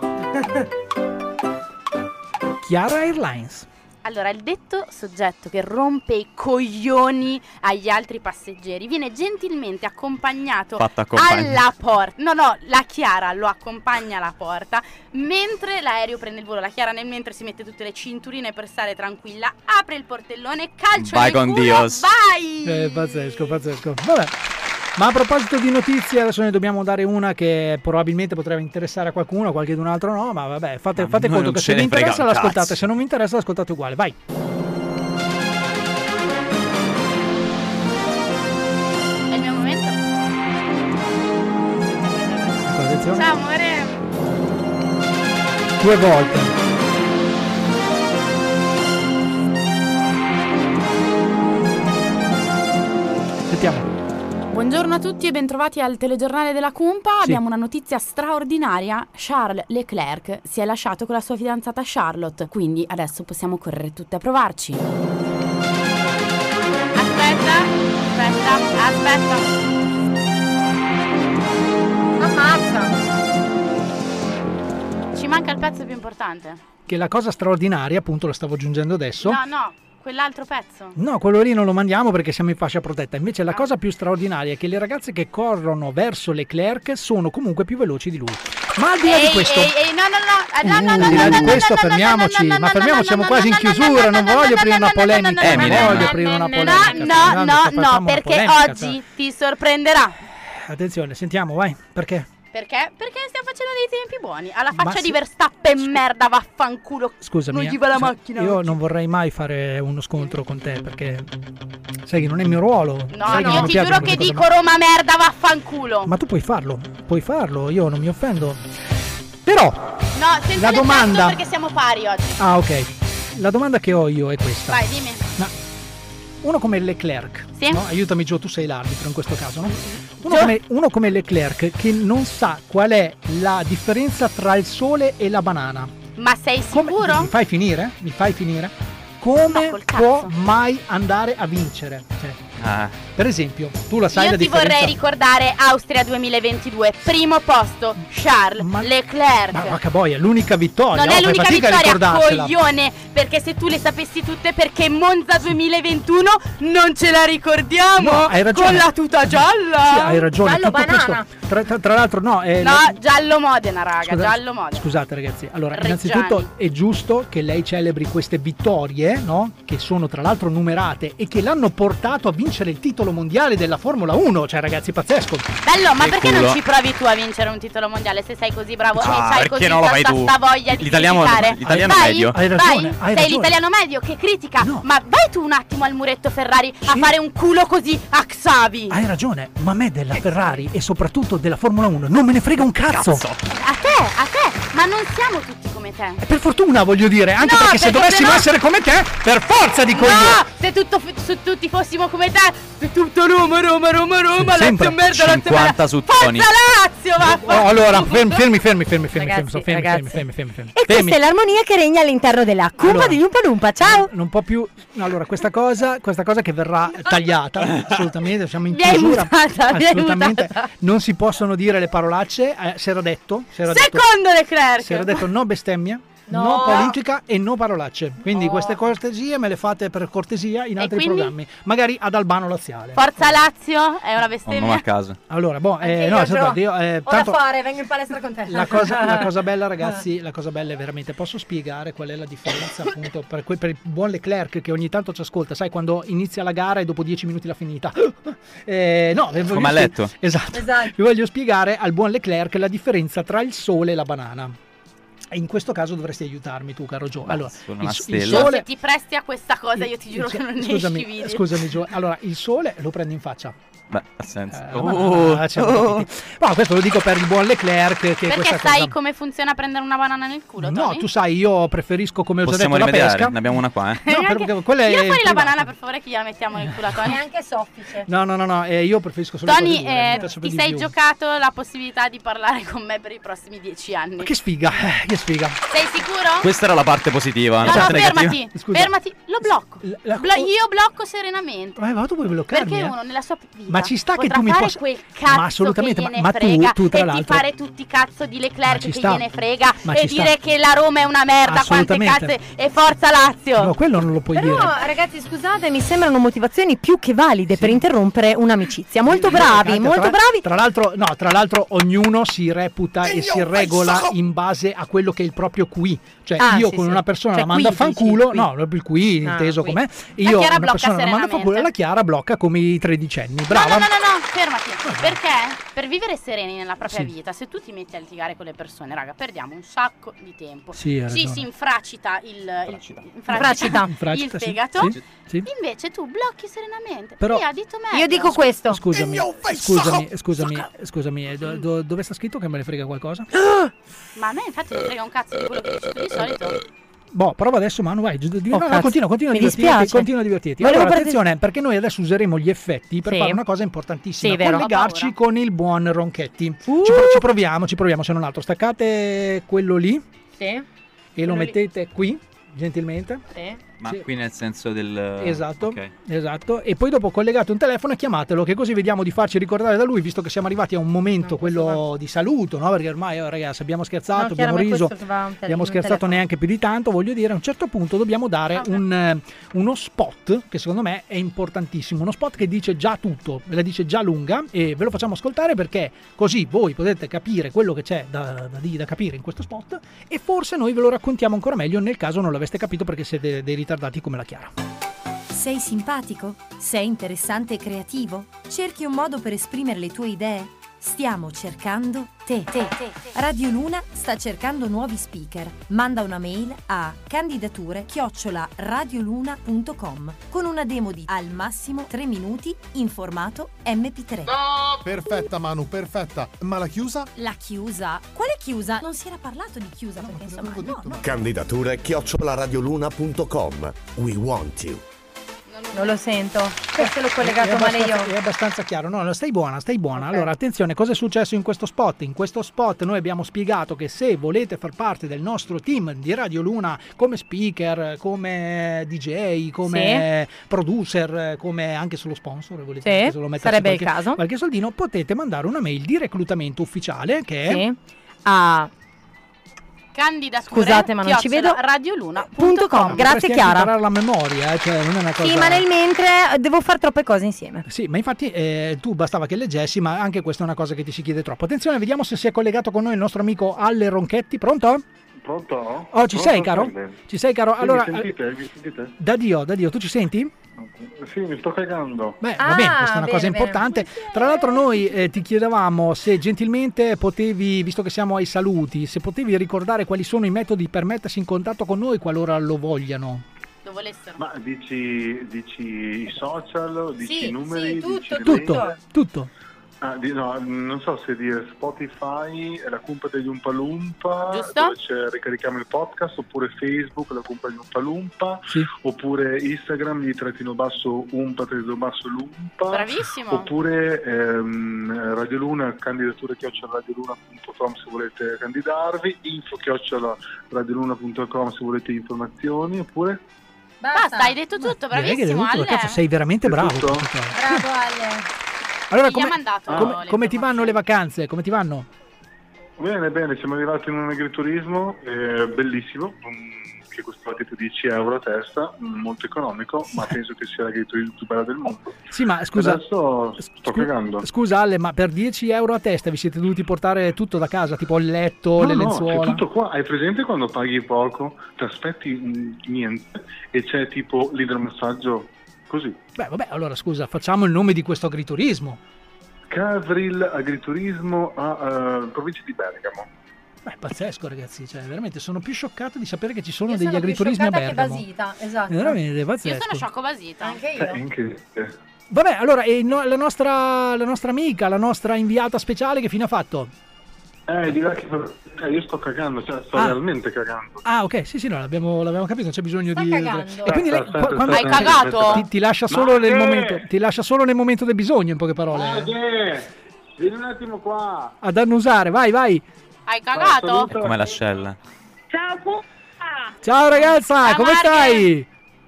Chiara Airlines. Allora, il detto soggetto che rompe i coglioni agli altri passeggeri viene gentilmente accompagnato Fatta accompagnare. alla porta. No, la Chiara lo accompagna alla porta mentre l'aereo prende il volo. La Chiara nel mentre si mette tutte le cinturine per stare tranquilla, apre il portellone, calcio Vai nel con culo, Dios. vai! Pazzesco. Vabbè. Ma a proposito di notizie, adesso ne dobbiamo dare una che probabilmente potrebbe interessare a qualcuno, a qualche d'un altro no, ma vabbè, fate noi conto non che ce se vi ne frega interessa un l'ascoltate, cazzo. se non vi interessa l'ascoltate uguale, vai. attenzione. Ciao amore. 2 volte. Sentiamo. Buongiorno a tutti e bentrovati al telegiornale della Cumpa. Sì. Abbiamo una notizia straordinaria. Charles Leclerc si è lasciato con la sua fidanzata Charlotte, quindi adesso possiamo correre tutte a provarci. Aspetta. Ammazza. Ci manca il pezzo più importante. Che la cosa straordinaria, appunto, lo stavo aggiungendo adesso. No, quell'altro pezzo. No, quello lì non lo mandiamo perché siamo in fascia protetta. Invece la cosa più straordinaria è che le ragazze che corrono verso Leclerc sono comunque più veloci di lui. Ma al di là di questo, al di là di questo, fermiamoci. Ma fermiamoci, siamo quasi in chiusura. Non voglio aprire una polemica. Non voglio aprire una polemica. No, perché oggi ti sorprenderà. Attenzione, sentiamo, vai. Perché? Perché? Perché stiamo facendo dei tempi buoni. Alla faccia di Verstappen, merda, vaffanculo. Scusami, non gli va la macchina. Io oggi. non vorrei mai fare uno scontro con te perché sai che non è il mio ruolo. No, io ti giuro che dico Roma merda, vaffanculo. Ma tu puoi farlo, io non mi offendo. Però no, senza la domanda perché siamo pari oggi. Ah, ok. La domanda che ho io è questa. Vai, dimmi. Uno come Leclerc, sì? No? Aiutami Gio, tu sei l'arbitro in questo caso, no? Uno come Leclerc che non sa qual è la differenza tra il sole e la banana. Ma sei sicuro? Mi fai finire? Come può mai andare a vincere? Cioè, per esempio, tu la sai io la differenza? Io ti vorrei ricordare Austria 2022, primo posto, Charles Leclerc. Ma vacca boia, l'unica vittoria. Non è l'unica vittoria, a coglione, perché se tu le sapessi tutte, perché Monza 2021 non ce la ricordiamo. No, hai ragione. Con la tuta gialla. Sì, hai ragione. Giallo tutto banana. Questo, tra l'altro no. Giallo Modena, raga, giallo Modena. Scusate ragazzi, allora Reggiani. innanzitutto è giusto che lei celebri queste vittorie, no? Che sono tra l'altro numerate e che l'hanno portato a vincere il titolo mondiale della Formula 1, cioè ragazzi, pazzesco. Bello, ma Che perché culo. non ci provi tu a vincere un titolo mondiale se sei così bravo e c'hai perché così non lo fai tu? tanta voglia di L'italiano criticare? medio. Hai ragione, Vai, hai sei ragione. l'italiano medio che critica, ma vai tu un attimo al muretto Ferrari a fare un culo così a Xavi. Hai ragione, ma a me della Ferrari e soprattutto della Formula 1 non me ne frega un cazzo. A te, ma non siamo tutti come te. E per fortuna voglio dire, anche perché se dovessimo essere come te, per forza dico io. No, se tutti fossimo come te, se tutto Roma, Sempre. Lazio merda, 50 su Forza Tony. Lazio, va. Allora, fermi. Ragazzi. Fermi. E questa è l'armonia che regna all'interno della Cumpa di Umpa Lumpa. Ciao! Non può più. Allora, questa cosa che verrà tagliata, assolutamente, siamo in Mi hai chiusura. mutata, mi hai Assolutamente. mutata. Non si possono dire le parolacce, si era detto. Secondo Leclerc. Si era detto no bestemmia. No politica e no parolacce. Quindi queste cortesie me le fate per cortesia in altri quindi? programmi. Magari ad Albano Laziale. Forza Lazio è una bestemmia. Non a casa. Allora, Ho da tanto fare, vengo in palestra con te. la cosa bella, ragazzi, la cosa bella è veramente, posso spiegare qual è la differenza appunto per il buon Leclerc che ogni tanto ci ascolta, sai, quando inizia la gara e dopo 10 minuti l'ha finita. Come a letto. Esatto. Vi voglio spiegare al buon Leclerc la differenza tra il sole e la banana. E in questo caso dovresti aiutarmi tu, caro Gio. Allora, il sole... Se ti presti a questa cosa, io ti giuro che non ne esci vivi. Scusami Gio, allora il sole lo prendi in faccia. Beh, ha senso. No, questo lo dico per il buon Leclerc che Perché questa sai cosa... come funziona prendere una banana nel culo, No, Tony? tu sai, io preferisco, come ho già Possiamo detto, la rimediare, pesca. ne abbiamo una qua, No, perché quella è Tira fuori la privata. banana, per favore, che gliela mettiamo nel culo a Tony. È anche soffice. No, io preferisco solo Tony, cose dure, mi piace ti di sei più. giocato la possibilità di parlare con me per i prossimi 10 anni. Ma che sfiga, che sfiga. Sei sicuro? Questa era la parte positiva. No, la parte negativa. fermati, Scusa. fermati, lo blocco. Io blocco serenamente. Ma tu puoi bloccarmi, Perché uno nella sua vita Ma ci sta che potrà tu mi fare possa... quel cazzo Ma assolutamente, che gliene ma frega tu tra e di l'altro... fare tutti i cazzo di Leclerc ci che sta. gliene frega Ma e ci sta. dire che la Roma è una merda, quante Assolutamente. cazze e forza Lazio. No, quello non lo puoi Però dire. ragazzi, scusate, mi sembrano motivazioni più che valide per interrompere un'amicizia. Molto bravi, molto bravi. Tra l'altro ognuno si reputa e si regola in base a quello che è il proprio qui. Cioè Ah, io sì, con sì. una persona Cioè, la mando a qui, fanculo, dici, no, proprio il qui, inteso qui. com'è. La Io Chiara una blocca persona la mando a fanculo, la Chiara blocca come i tredicenni. Brava. No, fermati. Perché per vivere sereni nella propria vita, se tu ti metti a litigare con le persone, raga, perdiamo un sacco di tempo. Sì, hai ragione. si infracita il Infracita, sì, fegato. sì. Invece tu blocchi serenamente. Però- Via, dito meglio. Io dico questo. Scusami, dove sta scritto che me ne frega qualcosa? Ma a me infatti mi frega un cazzo di quello che dici tu di solito. Boh, prova adesso Manu, vai, Oh, cazzo. continua a Mi divertirti, dispiace. continua a divertirti. Volevo Allora, partec- attenzione, perché noi adesso useremo gli effetti per Sì. fare una cosa importantissima, Sì, vero. collegarci con il buon Ronchetti. Ci proviamo se non altro. Staccate quello lì Sì. e Quello lo lì. mettete qui, gentilmente. Sì. Ma Sì. qui nel senso del... Esatto, Ok. esatto. E poi dopo collegate un telefono e chiamatelo, che così vediamo di farci ricordare da lui, visto che siamo arrivati a un momento, quello di saluto, no? Perché ormai, ragazzi, abbiamo scherzato, No, abbiamo chiaramente riso, questo va un abbiamo un scherzato telefono. neanche più di tanto. Voglio dire, a un certo punto dobbiamo dare uno spot che secondo me è importantissimo. Uno spot che dice già tutto, ve la dice già lunga, e ve lo facciamo ascoltare perché così voi potete capire quello che c'è da capire in questo spot, e forse noi ve lo raccontiamo ancora meglio nel caso non l'aveste capito perché siete dei ritardati come la Chiara. Sei simpatico? Sei interessante e creativo? Cerchi un modo per esprimere le tue idee? Stiamo cercando te. Radio Luna sta cercando nuovi speaker. Manda una mail a candidature@radioluna.com con una demo di al massimo 3 minuti in formato MP3. Perfetta Manu, perfetta. Ma la chiusa? La chiusa? Quale chiusa? Non si era parlato di chiusa perché insomma no. Candidature@radioluna.com. We want you. Non lo sento. Forse l'ho collegato male io. È abbastanza chiaro. No, stai buona. Allora, attenzione, cosa è successo in questo spot? In questo spot noi abbiamo spiegato che se volete far parte del nostro team di Radio Luna come speaker, come DJ, come producer, come anche solo sponsor, volete Sì, anche solo metterci sarebbe il caso. qualche soldino, potete mandare una mail di reclutamento ufficiale che è Sì. A Candidature. Scusate, ma non ci vedo. Radioluna.com. Grazie, potresti Chiara. imparare la memoria, cioè non è una cosa. Sì, ma nel mentre devo fare troppe cose insieme. Sì, ma infatti tu bastava che leggessi, ma anche questa è una cosa che ti si chiede troppo. Attenzione, vediamo se si è collegato con noi il nostro amico Alle Ronchetti. Pronto? Pronto? Oh, ci sei, caro? Ci sei, caro? Sì, Allora, mi sentite? da Dio, tu ci senti? Sì, mi sto cagando. Beh, va bene, questa è una cosa importante. Tra l'altro noi ti chiedevamo se gentilmente potevi, visto che siamo ai saluti, se potevi ricordare quali sono i metodi per mettersi in contatto con noi qualora lo vogliano. Lo volessero. Ma dici i social, dici i numeri, dici le Tutto. Ah, no, non so se dire Spotify, la cumpa degli Umpa Lumpa, Giusto? dove ricarichiamo il podcast, oppure Facebook, la cumpa degli Umpa Lumpa, sì. Oppure Instagram, di _umpa _lumpa. Bravissimo. Oppure Radio Luna, candidature@radioluna.com se volete candidarvi, info@radioluna.com se volete informazioni, oppure... Basta, hai detto tutto, Direi che bravissimo Ale. cazzo, sei veramente bravo. Tutto? Bravo Ale. Allora, Chi gli ha mandato come ti vanno le vacanze? Come ti vanno? Bene, siamo arrivati in un agriturismo bellissimo, che costava tipo 10 euro a testa, molto economico, ma penso che sia l'agriturismo più bello del mondo. Sì, ma scusa. Adesso sto cagando. Scusa Ale, ma per 10 euro a testa vi siete dovuti portare tutto da casa, tipo il letto, le lenzuola? C'è tutto qua. Hai presente quando paghi poco, ti aspetti niente e c'è tipo l'idromassaggio così? Beh, vabbè, allora scusa, facciamo il nome di questo agriturismo. Cavril Agriturismo a provincia di Bergamo. Beh, pazzesco ragazzi, cioè veramente sono più scioccato di sapere che ci sono Io degli sono più agriturismi a scioccata che Bergamo. basita, esatto. Veramente pazzesco. Io sono sciocco basita. Anche io. Incredibile. Vabbè, allora, la nostra amica, la nostra inviata speciale che fine ha fatto? Direi che io sto cagando, cioè sto realmente cagando. Ah, ok, sì, no, l'abbiamo capito, non c'è bisogno di... cagando. E quindi lei, quando Hai cagato? ti lascia solo nel momento, ti lascia solo nel momento del bisogno, in poche parole. Vieni un attimo qua. Ad annusare, vai. Hai cagato? È come l'ascella. Ciao Puppa! Ciao ragazza, Ciao, come Marghe. stai?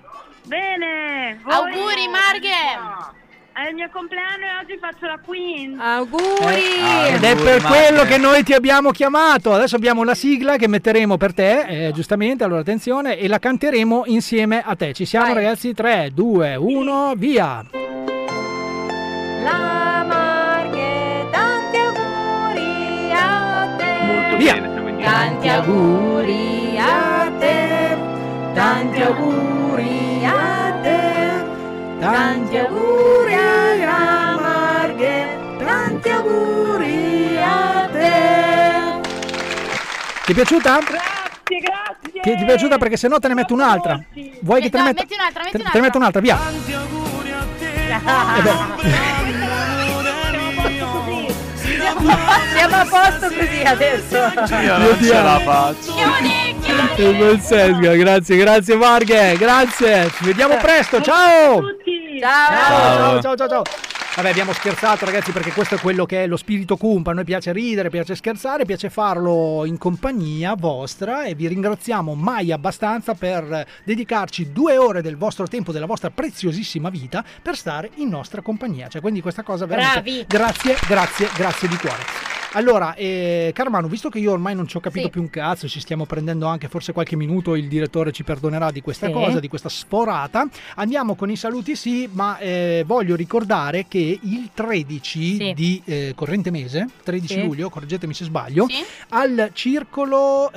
Bene! Auguri Marghe! È il mio compleanno e oggi faccio la Queen! Auguri! Ed è per quello che noi ti abbiamo chiamato. Adesso abbiamo la sigla che metteremo per te, giustamente, allora attenzione, e la canteremo insieme a te. Ci siamo ragazzi? 3, 2, 1, via! La Marghe, tanti auguri a te. Molto Via. bene, siamo indietro. tanti auguri a te, tanti auguri a te, tanti auguri a Marghe, tanti auguri a te. Ti è piaciuta? Grazie. Ti è piaciuta perché se no te ne metto un'altra. Vuoi che te ne metta? Metti un'altra, metti Te ne metto un'altra, via. Siamo a posto così adesso. Io non ce la faccio. Grazie Marghe, grazie. Ci vediamo presto, ciao. Ciao. Vabbè, abbiamo scherzato, ragazzi, perché questo è quello che è lo spirito Cumpa. A noi piace ridere, piace scherzare, piace farlo in compagnia vostra e vi ringraziamo mai abbastanza per dedicarci 2 ore del vostro tempo, della vostra preziosissima vita per stare in nostra compagnia. Cioè, quindi questa cosa veramente grazie di cuore. Allora, caro Manu, visto che io ormai non ci ho capito più un cazzo, ci stiamo prendendo anche forse qualche minuto, il direttore ci perdonerà di questa cosa, di questa sforata, andiamo con i saluti ma voglio ricordare che il 13 di corrente mese, 13 luglio, correggetemi se sbaglio, al circolo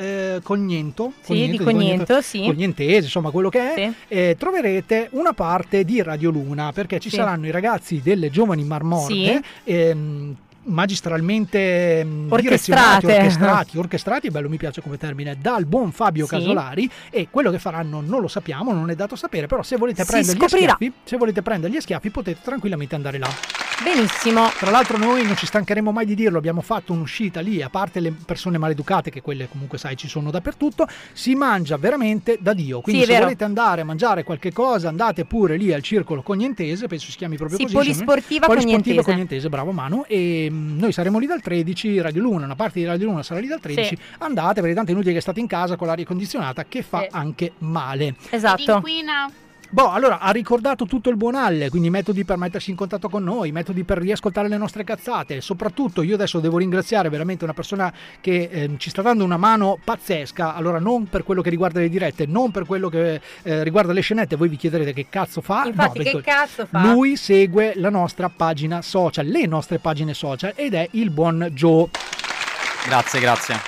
Cognentese, insomma quello che è, troverete una parte di Radio Luna, perché ci saranno i ragazzi delle Giovani Marmorte, magistralmente orchestrati, bello, mi piace come termine, dal buon Fabio Casolari, e quello che faranno non lo sappiamo, non è dato sapere, però se volete prendere gli schiaffi potete tranquillamente andare là. Benissimo. Tra l'altro noi non ci stancheremo mai di dirlo, abbiamo fatto un'uscita lì, a parte le persone maleducate, che quelle comunque sai ci sono dappertutto, si mangia veramente da Dio, quindi se volete andare a mangiare qualche cosa andate pure lì al circolo Cognentese, penso si chiami proprio così. Polisportiva Cognentese, bravo Manu, e noi saremo lì dal 13, Radio Luna, una parte di Radio Luna sarà lì dal 13, andate, perché tanto è inutile che state in casa con l'aria condizionata che fa anche male. Esatto. Inquina. Allora, ha ricordato tutto il buon Alle, quindi metodi per mettersi in contatto con noi, metodi per riascoltare le nostre cazzate. Soprattutto io adesso devo ringraziare veramente una persona che ci sta dando una mano pazzesca. Allora, non per quello che riguarda le dirette, non per quello che riguarda le scenette, voi vi chiederete che cazzo fa. Infatti, che cazzo fa? Lui segue la nostra pagina social, le nostre pagine social, ed è il buon Joe. Grazie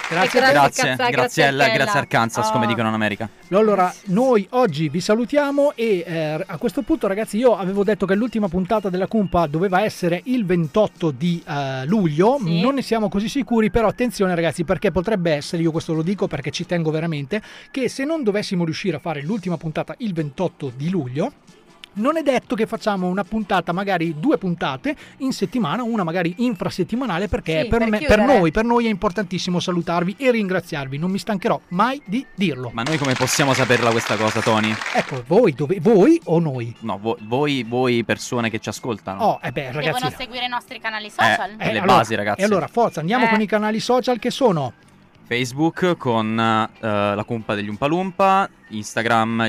Arkansas, come dicono in America. Allora, noi oggi vi salutiamo e a questo punto, ragazzi, io avevo detto che l'ultima puntata della Cumpa doveva essere il 28 di luglio, non ne siamo così sicuri, però attenzione ragazzi, perché potrebbe essere, io questo lo dico perché ci tengo veramente, che se non dovessimo riuscire a fare l'ultima puntata il 28 di luglio, non è detto che facciamo una puntata, magari 2 puntate in settimana, una magari infrasettimanale, perché per noi è importantissimo salutarvi e ringraziarvi, non mi stancherò mai di dirlo. Ma noi come possiamo saperla questa cosa, Tony? Ecco, voi o noi? No, voi persone che ci ascoltano. Ragazzi, devono seguire i nostri canali social. Basi, ragazzi. E allora, forza, andiamo con i canali social che sono Facebook con la Cumpa degli Umpalumpa, Instagram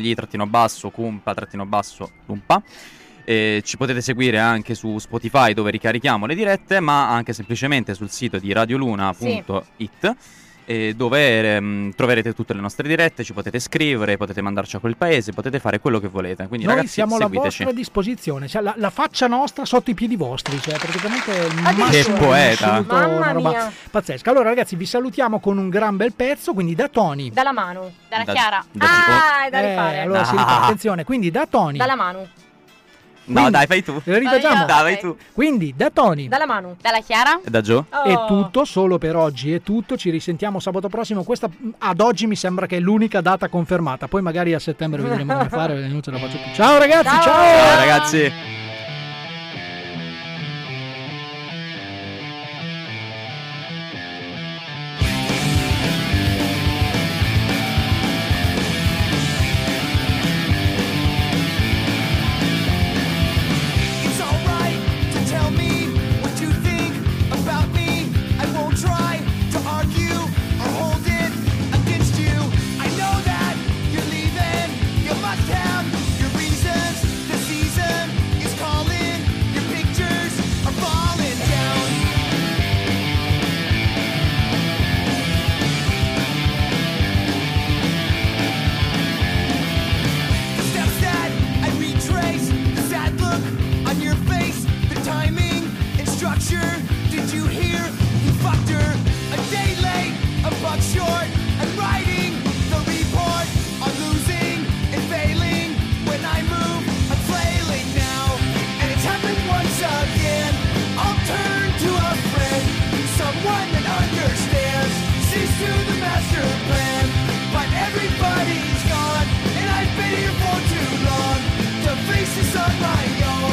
gli_Cumpa_Lumpa. Ci potete seguire anche su Spotify, dove ricarichiamo le dirette, ma anche semplicemente sul sito di radioluna.it, dove troverete tutte le nostre dirette, ci potete scrivere, potete mandarci a quel paese, potete fare quello che volete. Quindi noi ragazzi, siamo seguiteci. alla vostra disposizione, cioè la faccia nostra sotto i piedi vostri, cioè praticamente che poeta, una roba pazzesca. Allora ragazzi, vi salutiamo con un gran bel pezzo, quindi da Tony, dalla Manu, dalla Chiara, è da rifare. Allora si rifà, attenzione, quindi da Tony, dalla Manu. No, dai, fai tu. Lo rifacciamo? Dai, vai tu. Quindi da Tony, dalla Manu, dalla Chiara e da Joe. È tutto, solo per oggi è tutto. Ci risentiamo sabato prossimo. Questa ad oggi mi sembra che è l'unica data confermata. Poi magari a settembre vedremo come fare, non ce la faccio più. Ciao ragazzi, ciao ragazzi. Your reasons, the season is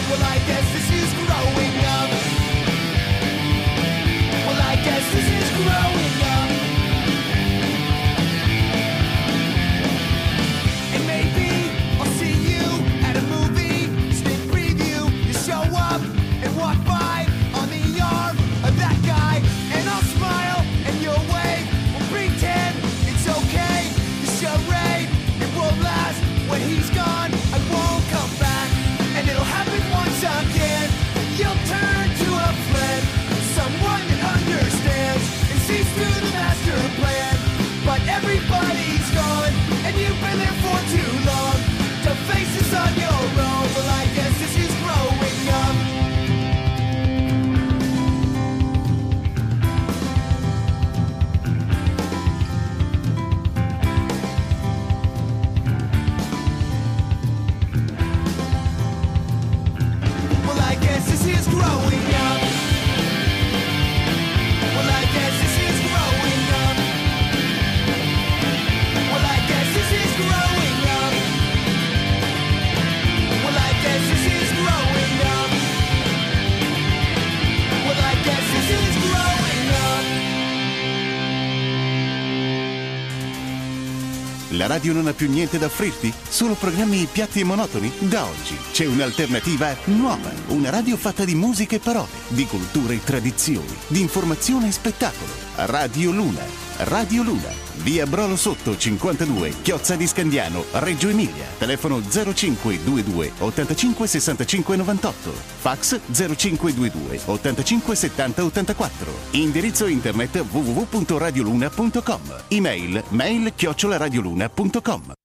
Well, I guess this is growing up. Well, I guess this is growing up. And maybe I'll see you at a movie, sneak preview. You show up and walk by on the arm of that guy, and I'll smile and you'll wave. We'll pretend it's okay. The charade, it won't last. When he's gone, I won't come back, and it'll happen once again. You'll turn to a friend, someone that understands and sees through the master plan. But everybody's gone, and you've been there for too long to face this on your own. Well, I guess this is growing up. Well, I guess this is growing up. Well, I guess this is growing up. Well, I guess this is growing up. Well, I guess this is growing up. Well, I guess this is growing up. La radio non ha più niente da offrirti? Solo programmi piatti e monotoni? Da oggi c'è un'alternativa nuova. Una radio fatta di musica e parole, di cultura e tradizioni, di informazione e spettacolo. Radio Luna. Radio Luna. Via Brolo Sotto 52, Chiozza di Scandiano, Reggio Emilia. Telefono 0522 85 65 98. Fax 0522 85 70 84. Indirizzo internet www.radioluna.com. Email mail@radioluna.com.